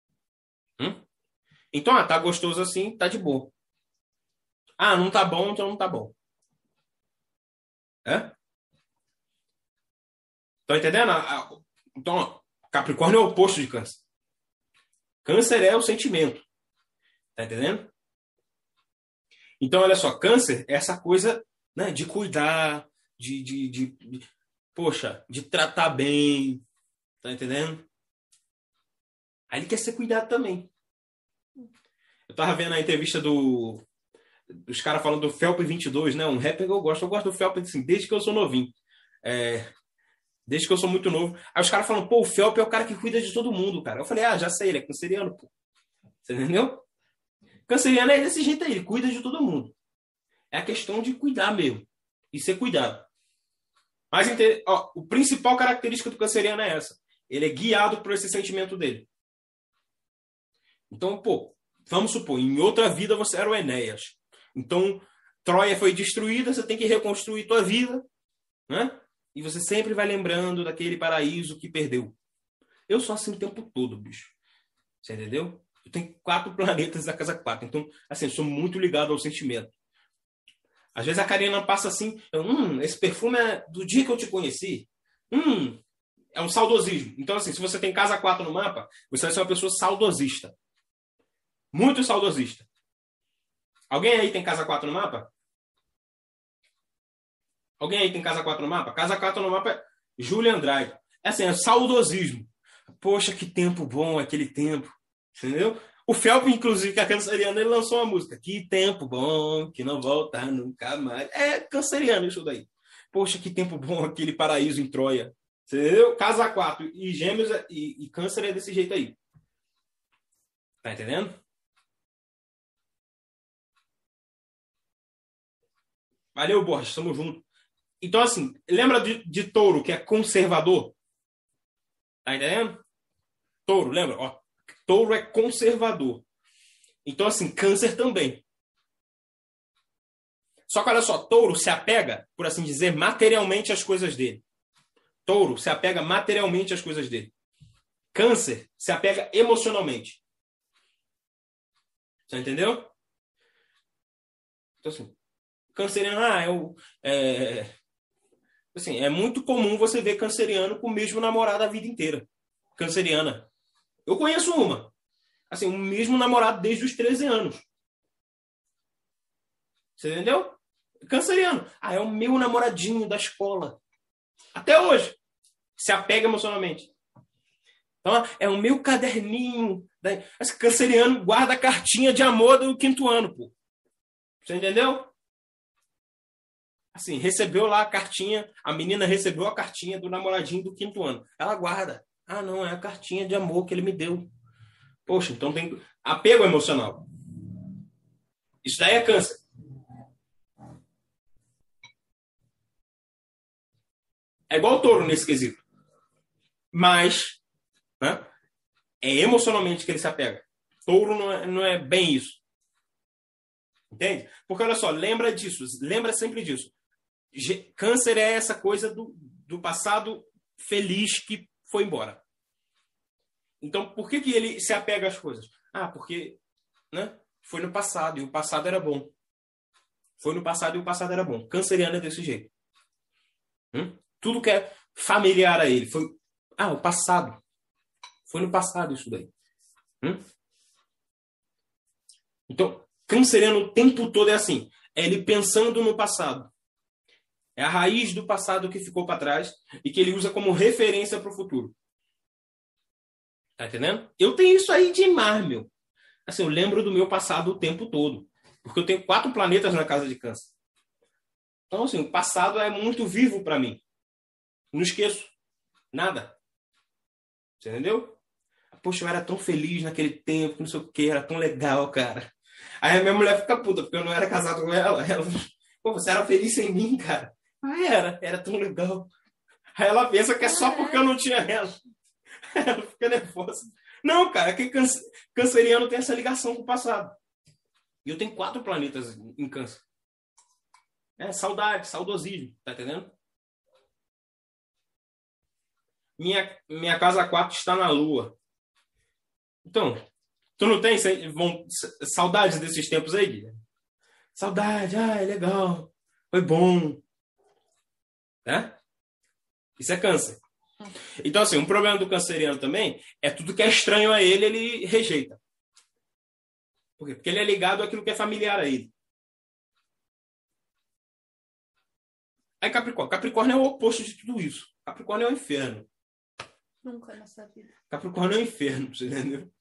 Então, tá gostoso assim, tá de boa. Ah, não tá bom, então não tá bom. É? Estão entendendo? Então, ó, Capricórnio é o oposto de Câncer. Câncer é o sentimento. Tá entendendo? Então, olha só, Câncer é essa coisa, né, de cuidar, poxa, de tratar bem. Tá entendendo? Aí ele quer ser cuidado também. Eu tava vendo a entrevista dos caras falando do Felp 22, né? Um rapper que eu gosto. Eu gosto do Felp assim, desde que eu sou novinho. Desde que eu sou muito novo. Aí os caras falam, pô, o Felp é o cara que cuida de todo mundo, cara. Eu falei, já sei, ele é canceriano, pô. Você entendeu? Canceriano é desse jeito aí, ele cuida de todo mundo. É a questão de cuidar mesmo. E ser cuidado. Mas ó, a principal característica do canceriano é essa. Ele é guiado por esse sentimento dele. Então, pô, vamos supor, em outra vida você era o Enéas. Então, Troia foi destruída, você tem que reconstruir tua vida, né? E você sempre vai lembrando daquele paraíso que perdeu. Eu sou assim o tempo todo, bicho. Você entendeu? Eu tenho 4 planetas da casa 4. Então, assim, eu sou muito ligado ao sentimento. Às vezes a Karina passa assim, esse perfume é do dia que eu te conheci. É um saudosismo. Então, assim, se você tem casa 4 no mapa, você vai ser uma pessoa saudosista. Muito saudosista. Alguém aí tem casa 4 no mapa? Alguém aí tem casa 4 no mapa? Casa 4 no mapa é Júlia Andrade. É assim, é saudosismo. Poxa, que tempo bom aquele tempo. Entendeu? O Felp, inclusive, que é canceriano, ele lançou uma música. Que tempo bom, que não volta nunca mais. É canceriano isso daí. Poxa, que tempo bom aquele paraíso em Troia. Entendeu? Casa 4 e Gêmeos e Câncer é desse jeito aí. Tá entendendo? Valeu, Borges, tamo junto. Então, assim, lembra de Touro, que é conservador? Tá entendendo? Touro, lembra? Ó, Touro é conservador. Então, assim, Câncer também. Só que, olha só, Touro se apega, por assim dizer, materialmente às coisas dele. Touro se apega materialmente às coisas dele. Câncer se apega emocionalmente. Você entendeu? Então, assim, canceriano, assim, é muito comum você ver canceriano com o mesmo namorado a vida inteira. Canceriana. Eu conheço uma. Assim, o mesmo namorado desde os 13 anos. Você entendeu? Canceriano. É o meu namoradinho da escola. Até hoje. Se apega emocionalmente. Então, é o meu caderninho. Esse canceriano guarda a cartinha de amor do 5º ano, pô. Você entendeu? Assim, recebeu lá a cartinha, a menina recebeu a cartinha do namoradinho do 5º ano. Ela guarda. Não, é a cartinha de amor que ele me deu. Poxa, então tem apego emocional. Isso daí é Câncer. É igual o Touro nesse quesito. Mas, né, é emocionalmente que ele se apega. Touro não é bem isso. Entende? Porque, olha só, lembra disso. Lembra sempre disso. Câncer é essa coisa do passado feliz que foi embora. Então, por que ele se apega às coisas? Porque, né, foi no passado e o passado era bom. Foi no passado e o passado era bom. Canceriano é desse jeito. Tudo que é familiar a ele. Foi, o passado. Foi no passado isso daí. Então, canceriano o tempo todo é assim. É ele pensando no passado. É a raiz do passado que ficou para trás e que ele usa como referência para o futuro. Tá entendendo? Eu tenho isso aí demais, meu. Assim, eu lembro do meu passado o tempo todo. Porque eu tenho 4 planetas na casa de Câncer. Então, assim, o passado é muito vivo para mim. Não esqueço. Nada. Você entendeu? Poxa, eu era tão feliz naquele tempo, não sei o que, era tão legal, cara. Aí a minha mulher fica puta, porque eu não era casado com ela. Ela, pô, você era feliz sem mim, cara. Era tão legal. Aí ela pensa que é só porque eu não tinha ela. Ela fica nervosa. Não, cara, que canceriano tem essa ligação com o passado. E eu tenho 4 planetas em Câncer. Saudade, saudosismo, tá entendendo? Minha casa 4 está na Lua. Então, tu não tem saudades desses tempos aí, Guilherme? Saudade, é legal. Foi bom. Né? Isso é câncer. Então, assim, um problema do canceriano também é tudo que é estranho a ele rejeita. Por quê? Porque ele é ligado àquilo que é familiar a ele. Aí Capricórnio. Capricórnio é o oposto de tudo isso. Capricórnio é o inferno. Nunca nessa vida. Capricórnio é o inferno, você entendeu?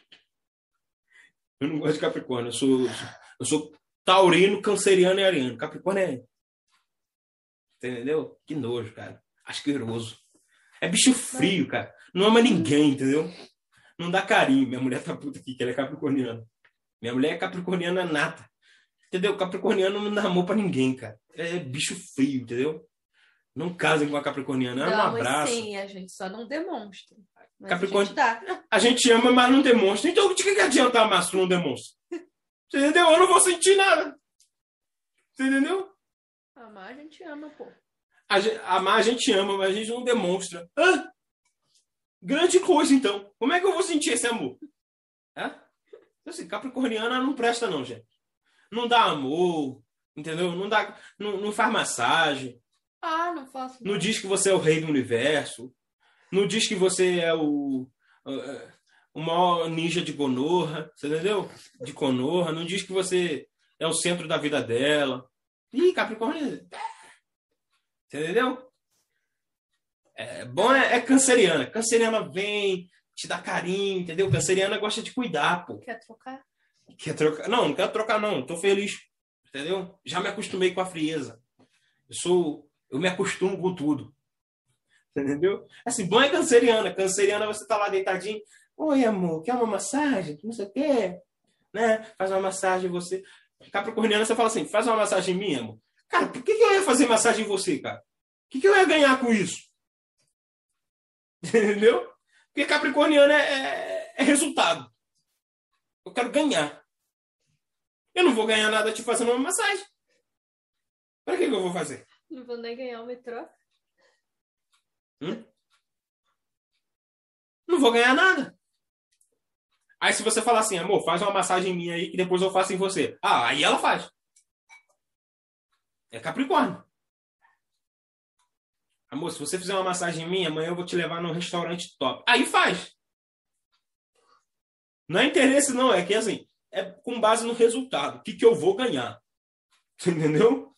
Eu não gosto de Capricórnio. Eu sou taurino, canceriano e ariano. Capricórnio é... Entendeu? Que nojo, cara. Asqueroso. É bicho frio, cara. Não ama ninguém, entendeu? Não dá carinho. Minha mulher tá puta aqui, que ela é capricorniana. Minha mulher é capricorniana nata. Entendeu? Capricorniano não dá amor pra ninguém, cara. É bicho frio, entendeu? Não casem com a capricorniana. É um abraço. Sim, a gente só não demonstra. Capricórnio. A gente ama, mas não demonstra. Então, de que adianta amar se tu não demonstra? Você entendeu? Eu não vou sentir nada. Você entendeu? Amar a gente ama, pô. Amar a gente ama, mas a gente não demonstra. Ah, grande coisa, então. Como é que eu vou sentir esse amor? Assim, capricorniana não presta, não, gente. Não dá amor, entendeu? Não faz massagem. Não faço. Não diz que você é o rei do universo. Não diz que você é o maior ninja de Konoha, você entendeu? De Konoha. Não diz que você é o centro da vida dela. Ih, Capricórnio... Você entendeu? Bom é canceriana. Canceriana vem, te dá carinho, entendeu? Canceriana gosta de cuidar, pô. Quer trocar? Quer trocar? Não quero trocar, não. Tô feliz. Entendeu? Já me acostumei com a frieza. Eu me acostumo com tudo. Entendeu? Assim, bom é canceriana. Canceriana, você tá lá deitadinho. Oi, amor, quer uma massagem? Não sei o quê. Né? Faz uma massagem em você. Capricorniana, você fala assim, faz uma massagem em mim, amor. Cara, por que eu ia fazer massagem em você, cara? O que eu ia ganhar com isso? Entendeu? Porque capricorniano é resultado. Eu quero ganhar. Eu não vou ganhar nada te fazendo uma massagem. Para que eu vou fazer? Não vou nem ganhar o metrô. Não vou ganhar nada. Aí se você falar assim, amor, faz uma massagem em mim aí que depois eu faço em você. Aí ela faz. É Capricórnio. Amor, se você fizer uma massagem em mim, amanhã eu vou te levar num restaurante top. Aí faz. Não é interesse, não. É que assim, é com base no resultado. O que eu vou ganhar. Entendeu?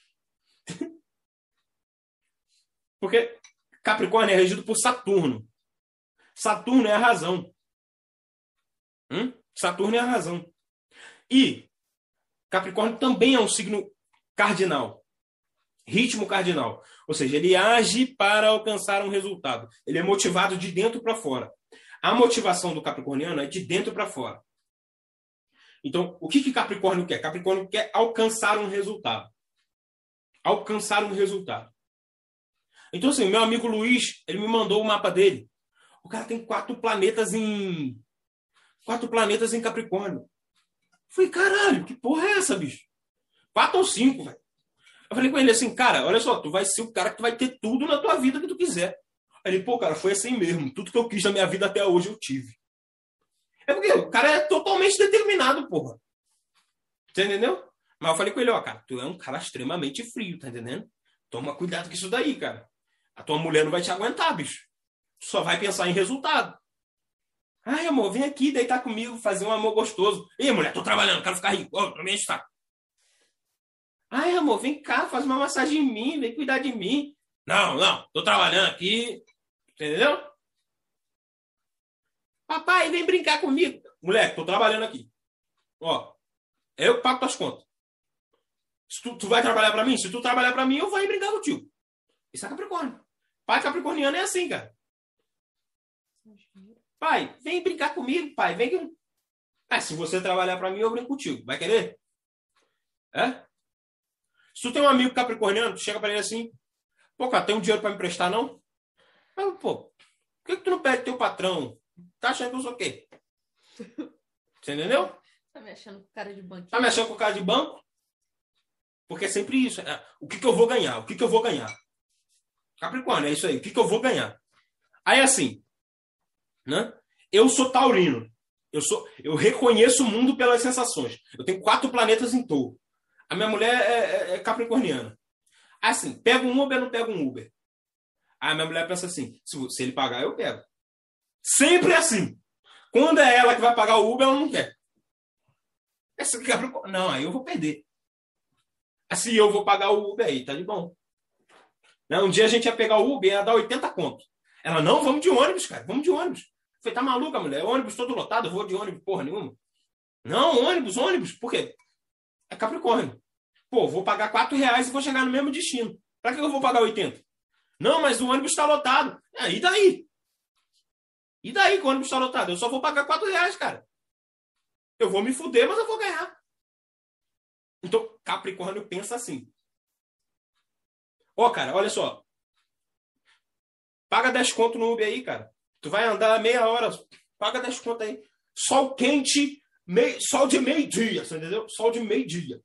Porque Capricórnio é regido por Saturno. Saturno é a razão. Saturno é a razão. E Capricórnio também é um signo cardinal. Ritmo cardinal. Ou seja, ele age para alcançar um resultado. Ele é motivado de dentro para fora. A motivação do capricorniano é de dentro para fora. Então, o que Capricórnio quer? Capricórnio quer alcançar um resultado. Alcançar um resultado. Então, assim, meu amigo Luiz, ele me mandou o mapa dele. O cara tem 4 planetas em Capricórnio. Eu falei, caralho, que porra é essa, bicho? 4 ou 5, velho. Eu falei com ele assim, cara, olha só, tu vai ser o cara que vai ter tudo na tua vida que tu quiser. Aí ele, pô, cara, foi assim mesmo. Tudo que eu quis na minha vida até hoje eu tive. É porque o cara é totalmente determinado, porra. Você entendeu? Mas eu falei com ele, ó, cara, tu é um cara extremamente frio, tá entendendo? Toma cuidado com isso daí, cara. A tua mulher não vai te aguentar, bicho. Tu só vai pensar em resultado. Ai, amor, vem aqui deitar comigo, fazer um amor gostoso. Ei, mulher, tô trabalhando, quero ficar rico. Não me enche o saco. Ai, amor, vem cá, faz uma massagem em mim, vem cuidar de mim. Não, tô trabalhando aqui. Entendeu? Papai, vem brincar comigo. Moleque, tô trabalhando aqui. Ó, eu pago tuas contas. Se tu vai trabalhar pra mim? Se tu trabalhar pra mim, eu vou ir brincar contigo. Isso é Capricórnio. Pai capricorniano é assim, cara. Pai, vem brincar comigo, pai. Vem. Se você trabalhar pra mim, eu brinco contigo. Vai querer? Se tu tem um amigo capricorniano, tu chega pra ele assim, pô, cara, tem um dinheiro pra me emprestar, não? Mas, pô, por que tu não pede teu patrão? Tá achando que eu sou o quê? Você entendeu? Tá me achando com cara de banco? Tá me achando com cara de banco? Porque é sempre isso. O que eu vou ganhar? O que eu vou ganhar? Capricórnio, é isso aí. O que eu vou ganhar? Aí, assim, né? Eu sou taurino. Eu reconheço o mundo pelas sensações. Eu tenho 4 planetas em touro. A minha mulher é capricorniana. Assim, pega um Uber ou não pega um Uber? Aí minha mulher pensa assim, se ele pagar, eu pego. Sempre assim. Quando é ela que vai pagar o Uber, ela não quer. Não, aí eu vou perder. Assim, eu vou pagar o Uber aí, tá de bom. Um dia a gente ia pegar o Uber e ia dar 80 conto. Ela, não, vamos de ônibus, cara, vamos de ônibus. Eu falei, tá maluca, mulher? Ônibus todo lotado, eu vou de ônibus porra nenhuma. Não, ônibus. Por quê? É Capricórnio. Pô, vou pagar R$ 4 e vou chegar no mesmo destino. Pra que eu vou pagar 80? Não, mas o ônibus está lotado. E daí? E daí que o ônibus está lotado? Eu só vou pagar R$ 4, cara. Eu vou me fuder, mas eu vou ganhar. Então, Capricórnio pensa assim. Cara, olha só. Paga 10 conto no Uber aí, cara. Tu vai andar meia hora. Paga 10 conto aí. Sol quente, sol de meio-dia, você entendeu? Sol de meio-dia.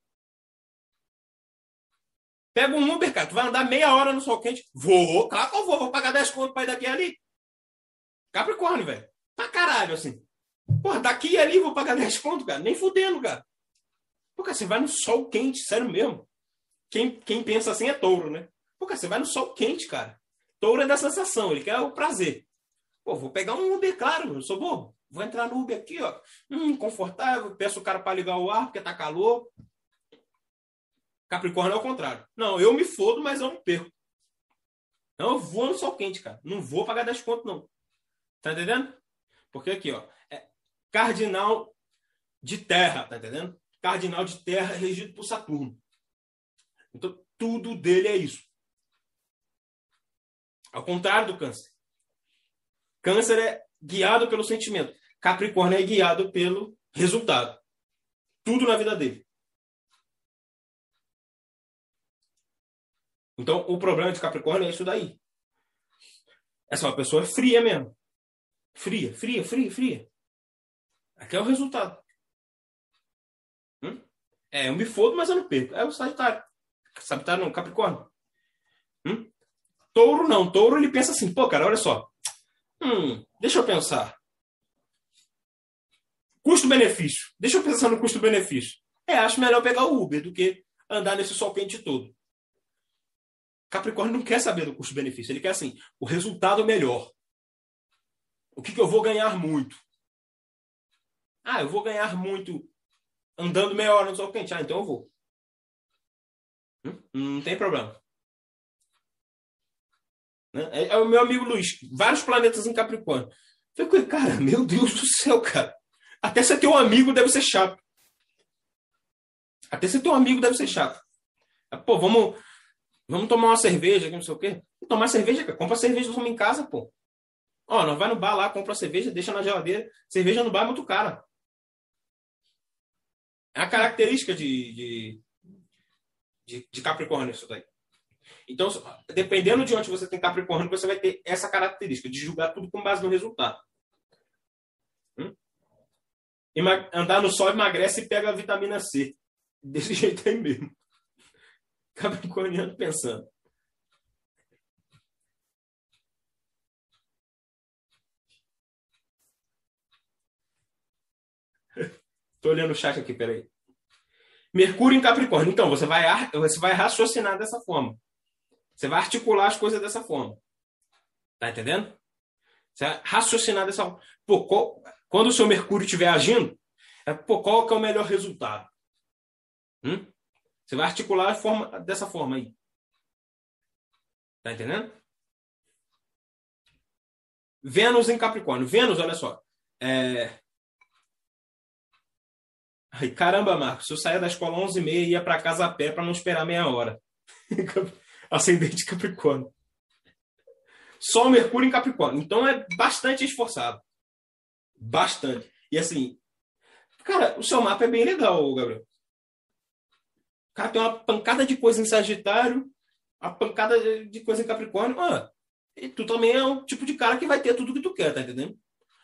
Pega um Uber, cara. Tu vai andar meia hora no sol quente. Claro que eu vou. Vou pagar 10 conto pra ir daqui e ali. Capricórnio, velho. Pra caralho, assim. Porra, daqui e ali vou pagar 10 conto, cara. Nem fudendo, cara. Pô, cara, você vai no sol quente, sério mesmo. Quem pensa assim é touro, né? Pô, cara, você vai no sol quente, cara. Touro é da sensação, ele quer o prazer. Pô, vou pegar um Uber, claro, eu sou bobo. Vou entrar no Uber aqui, ó. Confortável, peço o cara para ligar o ar porque tá calor. Capricórnio é o contrário. Não, eu me fodo, mas eu não perco. Não, eu vou no sol quente, cara. Não vou pagar 10 conto, não. Tá entendendo? Porque aqui, ó, é cardinal de terra, tá entendendo? Cardinal de terra regido por Saturno. Então, tudo dele é isso. Ao contrário do Câncer. Câncer é guiado pelo sentimento. Capricórnio é guiado pelo resultado. Tudo na vida dele. Então, o problema de Capricórnio é isso daí. Essa é uma pessoa fria mesmo. Fria. Aqui é o resultado. Eu me fodo, mas eu não perco. É o Sagitário. Sagitário não, Capricórnio. Touro não. Touro ele pensa assim, pô, cara, olha só. Deixa eu pensar. Custo-benefício. Deixa eu pensar no custo-benefício. Acho melhor pegar o Uber do que andar nesse sol quente todo. Capricórnio não quer saber do custo-benefício. Ele quer, assim, o resultado melhor. O que eu vou ganhar muito? Eu vou ganhar muito andando meia hora no sol quente. Então eu vou. Não tem problema. É o meu amigo Luiz. Vários planetas em Capricórnio. Eu falei, cara, meu Deus do céu, cara. Até ser teu amigo deve ser chato. Pô, vamos tomar uma cerveja, não sei o quê. Tomar cerveja, cara. Compra cerveja, toma em casa, pô. Nós vai no bar lá, compra a cerveja, deixa na geladeira. Cerveja no bar é muito cara. É a característica de Capricórnio isso daí. Então, dependendo de onde você tem Capricórnio, você vai ter essa característica de julgar tudo com base no resultado. Andar no sol emagrece e pega a vitamina C. Desse jeito aí mesmo. Capricorniano pensando. Tô olhando o chat aqui, peraí. Mercúrio em Capricórnio. Então, você vai raciocinar dessa forma. Você vai articular as coisas dessa forma. Tá entendendo? Você vai raciocinar dessa forma. Pô, quando o seu Mercúrio estiver agindo, qual que é o melhor resultado? Você vai articular dessa forma aí. Tá entendendo? Vênus em Capricórnio. Vênus, olha só. Ai, caramba, Marcos, eu saía da escola 11h30 e ia para casa a pé para não esperar meia hora. Ascendente Capricórnio. Sol, Mercúrio em Capricórnio. Então é bastante esforçado. Bastante. E assim, cara, o seu mapa é bem legal, Gabriel. O cara tem uma pancada de coisa em Sagitário, uma pancada de coisa em Capricórnio. E tu também é um tipo de cara que vai ter tudo que tu quer, tá entendendo?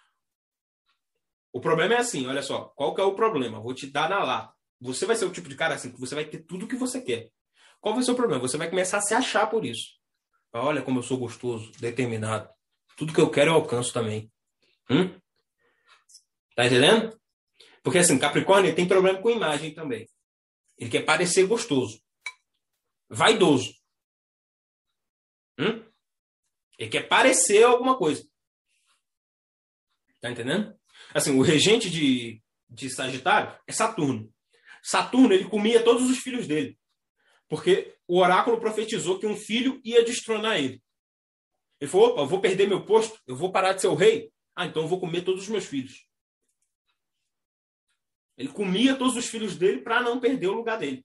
O problema é assim, olha só. Qual que é o problema? Vou te dar na lata. Você vai ser o tipo de cara assim, que você vai ter tudo que você quer. Qual vai ser o problema? Você vai começar a se achar por isso. Olha como eu sou gostoso, determinado. Tudo que eu quero eu alcanço também. Tá entendendo? Porque assim, Capricórnio ele tem problema com imagem também. Ele quer parecer gostoso. Vaidoso. Ele quer parecer alguma coisa. Tá entendendo? Assim, o regente de Sagitário é Saturno. Saturno, ele comia todos os filhos dele. Porque o oráculo profetizou que um filho ia destronar ele. Ele falou, opa, eu vou perder meu posto, eu vou parar de ser o rei. Ah, então eu vou comer todos os meus filhos. Ele comia todos os filhos dele para não perder o lugar dele.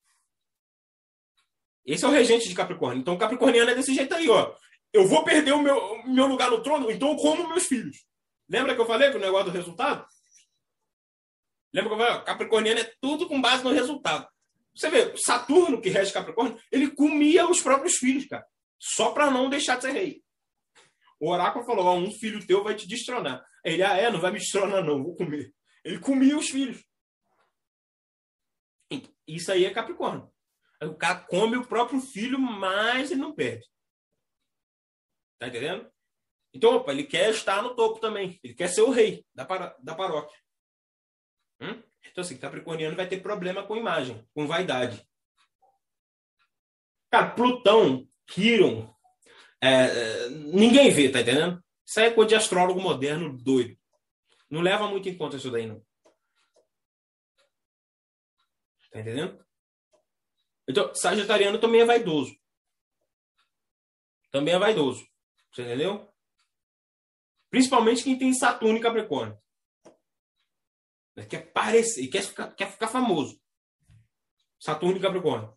Esse é o regente de Capricórnio. Então o capricorniano é desse jeito aí, ó. Eu vou perder o meu lugar no trono, então eu como meus filhos. Lembra que eu falei que o negócio do resultado? Lembra que eu falei? Capricorniano é tudo com base no resultado. Você vê, Saturno, que rege Capricórnio, ele comia os próprios filhos, cara. Só para não deixar de ser rei. O oráculo falou, ó, um filho teu vai te destronar. Ele, não vai me destronar não, vou comer. Ele comia os filhos. Isso aí é Capricórnio. O cara come o próprio filho, mas ele não perde. Tá entendendo? Então, opa, ele quer estar no topo também. Ele quer ser o rei da paróquia. Então, assim, capricorniano vai ter problema com imagem, com vaidade. Cara, Plutão, Quirón, ninguém vê, tá entendendo? Isso aí é coisa de astrólogo moderno doido. Não leva muito em conta isso daí, não. Tá entendendo? Então, sagitariano também é vaidoso. Também é vaidoso. Você entendeu? Principalmente quem tem Saturno e Capricórnio. Ele quer parecer, quer ficar famoso. Saturno e Capricórnio.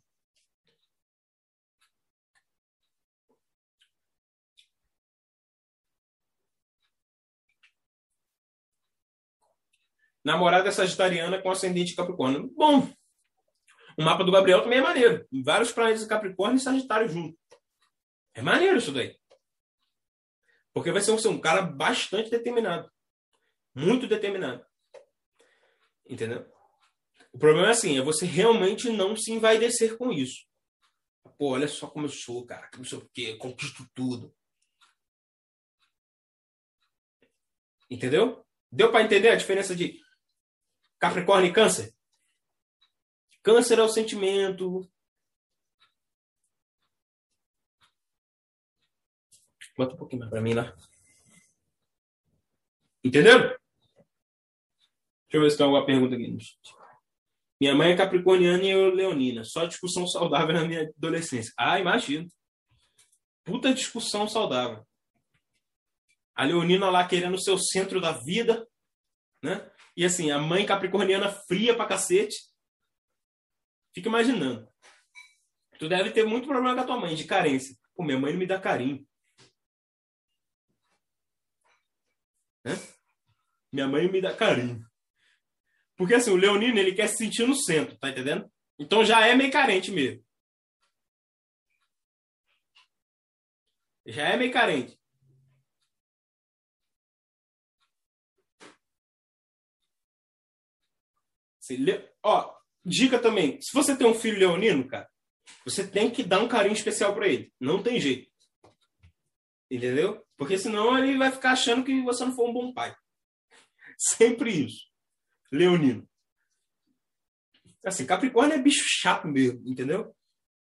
Namorada sagitariana com ascendente Capricórnio. Bom, o mapa do Gabriel também é maneiro. Vários planetas de Capricórnio e Sagitário junto. É maneiro isso daí. Porque vai ser um cara bastante determinado. Muito determinado. Entendeu? O problema é assim, é você realmente não se envaidecer com isso. Pô, olha só como eu sou, cara. Não sei o quê, eu conquisto tudo. Entendeu? Deu para entender a diferença de Capricórnio e Câncer? Câncer é o sentimento. Bota um pouquinho mais para mim lá. Entendeu? Deixa eu ver se tem alguma pergunta aqui. Minha mãe é capricorniana e eu leonina. Só discussão saudável na minha adolescência. Ah, imagino. Puta discussão saudável. A leonina lá querendo ser o centro da vida, né? E assim, a mãe capricorniana fria pra cacete. Fica imaginando. Tu deve ter muito problema com a tua mãe, de carência. Pô, minha mãe não me dá carinho. Né? Minha mãe me dá carinho. Porque assim, o leonino, ele quer se sentir no centro, tá entendendo? Então já é meio carente mesmo. Já é meio carente. Assim, ó, dica também. Se você tem um filho leonino, cara, você tem que dar um carinho especial pra ele. Não tem jeito. Entendeu? Porque senão ele vai ficar achando que você não foi um bom pai. Sempre isso. Leonino. Assim, Capricórnio é bicho chato mesmo, entendeu?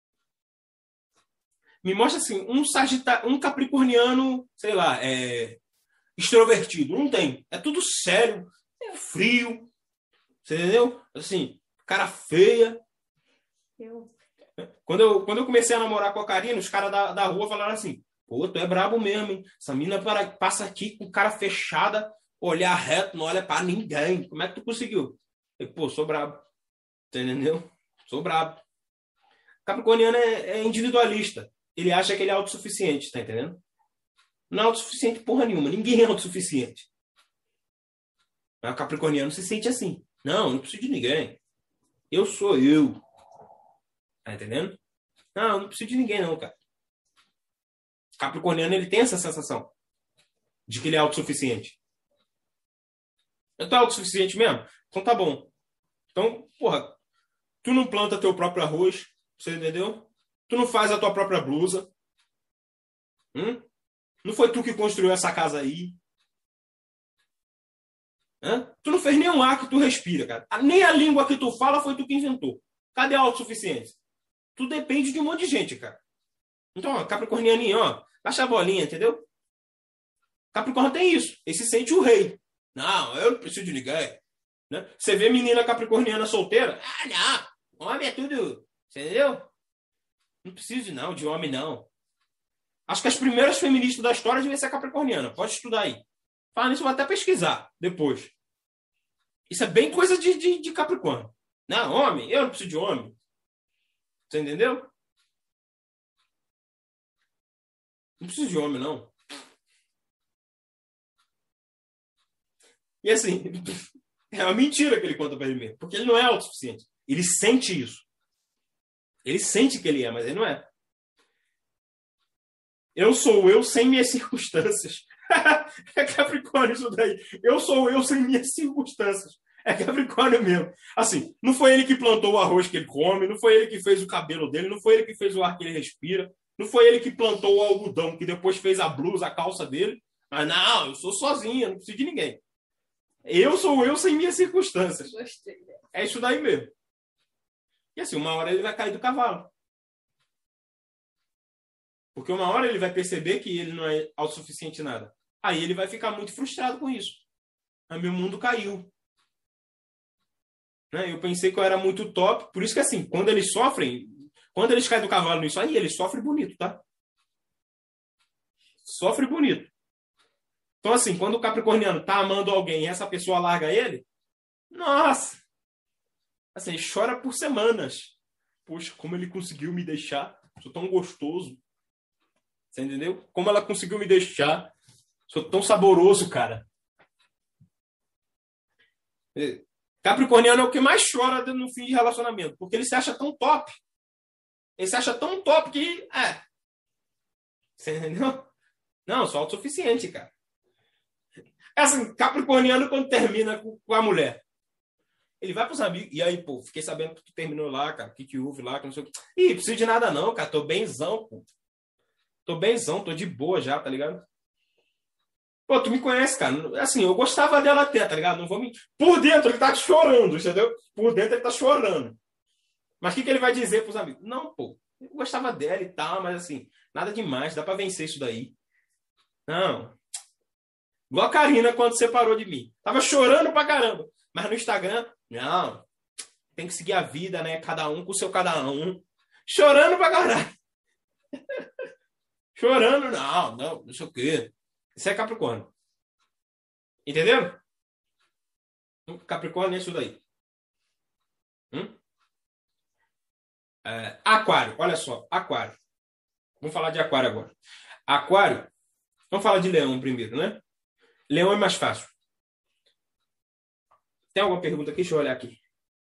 Me mostra assim, um capricorniano, sei lá, extrovertido. Não tem. É tudo sério, é frio. Você entendeu? Assim, cara feia. Quando eu comecei a namorar com a Karina, os caras da rua falaram assim, pô, tu é brabo mesmo, hein? Essa mina passa aqui com cara fechada, olhar reto, não olha pra ninguém. Como é que tu conseguiu? Eu, pô, sou brabo. Entendeu? Sou brabo. Capricorniano é individualista. Ele acha que ele é autossuficiente, tá entendendo? Não é autossuficiente porra nenhuma. Ninguém é autossuficiente. Mas o capricorniano se sente assim. Não preciso de ninguém. Eu sou eu. Tá entendendo? Não preciso de ninguém não, cara. O capricorniano, ele tem essa sensação de que ele é autossuficiente. Eu tô autossuficiente mesmo? Então tá bom. Então, porra, tu não planta teu próprio arroz, você entendeu? Tu não faz a tua própria blusa. Não foi tu que construiu essa casa aí. Tu não fez nenhum ar que tu respira, cara. Nem a língua que tu fala foi tu que inventou. Cadê a autossuficiência? Tu depende de um monte de gente, cara. Então, ó, capricornianinho, ó, baixa a bolinha, entendeu? Capricórnio tem isso. Ele se sente o rei. Não, eu não preciso de ninguém. Né? Você vê menina capricorniana solteira? Ah, não. Homem é tudo. Entendeu? Não preciso não, de homem, não. Acho que as primeiras feministas da história devem ser capricorniana. Pode estudar aí. Fala nisso, vou até pesquisar depois. Isso é bem coisa de Capricórnio. Não, homem, eu não preciso de homem. Você entendeu? Não preciso de homem, não. E assim, é uma mentira que ele conta pra ele mesmo. Porque ele não é autossuficiente. Ele sente isso. Ele sente que ele é, mas ele não é. Eu sou eu sem minhas circunstâncias. É Capricórnio isso daí. Eu sou eu sem minhas circunstâncias. É Capricórnio mesmo. Assim, não foi ele que plantou o arroz que ele come, não foi ele que fez o cabelo dele, não foi ele que fez o ar que ele respira, não foi ele que plantou o algodão que depois fez a blusa, a calça dele. Mas não, eu sou sozinho, eu não preciso de ninguém. Eu sou eu sem minhas circunstâncias. Gostei dela. É isso daí mesmo. E assim, uma hora ele vai cair do cavalo. Porque uma hora ele vai perceber que ele não é autossuficiente em nada. Aí ele vai ficar muito frustrado com isso. Aí meu mundo caiu. Né? Eu pensei que eu era muito top. Por isso que assim, quando eles sofrem, quando eles caem do cavalo nisso aí, eles sofrem bonito, tá? Sofre bonito. Então assim, quando o capricorniano tá amando alguém e essa pessoa larga ele, nossa! Assim, ele chora por semanas. Poxa, como ele conseguiu me deixar? Sou tão gostoso. Você entendeu? Como ela conseguiu me deixar? Sou tão saboroso, cara. Capricorniano é o que mais chora no fim de relacionamento, porque ele se acha tão top. Ele se acha tão top que... Você entendeu? Não, sou autossuficiente, cara. É assim, capricorniano quando termina com a mulher. Ele vai pros amigos. E aí, pô, fiquei sabendo que tu terminou lá, cara. Que houve lá, que não sei o que. Ih, preciso de nada não, cara. Tô benzão, pô. Tô benzão, tô de boa já, tá ligado? Pô, tu me conhece, cara. Assim, eu gostava dela até, tá ligado? Não vou mentir. Por dentro ele tá chorando, entendeu? Por dentro ele tá chorando. Mas o que ele vai dizer pros amigos? Não, pô, eu gostava dela e tal, mas assim, nada demais, dá pra vencer isso daí. Não. Igual a Karina quando separou de mim. Tava chorando pra caramba. Mas no Instagram, não. Tem que seguir a vida, né? Cada um com o seu cada um. Chorando pra caralho. Chorando, não sei o quê. Isso é Capricórnio. Entendeu? Capricórnio é isso daí. Aquário, olha só, Aquário. Vamos falar de Aquário agora. Aquário, vamos falar de Leão primeiro, né? Leão é mais fácil. Tem alguma pergunta aqui? Deixa eu olhar aqui.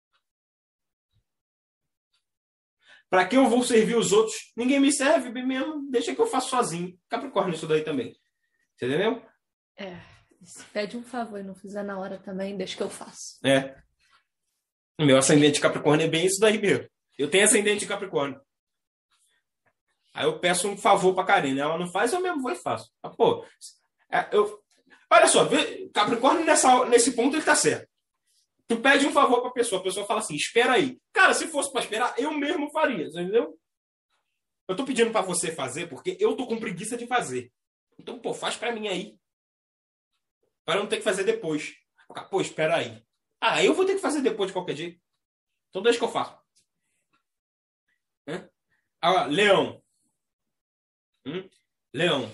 Para que eu vou servir os outros? Ninguém me serve bem mesmo. Deixa que eu faço sozinho. Capricórnio isso daí também. Você entendeu? Se pede um favor e não fizer na hora também, deixa que eu faço. O meu ascendente Capricórnio é bem isso daí mesmo. Eu tenho ascendente Capricórnio. Aí eu peço um favor pra Karina. Ela não faz, eu mesmo vou e faço. Pô, olha só, Capricórnio nesse ponto ele tá certo. Tu pede um favor pra pessoa, a pessoa fala assim, espera aí. Cara, se fosse pra esperar, eu mesmo faria, entendeu? Eu tô pedindo pra você fazer porque eu tô com preguiça de fazer. Então, pô, faz pra mim aí. Para eu não ter que fazer depois. Pô, espera aí. Eu vou ter que fazer depois de qualquer jeito. Então deixa que eu faço. Agora, Leão. Leão.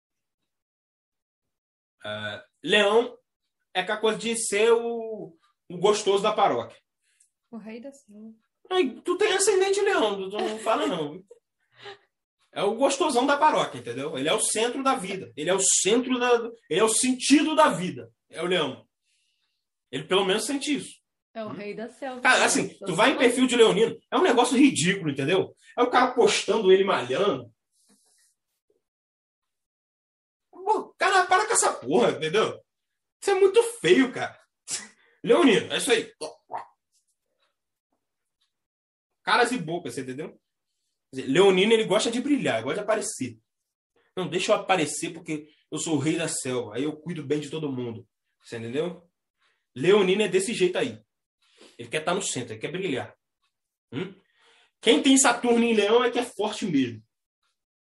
Leão é aquela coisa de ser o gostoso da paróquia. O rei da selva. Tu tem ascendente Leão, tu não fala não. É o gostosão da paróquia, entendeu? Ele é o centro da vida. Ele é o centro ele é o sentido da vida. É o Leão. Ele pelo menos sente isso. É o rei da selva. Cara, assim, tu vai em perfil de leonino, é um negócio ridículo, entendeu? É o cara postando ele malhando. Pô, cara, para com essa porra, entendeu? Isso é muito feio, cara. Leonino, é isso aí. Caras e bocas, você entendeu? Leonino, ele gosta de brilhar, ele gosta de aparecer. Não, deixa eu aparecer porque eu sou o rei da selva, aí eu cuido bem de todo mundo. Você entendeu? Leonino é desse jeito aí. Ele quer estar no centro, ele quer brilhar. Quem tem Saturno em Leão é que é forte mesmo.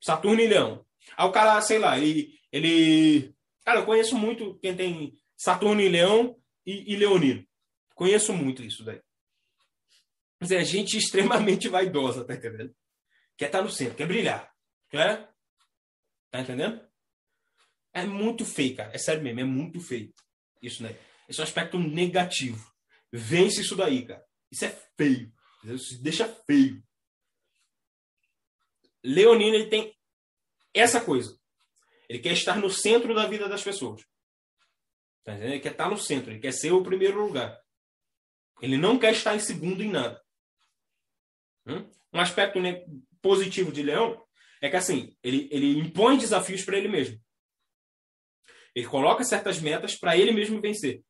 Saturno e Leão. Aí o cara, sei lá, ele... Cara, eu conheço muito quem tem Saturno e Leão e Leonino. Conheço muito isso daí. Mas é gente extremamente vaidosa, tá entendendo? Quer estar no centro, quer brilhar. Quer? Tá entendendo? É muito feio, cara. É sério mesmo, é muito feio. Isso, né? Esse é um aspecto negativo. Vence isso daí, cara. Isso é feio. Isso deixa feio. Leonino, ele tem essa coisa. Ele quer estar no centro da vida das pessoas. Tá entendendo? Ele quer estar no centro. Ele quer ser o primeiro lugar. Ele não quer estar em segundo em nada. Um aspecto positivo de Leão é que, assim, ele impõe desafios para ele mesmo. Ele coloca certas metas para ele mesmo vencer.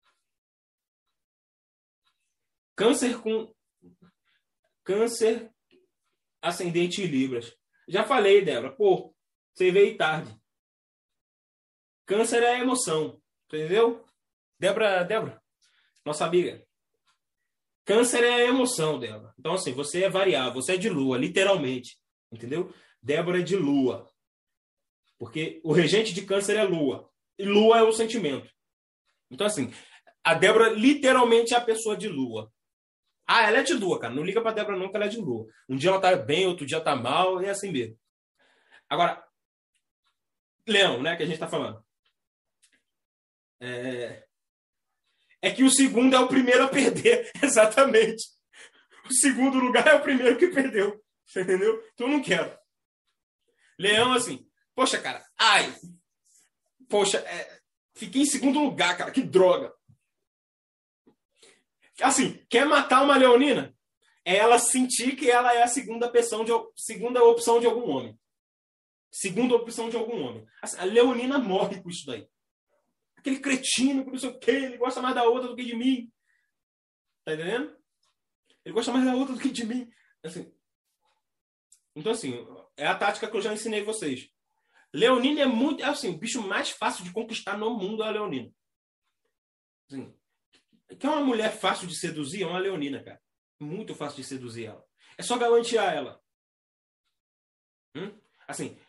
Câncer ascendente em Libras. Já falei, Débora. Pô, você veio tarde. Câncer é emoção. Entendeu? Débora, nossa amiga. Câncer é emoção, Débora. Então, assim, você é variável. Você é de lua, literalmente. Entendeu? Débora é de lua. Porque o regente de câncer é lua. E lua é o sentimento. Então, assim, a Débora literalmente é a pessoa de lua. Ah, ela é de lua, cara. Não liga pra Débora não, que ela é de lua. Um dia ela tá bem, outro dia tá mal, é assim mesmo. Agora, Leão, né, que a gente tá falando. É que o segundo é o primeiro a perder. Exatamente. O segundo lugar é o primeiro que perdeu. Você entendeu? Então eu não quero. Leão, assim, poxa, cara, fiquei em segundo lugar, cara, que droga. Assim, quer matar uma leonina? É ela sentir que ela é a segunda opção de algum homem. Segunda opção de algum homem. Assim, a leonina morre com isso daí. Aquele cretino, que não sei o quê, ele gosta mais da outra do que de mim. Tá entendendo? Ele gosta mais da outra do que de mim. Assim, então, assim, é a tática que eu já ensinei vocês. Leonina é assim, o bicho mais fácil de conquistar no mundo é a leonina. Assim, que é uma mulher fácil de seduzir, é uma leonina, cara. Muito fácil de seduzir ela. É só galantear ela. Assim,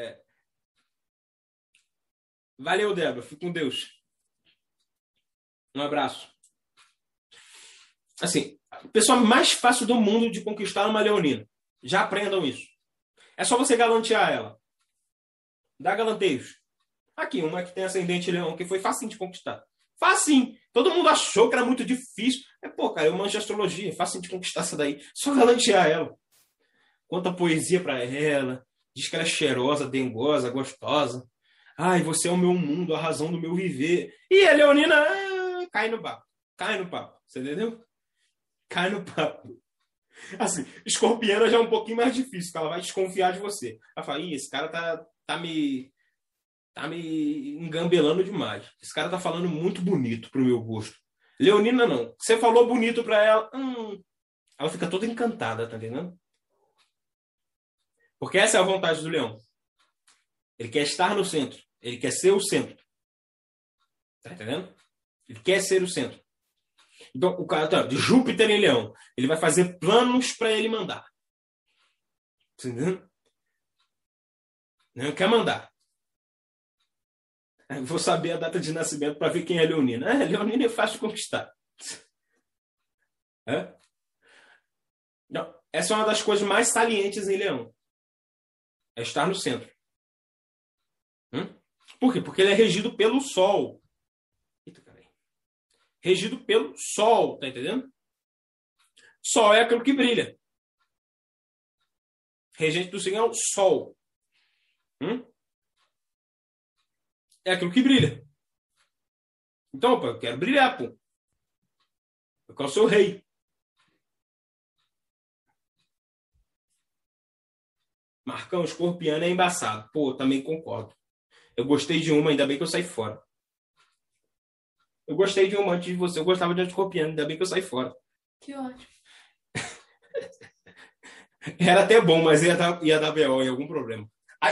valeu, Débora. Fique com Deus. Um abraço. Assim, a pessoa mais fácil do mundo de conquistar é uma leonina. Já aprendam isso. É só você galantear ela. Dá galanteios. Aqui, uma que tem ascendente leão, que foi facinho de conquistar. Facinho. Todo mundo achou que era muito difícil. Pô, cara, eu manjo astrologia. É facinho de conquistar essa daí. Só galantear ela. Conta poesia pra ela. Diz que ela é cheirosa, dengosa, gostosa. Ai, você é o meu mundo, a razão do meu viver. E a leonina cai no papo. Cai no papo. Você entendeu? Cai no papo. Assim, escorpiana já é um pouquinho mais difícil, porque ela vai desconfiar de você. Ela fala, esse cara tá me engambelando demais. Esse cara tá falando muito bonito pro meu gosto. Leonina não. Você falou bonito pra ela, ela fica toda encantada, tá entendendo? Porque essa é a vontade do leão. Ele quer estar no centro. Ele quer ser o centro. Tá entendendo? Ele quer ser o centro. Então, o cara de Júpiter em Leão, ele vai fazer planos para ele mandar. Você entendeu? Não quer mandar. Vou saber a data de nascimento para ver quem é Leonina. Leonina é fácil de conquistar. Não, essa é uma das coisas mais salientes em Leão. É estar no centro. Por quê? Porque ele é regido pelo Sol. Eita, caralho. Regido pelo Sol, tá entendendo? Sol é aquilo que brilha. Regente do signo é o Sol. É aquilo que brilha. Então, opa, eu quero brilhar, pô. Eu quero ser o rei. Marcão, escorpiano é embaçado. Pô, também concordo. Eu gostei de uma, ainda bem que eu saí fora. Eu gostei de uma antes de você. Eu gostava de um escorpiano, ainda bem que eu saí fora. Que ótimo. Era até bom, mas ia dar BO em algum problema.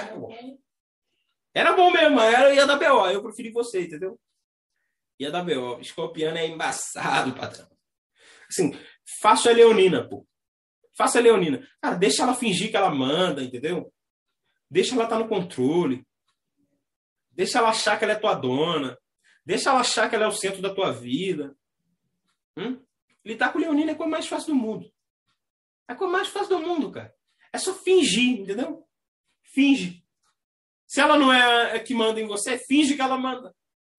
Era bom mesmo, mas ia dar BO. Eu preferi você, entendeu? Ia dar BO. Escorpiano é embaçado, patrão. Assim, faça a leonina, pô. Faça a leonina. Cara, deixa ela fingir que ela manda, entendeu? Deixa ela estar no controle. Deixa ela achar que ela é tua dona. Deixa ela achar que ela é o centro da tua vida. Lidar com o leonino é a coisa mais fácil do mundo. É a coisa mais fácil do mundo, cara. É só fingir, entendeu? Finge. Se ela não é a que manda em você, finge que ela manda.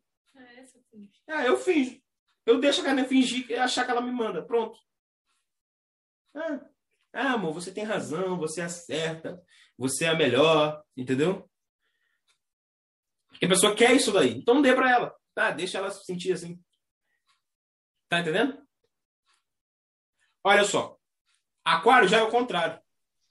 Eu finjo. Eu deixo a Karen fingir e achar que ela me manda. Pronto. Amor, você tem razão, você acerta, você é a melhor, entendeu? Porque a pessoa quer isso daí. Então não dê pra ela. Tá? Deixa ela se sentir assim. Tá entendendo? Olha só. Aquário já é o contrário.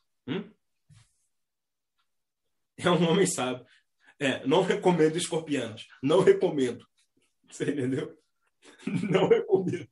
É um homem sábio. Não recomendo escorpianos. Não recomendo. Você entendeu? Não recomendo.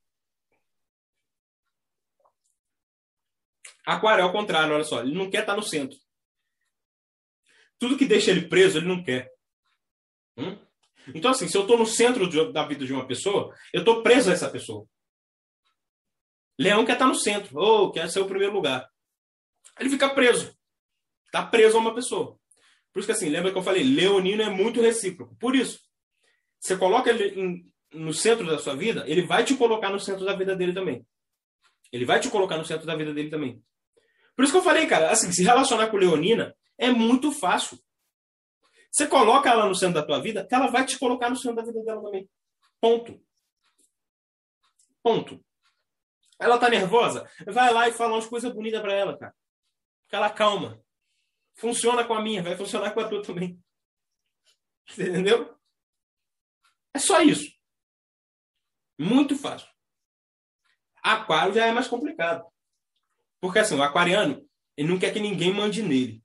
Aquário é ao contrário, olha só. Ele não quer estar no centro. Tudo que deixa ele preso, ele não quer. Então, assim, se eu estou no centro da vida de uma pessoa, eu estou preso a essa pessoa. Leão quer estar no centro. Ou quer ser o primeiro lugar. Ele fica preso. Está preso a uma pessoa. Por isso que, assim, lembra que eu falei, leonino é muito recíproco. Por isso, você coloca ele no centro da sua vida, ele vai te colocar no centro da vida dele também. Ele vai te colocar no centro da vida dele também. Por isso que eu falei, cara, assim, se relacionar com leonina é muito fácil. Você coloca ela no centro da tua vida, que ela vai te colocar no centro da vida dela também. Ponto. Ponto. Ela tá nervosa? Vai lá e fala umas coisas bonitas pra ela, cara. Que ela calma. Funciona com a minha, vai funcionar com a tua também. Você entendeu? É só isso. Muito fácil. Aquário já é mais complicado. Porque assim, o aquariano, ele não quer que ninguém mande nele.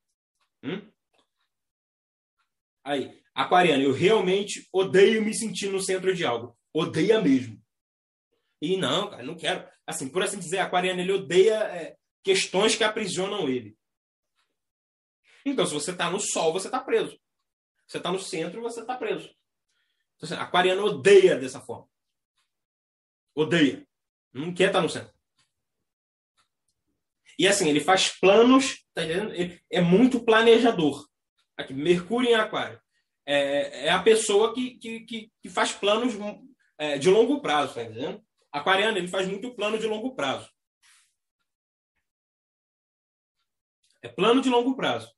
Aí, aquariano, eu realmente odeio me sentir no centro de algo. Odeia mesmo. E não, cara, não quero. Assim, por assim dizer, aquariano, ele odeia questões que aprisionam ele. Então, se você está no sol, você está preso. Você está no centro, você está preso. Então, assim, aquariano odeia dessa forma. Odeia. Não quer estar no centro. E assim, ele faz planos, tá entendendo? Ele é muito planejador. Aqui, Mercúrio em Aquário. É a pessoa que faz planos de longo prazo, tá entendendo? Aquariano, ele faz muito plano de longo prazo. É plano de longo prazo.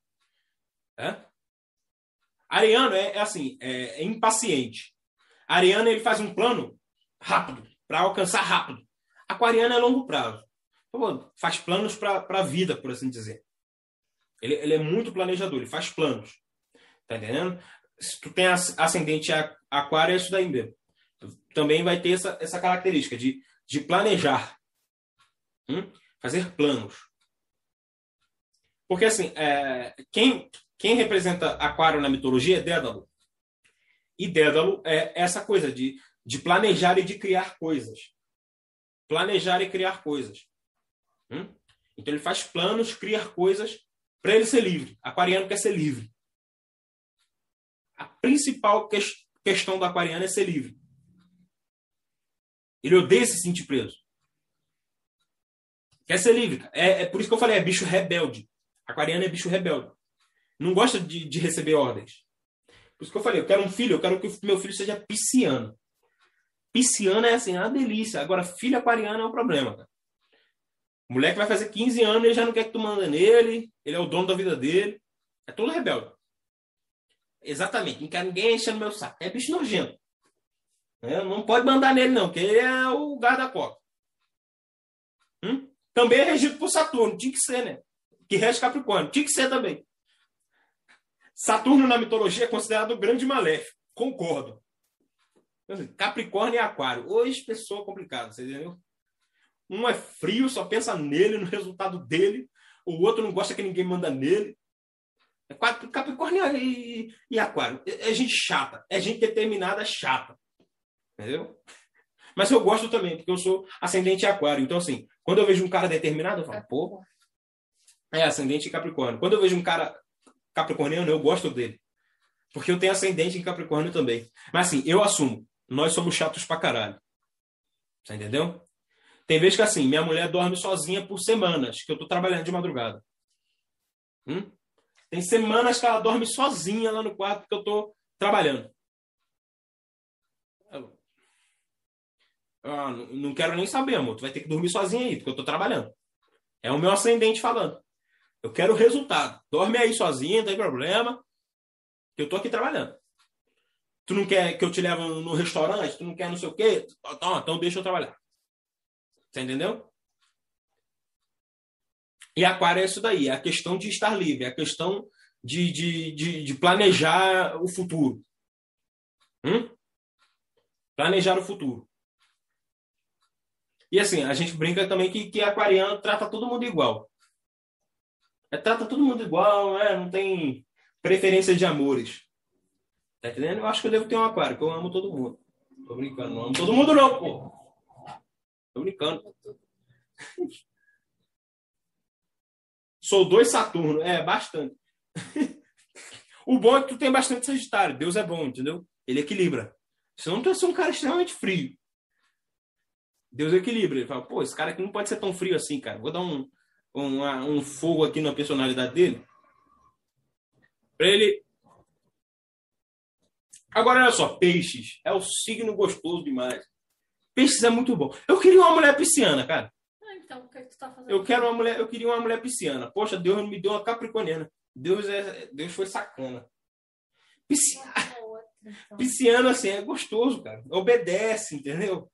Ariano é impaciente. Ariano, ele faz um plano rápido, para alcançar rápido. Aquariano é longo prazo. Então, faz planos para a vida, por assim dizer. Ele é muito planejador, ele faz planos. Tá entendendo? Se tu tem ascendente aquário, é isso daí mesmo. Também vai ter essa característica de planejar. Fazer planos. Porque assim, quem representa aquário na mitologia é Dédalo. E Dédalo é essa coisa de planejar e de criar coisas. Planejar e criar coisas. Então ele faz planos, criar coisas para ele ser livre. Aquariano quer ser livre. A principal questão do aquariano é ser livre. Ele odeia se sentir preso. Quer ser livre. É por isso que eu falei, é bicho rebelde. Aquariano é bicho rebelde. Não gosta de receber ordens. Por isso que eu falei, eu quero um filho, eu quero que o meu filho seja pisciano. Pisciano é assim, uma delícia. Agora, filho aquariano é um problema, cara. O moleque vai fazer 15 anos e ele já não quer que tu manda nele. Ele é o dono da vida dele. É todo rebelde. Exatamente. Não quer ninguém enchendo meu saco. É bicho nojento. Não pode mandar nele, não, porque ele é o guarda-copa. Também é regido por Saturno. Tinha que ser, né? Que rege Capricórnio. Tinha que ser também. Saturno, na mitologia, é considerado o grande maléfico. Concordo. Capricórnio e Aquário. Hoje, pessoa complicada, você entendeu? Um é frio, só pensa nele, no resultado dele. O outro não gosta que ninguém manda nele. Capricórnio e Aquário. É gente chata. É gente determinada, chata. Entendeu? Mas eu gosto também, porque eu sou ascendente Aquário. Então, assim, quando eu vejo um cara determinado, eu falo, pô, é ascendente Capricórnio. Quando eu vejo um cara capricorniano, eu gosto dele. Porque eu tenho ascendente em Capricórnio também. Mas, assim, eu assumo. Nós somos chatos pra caralho. Você entendeu? Tem vezes que, assim, minha mulher dorme sozinha por semanas, que eu tô trabalhando de madrugada. Tem semanas que ela dorme sozinha lá no quarto porque eu tô trabalhando. Não quero nem saber, amor. Tu vai ter que dormir sozinha aí, porque eu tô trabalhando. É o meu ascendente falando. Eu quero o resultado. Dorme aí sozinha, não tem problema. Que eu tô aqui trabalhando. Tu não quer que eu te leve no restaurante? Tu não quer não sei o quê? Então deixa eu trabalhar. Você entendeu? E aquário é isso daí. É a questão de estar livre. É a questão de planejar o futuro. Planejar o futuro. E assim, a gente brinca também que aquariano trata todo mundo igual. Trata todo mundo igual, né? Não tem preferência de amores. Tá entendendo? Eu acho que eu devo ter um aquário, que eu amo todo mundo. Tô brincando, não amo todo mundo não, pô. Tô brincando. Sou 2 Saturno. Bastante. O bom é que tu tem bastante Sagitário. Deus é bom, entendeu? Ele equilibra. Senão tu é um cara extremamente frio. Deus equilibra. Ele fala, pô, esse cara aqui não pode ser tão frio assim, cara. Vou dar um fogo aqui na personalidade dele. Pra ele... Agora, olha só. Peixes. É o signo gostoso demais. Peixes é muito bom. Eu queria uma mulher pisciana, cara. Então, o que tu tá fazendo? Eu queria uma mulher pisciana. Poxa, Deus me deu uma capricorniana. Deus foi sacana. Pisciano, assim, é gostoso, cara. Obedece, entendeu?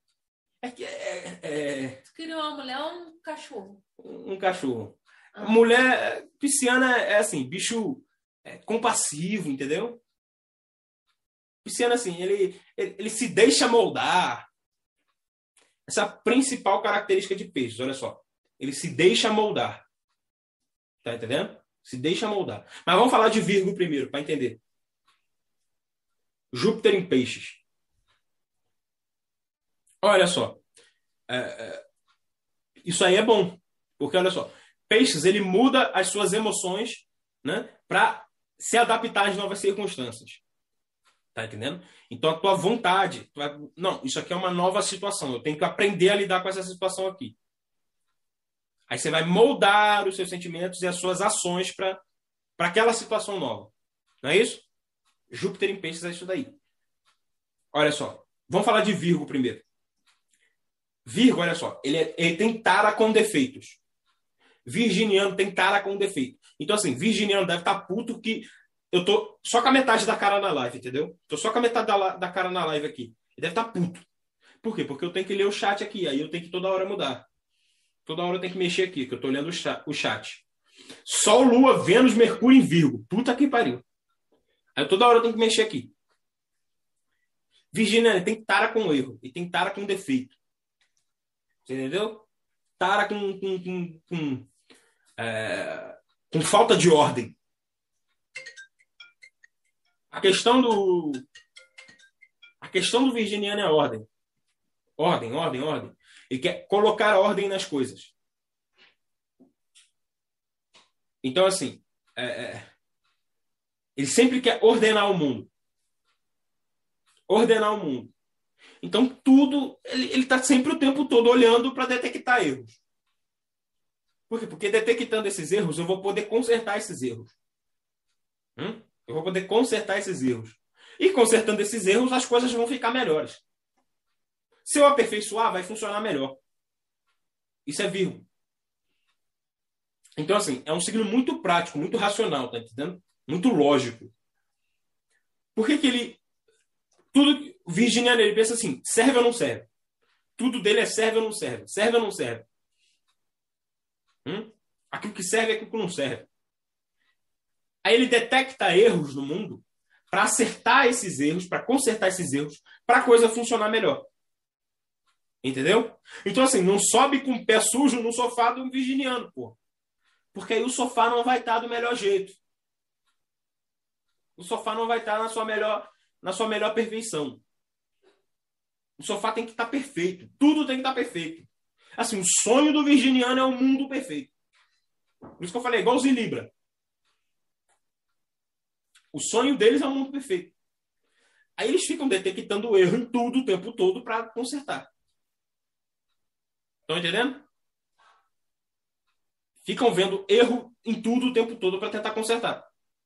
Tu queria uma mulher ou um cachorro? Um cachorro. Mulher pisciana é assim, bicho compassivo, entendeu? Pisciano, assim, ele se deixa moldar. Essa é a principal característica de peixes, olha só. Ele se deixa moldar. Tá entendendo? Se deixa moldar. Mas vamos falar de Virgo primeiro, para entender. Júpiter em peixes. Olha só. Isso aí é bom. Porque, olha só. Peixes, ele muda as suas emoções, né, para se adaptar às novas circunstâncias. Tá entendendo? Então, a tua vontade... Não, isso aqui é uma nova situação. Eu tenho que aprender a lidar com essa situação aqui. Aí você vai moldar os seus sentimentos e as suas ações para aquela situação nova. Não é isso? Júpiter em peixes é isso daí. Olha só. Vamos falar de Virgo primeiro. Virgo, olha só. Ele tem tara com defeitos. Virginiano tem tara com defeito. Então, assim, virginiano deve estar puto que eu tô só com a metade da cara na live, entendeu? Tô só com a metade da cara na live aqui. Ele deve estar puto. Por quê? Porque eu tenho que ler o chat aqui. Aí eu tenho que toda hora mudar. Toda hora eu tenho que mexer aqui, que eu tô olhando o chat. Sol, Lua, Vênus, Mercúrio em Virgo. Puta que pariu. Aí toda hora eu tenho que mexer aqui. Virginiano tem tara com erro. E tem tara com defeito. Você entendeu? Tara com falta de ordem. A questão do virginiano é ordem. Ordem, ordem, ordem. Ele quer colocar ordem nas coisas. Então, assim, ele sempre quer ordenar o mundo. Ordenar o mundo. Então, tudo, ele está sempre o tempo todo olhando para detectar erros. Por quê? Porque detectando esses erros, eu vou poder consertar esses erros. Eu vou poder consertar esses erros. E consertando esses erros, as coisas vão ficar melhores. Se eu aperfeiçoar, vai funcionar melhor. Isso é Virgo. Então, assim, é um signo muito prático, muito racional, tá entendendo? Muito lógico. Por que ele... Tudo... Virginiano, ele pensa assim, serve ou não serve? Tudo dele é serve ou não serve? Serve ou não serve? Aquilo que serve é aquilo que não serve. Aí ele detecta erros no mundo para acertar esses erros, para consertar esses erros, para a coisa funcionar melhor. Entendeu? Então, assim, não sobe com o pé sujo no sofá do virginiano, pô. Porque aí o sofá não vai estar do melhor jeito. O sofá não vai estar na sua melhor perfeição. O sofá tem que estar perfeito. Tudo tem que estar perfeito. Assim, o sonho do virginiano é um mundo perfeito. Por isso que eu falei, igualzinho Libra. O sonho deles é um mundo perfeito. Aí eles ficam detectando erro em tudo o tempo todo para consertar. Estão entendendo? Ficam vendo erro em tudo o tempo todo para tentar consertar.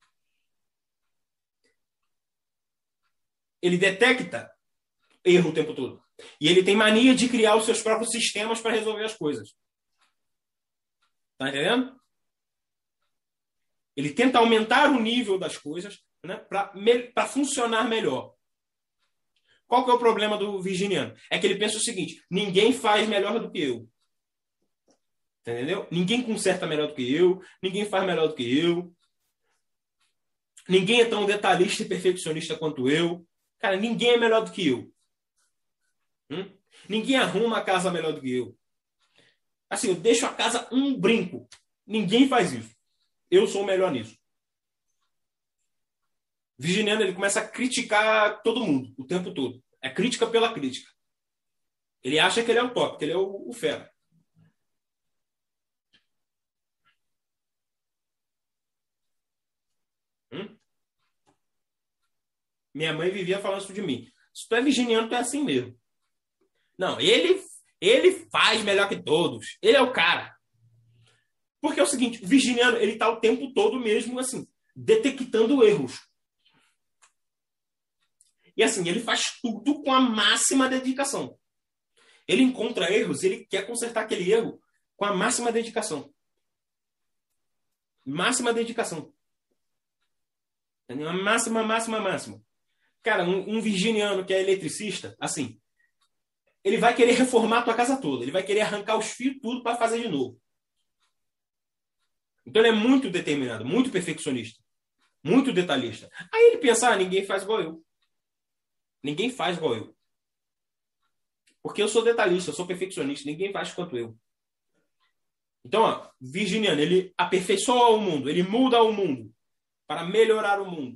ele detecta erro o tempo todo. E ele tem mania de criar os seus próprios sistemas para resolver as coisas. Tá entendendo? Ele tenta aumentar o nível das coisas, né, para funcionar melhor. Qual que é o problema do virginiano? É que ele pensa o seguinte: ninguém faz melhor do que eu. Entendeu? Ninguém conserta melhor do que eu, ninguém faz melhor do que eu. Ninguém é tão detalhista e perfeccionista quanto eu. Cara, ninguém é melhor do que eu. Ninguém arruma a casa melhor do que eu. Assim, eu deixo a casa um brinco. Ninguém faz isso. Eu sou o melhor nisso. Virginiano, ele começa a criticar todo mundo, o tempo todo. É crítica pela crítica. Ele acha que ele é o top, que ele é o fera. Minha mãe vivia falando isso de mim. Se tu é virginiano, tu é assim mesmo. Não, ele faz melhor que todos. Ele é o cara. Porque é o seguinte, o virginiano, ele tá o tempo todo mesmo, assim, detectando erros. E assim, ele faz tudo com a máxima dedicação. Ele encontra erros, ele quer consertar aquele erro com a máxima dedicação. Máxima dedicação. Máxima. Cara, um virginiano que é eletricista, assim, ele vai querer reformar a tua casa toda. Ele vai querer arrancar os fios tudo para fazer de novo. Então ele é muito determinado, muito perfeccionista, muito detalhista. Aí ele pensa, ninguém faz igual eu. Ninguém faz igual eu. Porque eu sou detalhista, eu sou perfeccionista, ninguém faz quanto eu. Então, virginiano, ele aperfeiçoa o mundo, ele muda o mundo para melhorar o mundo.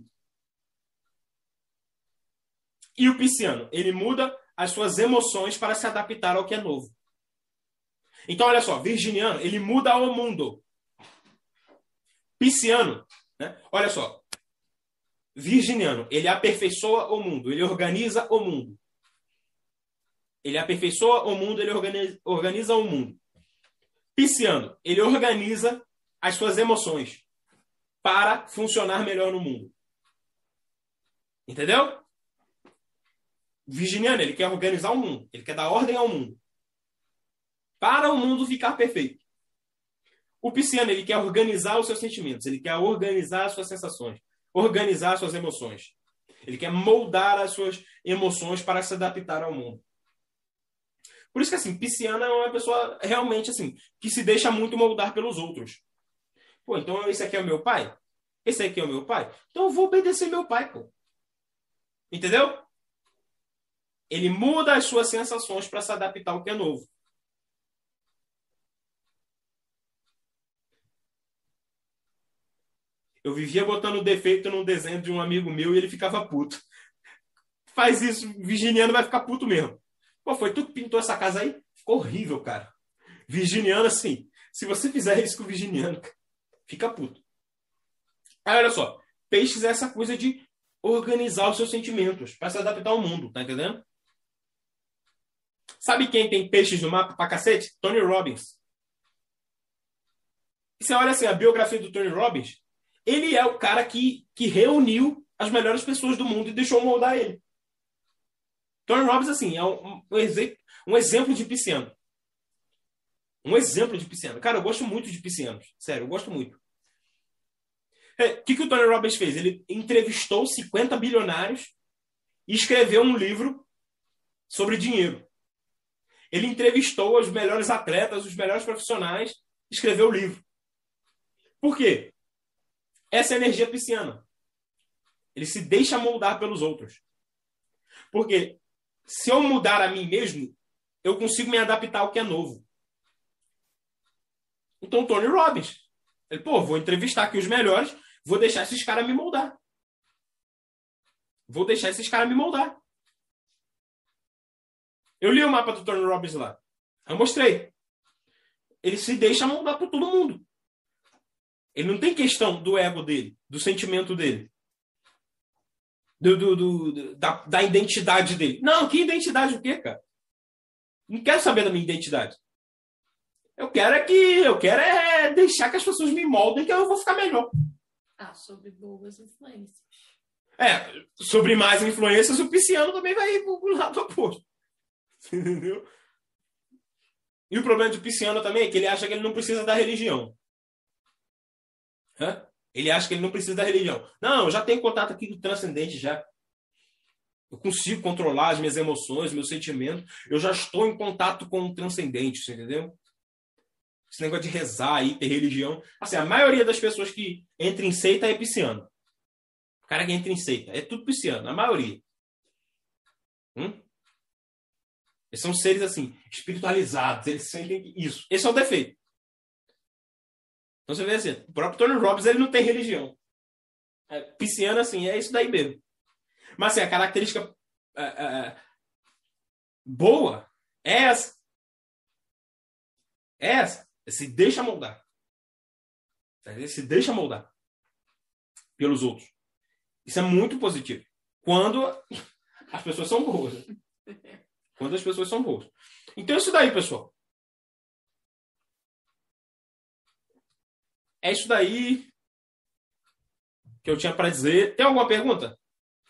E o pisciano, ele muda as suas emoções para se adaptar ao que é novo. Então, olha só, virginiano, ele muda o mundo. Pisciano, né? Olha só, virginiano, ele aperfeiçoa o mundo, ele organiza o mundo. Ele aperfeiçoa o mundo, ele organiza o mundo. Pisciano, ele organiza as suas emoções para funcionar melhor no mundo. Entendeu? Virginiano, ele quer organizar o mundo, ele quer dar ordem ao mundo para o mundo ficar perfeito. O pisciano, ele quer organizar os seus sentimentos, ele quer organizar as suas sensações, organizar as suas emoções. Ele quer moldar as suas emoções para se adaptar ao mundo. Por isso que, assim, pisciano é uma pessoa realmente, assim, que se deixa muito moldar pelos outros. Pô, então esse aqui é o meu pai? Esse aqui é o meu pai? Então eu vou obedecer meu pai, pô. Entendeu? Ele muda as suas sensações para se adaptar ao que é novo. Eu vivia botando defeito num desenho de um amigo meu e ele ficava puto. Faz isso, virginiano vai ficar puto mesmo. Pô, foi tu que pintou essa casa aí? Ficou horrível, cara. Virginiano, assim, se você fizer isso com o virginiano, fica puto. Aí, olha só, peixes é essa coisa de organizar os seus sentimentos para se adaptar ao mundo, tá entendendo? Sabe quem tem peixes no mapa pra cacete? Tony Robbins. E você olha assim, a biografia do Tony Robbins, ele é o cara que reuniu as melhores pessoas do mundo e deixou moldar ele. Tony Robbins, assim, é um exemplo de pisciano. Um exemplo de pisciano. Cara, eu gosto muito de piscianos. Sério, eu gosto muito. O que o Tony Robbins fez? Ele entrevistou 50 bilionários e escreveu um livro sobre dinheiro. Ele entrevistou os melhores atletas, os melhores profissionais, e escreveu o livro. Por quê? Essa é a energia pisciana. Ele se deixa moldar pelos outros. Porque se eu mudar a mim mesmo, eu consigo me adaptar ao que é novo. Então, Tony Robbins. Ele, vou entrevistar aqui os melhores, vou deixar esses caras me moldar. Eu li o mapa do Tony Robbins lá. Eu mostrei. Ele se deixa moldar por todo mundo. Ele não tem questão do ego dele, do sentimento dele. Da identidade dele. Não, que identidade o quê, cara? Não quero saber da minha identidade. Eu quero é deixar que as pessoas me moldem que eu vou ficar melhor. Sobre boas influências. Sobre mais influências, o pisciano também vai ir pro lado oposto. Entendeu? E o problema do pisciano também é que ele acha que ele não precisa da religião. Ele acha que ele não precisa da religião. Não, eu já tenho contato aqui com o transcendente já. Eu consigo controlar as minhas emoções, meus sentimentos. Eu já estou em contato com o transcendente, você entendeu? Esse negócio de rezar aí, ter religião. Assim, a maioria das pessoas que entra em seita é pisciano. O cara que entra em seita é tudo pisciano, a maioria. Eles são seres assim, espiritualizados. Eles sentem isso. Esse é o defeito. Então você vê assim, o próprio Tony Robbins ele não tem religião. Pisciano, assim, é isso daí mesmo. Mas assim, a característica boa é essa. É essa. Se deixa moldar. Se deixa moldar pelos outros. Isso é muito positivo. Quando as pessoas são boas. Quando as pessoas são boas. Então isso daí, pessoal. É isso daí que eu tinha para dizer. Tem alguma pergunta?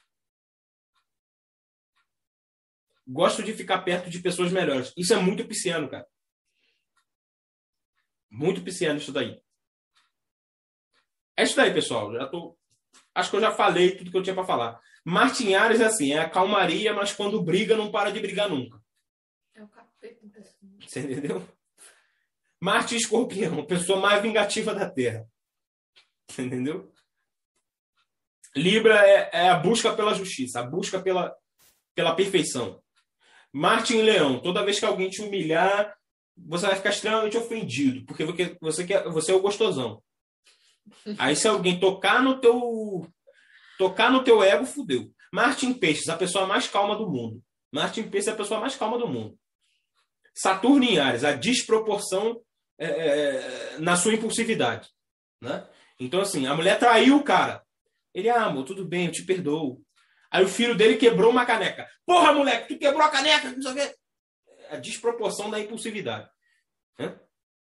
Gosto de ficar perto de pessoas melhores. Isso é muito pisciano, cara. Muito pisciano isso daí. É isso daí, pessoal. Acho que eu já falei tudo que eu tinha para falar. Martin Ares é assim, é a calmaria, mas quando briga, não para de brigar nunca. É o capeta em pessoa. Você entendeu? Marte Escorpião, pessoa mais vingativa da Terra. Você entendeu? Libra é a busca pela justiça, a busca pela perfeição. Marte em Leão, toda vez que alguém te humilhar, você vai ficar extremamente ofendido, porque você é o gostosão. Aí se alguém tocar no teu ego, fudeu. Marte em Peixes, a pessoa mais calma do mundo. Marte em Peixes é a pessoa mais calma do mundo. Saturno em Áries, a desproporção na sua impulsividade. Né? Então, assim, a mulher traiu o cara. Ele, amor, tudo bem, eu te perdoo. Aí o filho dele quebrou uma caneca. Porra, moleque, tu quebrou a caneca, não sei o quê. A desproporção da impulsividade. Né?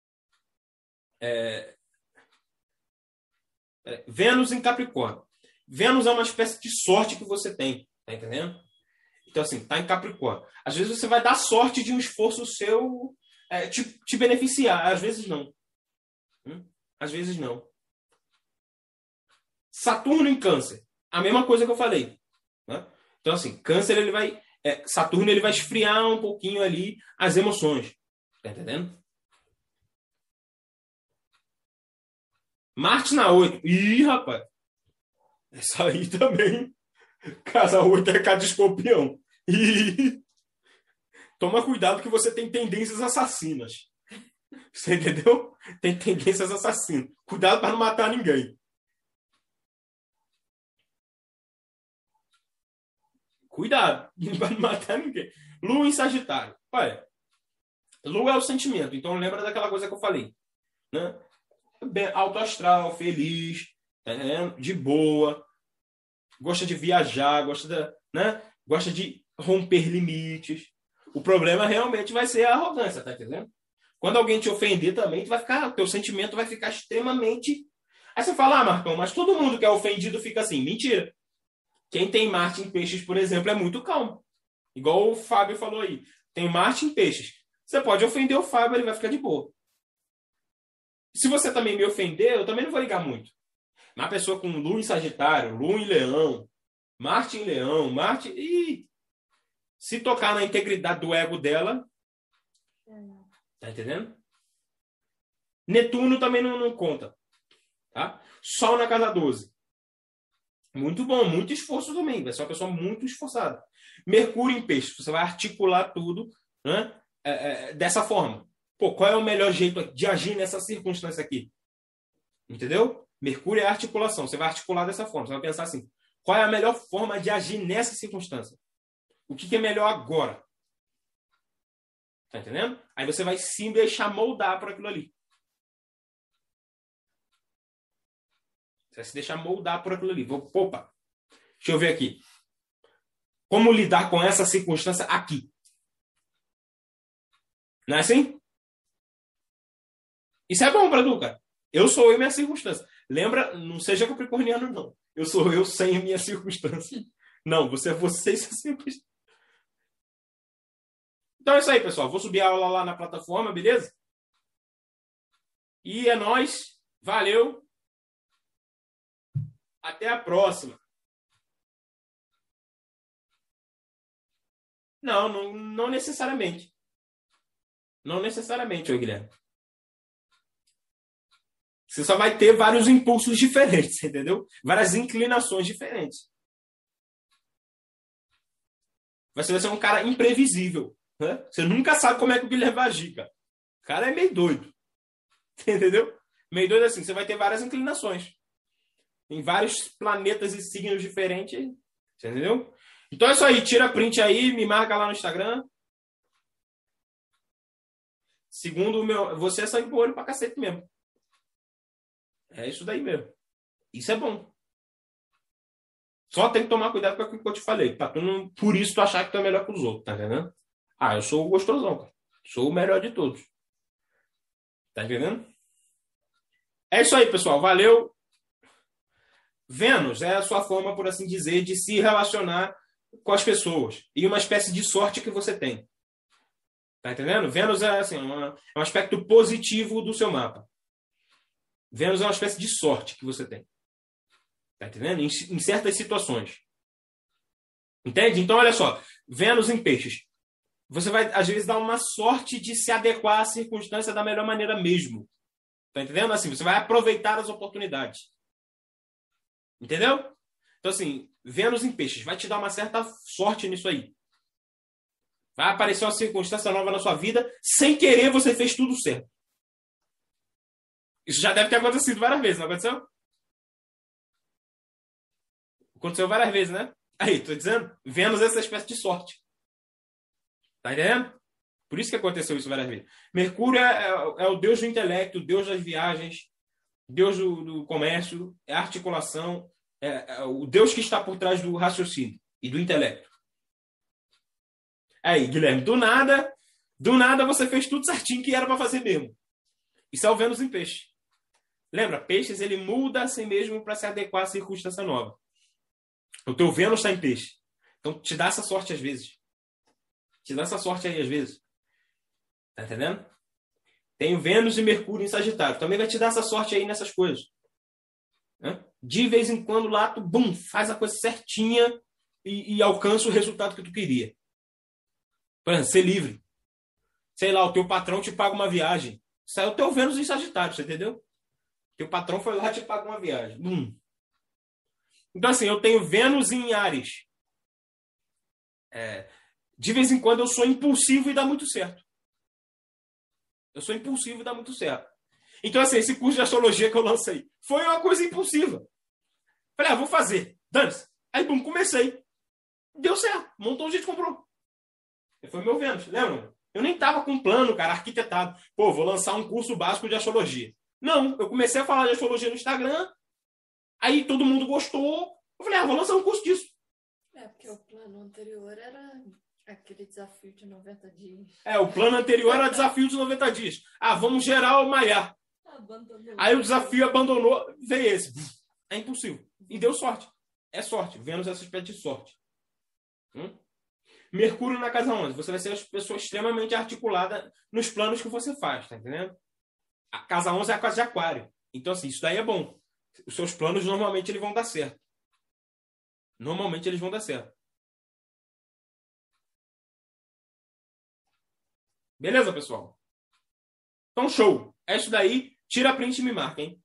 Vênus em Capricórnio. Vênus é uma espécie de sorte que você tem. Tá entendendo? Então, assim, tá em Capricórnio. Às vezes você vai dar sorte de um esforço seu te beneficiar. Às vezes não. Às vezes não. Saturno em Câncer. A mesma coisa que eu falei. Né? Então, assim, Câncer, ele vai... Saturno, ele vai esfriar um pouquinho ali as emoções. Tá entendendo? Marte na 8. Ih, rapaz. Essa aí também. Casa 8 é casa de Escorpião. E toma cuidado que você tem tendências assassinas. Você entendeu? Tem tendências assassinas. Cuidado para não matar ninguém. Cuidado para não matar ninguém. Lua em Sagitário. Olha, Lua é o sentimento. Então lembra daquela coisa que eu falei. Né? Alto astral, feliz, de boa. Gosta de viajar, gosta de romper limites. O problema realmente vai ser a arrogância, tá entendendo? Quando alguém te ofender também, teu sentimento vai ficar extremamente... Aí você fala, Marcão, mas todo mundo que é ofendido fica assim. Mentira. Quem tem Marte em Peixes, por exemplo, é muito calmo. Igual o Fábio falou aí. Tem Marte em Peixes. Você pode ofender o Fábio, ele vai ficar de boa. Se você também me ofender, eu também não vou ligar muito. Mas a pessoa com Lua em Sagitário, Lua em Leão, Marte em Leão, Marte... Ih, se tocar na integridade do ego dela... Tá entendendo? Netuno também não conta. Tá? Sol na casa 12. Muito bom, muito esforço também. Vai ser uma pessoa muito esforçada. Mercúrio em Peixe. Você vai articular tudo, né? Dessa forma. Pô, qual é o melhor jeito de agir nessa circunstância aqui? Entendeu? Mercúrio é a articulação. Você vai articular dessa forma. Você vai pensar assim, qual é a melhor forma de agir nessa circunstância? O que é melhor agora? Tá entendendo? Aí você vai se deixar moldar por aquilo ali. Você vai se deixar moldar por aquilo ali. Opa, deixa eu ver aqui. Como lidar com essa circunstância aqui? Não é assim? Isso é bom para tu, cara. Eu sou eu e minha circunstância. Lembra, não seja capricorniano, não. Eu sou eu sem a minha circunstância. Não, você é você sem a circunstância. Então é isso aí, pessoal. Vou subir a aula lá na plataforma, beleza? E é nóis. Valeu. Até a próxima. Não necessariamente. Não necessariamente, ô Guilherme. Você só vai ter vários impulsos diferentes, entendeu? Várias inclinações diferentes. Você vai ser um cara imprevisível. Né? Você nunca sabe como é que o Guilherme vai agir, cara. O cara é meio doido. Entendeu? Meio doido assim. Você vai ter várias inclinações. Em vários planetas e signos diferentes. Entendeu? Então é isso aí. Tira print aí, me marca lá no Instagram. Segundo o meu... Você é sangue pro olho pra cacete mesmo. É isso daí mesmo. Isso é bom. Só tem que tomar cuidado com aquilo que eu te falei. Pra tu não, por isso tu achar que tu é melhor que os outros, tá entendendo? Ah, eu sou o gostosão, cara. Sou o melhor de todos. Tá entendendo? É isso aí, pessoal. Valeu. Vênus é a sua forma, por assim dizer, de se relacionar com as pessoas. E uma espécie de sorte que você tem. Tá entendendo? Vênus é assim, é um aspecto positivo do seu mapa. Vênus é uma espécie de sorte que você tem. Tá entendendo? Em certas situações. Entende? Então, olha só. Vênus em peixes. Você vai, às vezes, dar uma sorte de se adequar à circunstância da melhor maneira mesmo. Tá entendendo? Assim, você vai aproveitar as oportunidades. Entendeu? Então, assim, Vênus em peixes vai te dar uma certa sorte nisso aí. Vai aparecer uma circunstância nova na sua vida, sem querer você fez tudo certo. Isso já deve ter acontecido várias vezes, não aconteceu? Aconteceu várias vezes, né? Aí, tô dizendo, Vênus é essa espécie de sorte. Tá entendendo? Por isso que aconteceu isso várias vezes. Mercúrio é o deus do intelecto, o deus das viagens, deus do comércio, é a articulação, é o deus que está por trás do raciocínio e do intelecto. Aí, Guilherme, do nada você fez tudo certinho que era para fazer mesmo. Isso é o Vênus em peixe. Lembra? Peixes, ele muda a si mesmo para se adequar à circunstância nova. O teu Vênus está em peixe. Então, te dá essa sorte às vezes. Te dá essa sorte aí às vezes. Tá entendendo? Tem o Vênus e Mercúrio em Sagitário. Também vai te dar essa sorte aí nessas coisas. Né? De vez em quando lá, tu faz a coisa certinha e alcança o resultado que tu queria. Por exemplo, ser livre. Sei lá, o teu patrão te paga uma viagem. Isso aí é o teu Vênus em Sagitário, você entendeu? Teu patrão foi lá e te paga uma viagem. Então, assim, eu tenho Vênus em Áries. De vez em quando eu sou impulsivo e dá muito certo. Eu sou impulsivo e dá muito certo. Então, assim, esse curso de astrologia que eu lancei foi uma coisa impulsiva. Falei, vou fazer. Dane-se. Aí, comecei. Deu certo. Um montão de gente comprou. Foi meu Vênus, lembra? Eu nem tava com plano, cara, arquitetado. Pô, vou lançar um curso básico de astrologia. Não, eu comecei a falar de astrologia no Instagram, aí todo mundo gostou. Eu falei, vou lançar um curso disso. Porque o plano anterior era aquele desafio de 90 dias. O plano anterior era desafio de 90 dias. Vamos gerar o Maiar. Abandonou. Aí o desafio abandonou, veio esse. É impossível. E deu sorte. É sorte. Vênus é essa espécie de sorte. Mercúrio na casa 11. Você vai ser uma pessoa extremamente articulada nos planos que você faz, tá entendendo? A casa 11 é a casa de Aquário. Então, assim, isso daí é bom. Os seus planos, normalmente, eles vão dar certo. Normalmente, eles vão dar certo. Beleza, pessoal? Então, show. É isso daí. Tira a print e me marca, hein?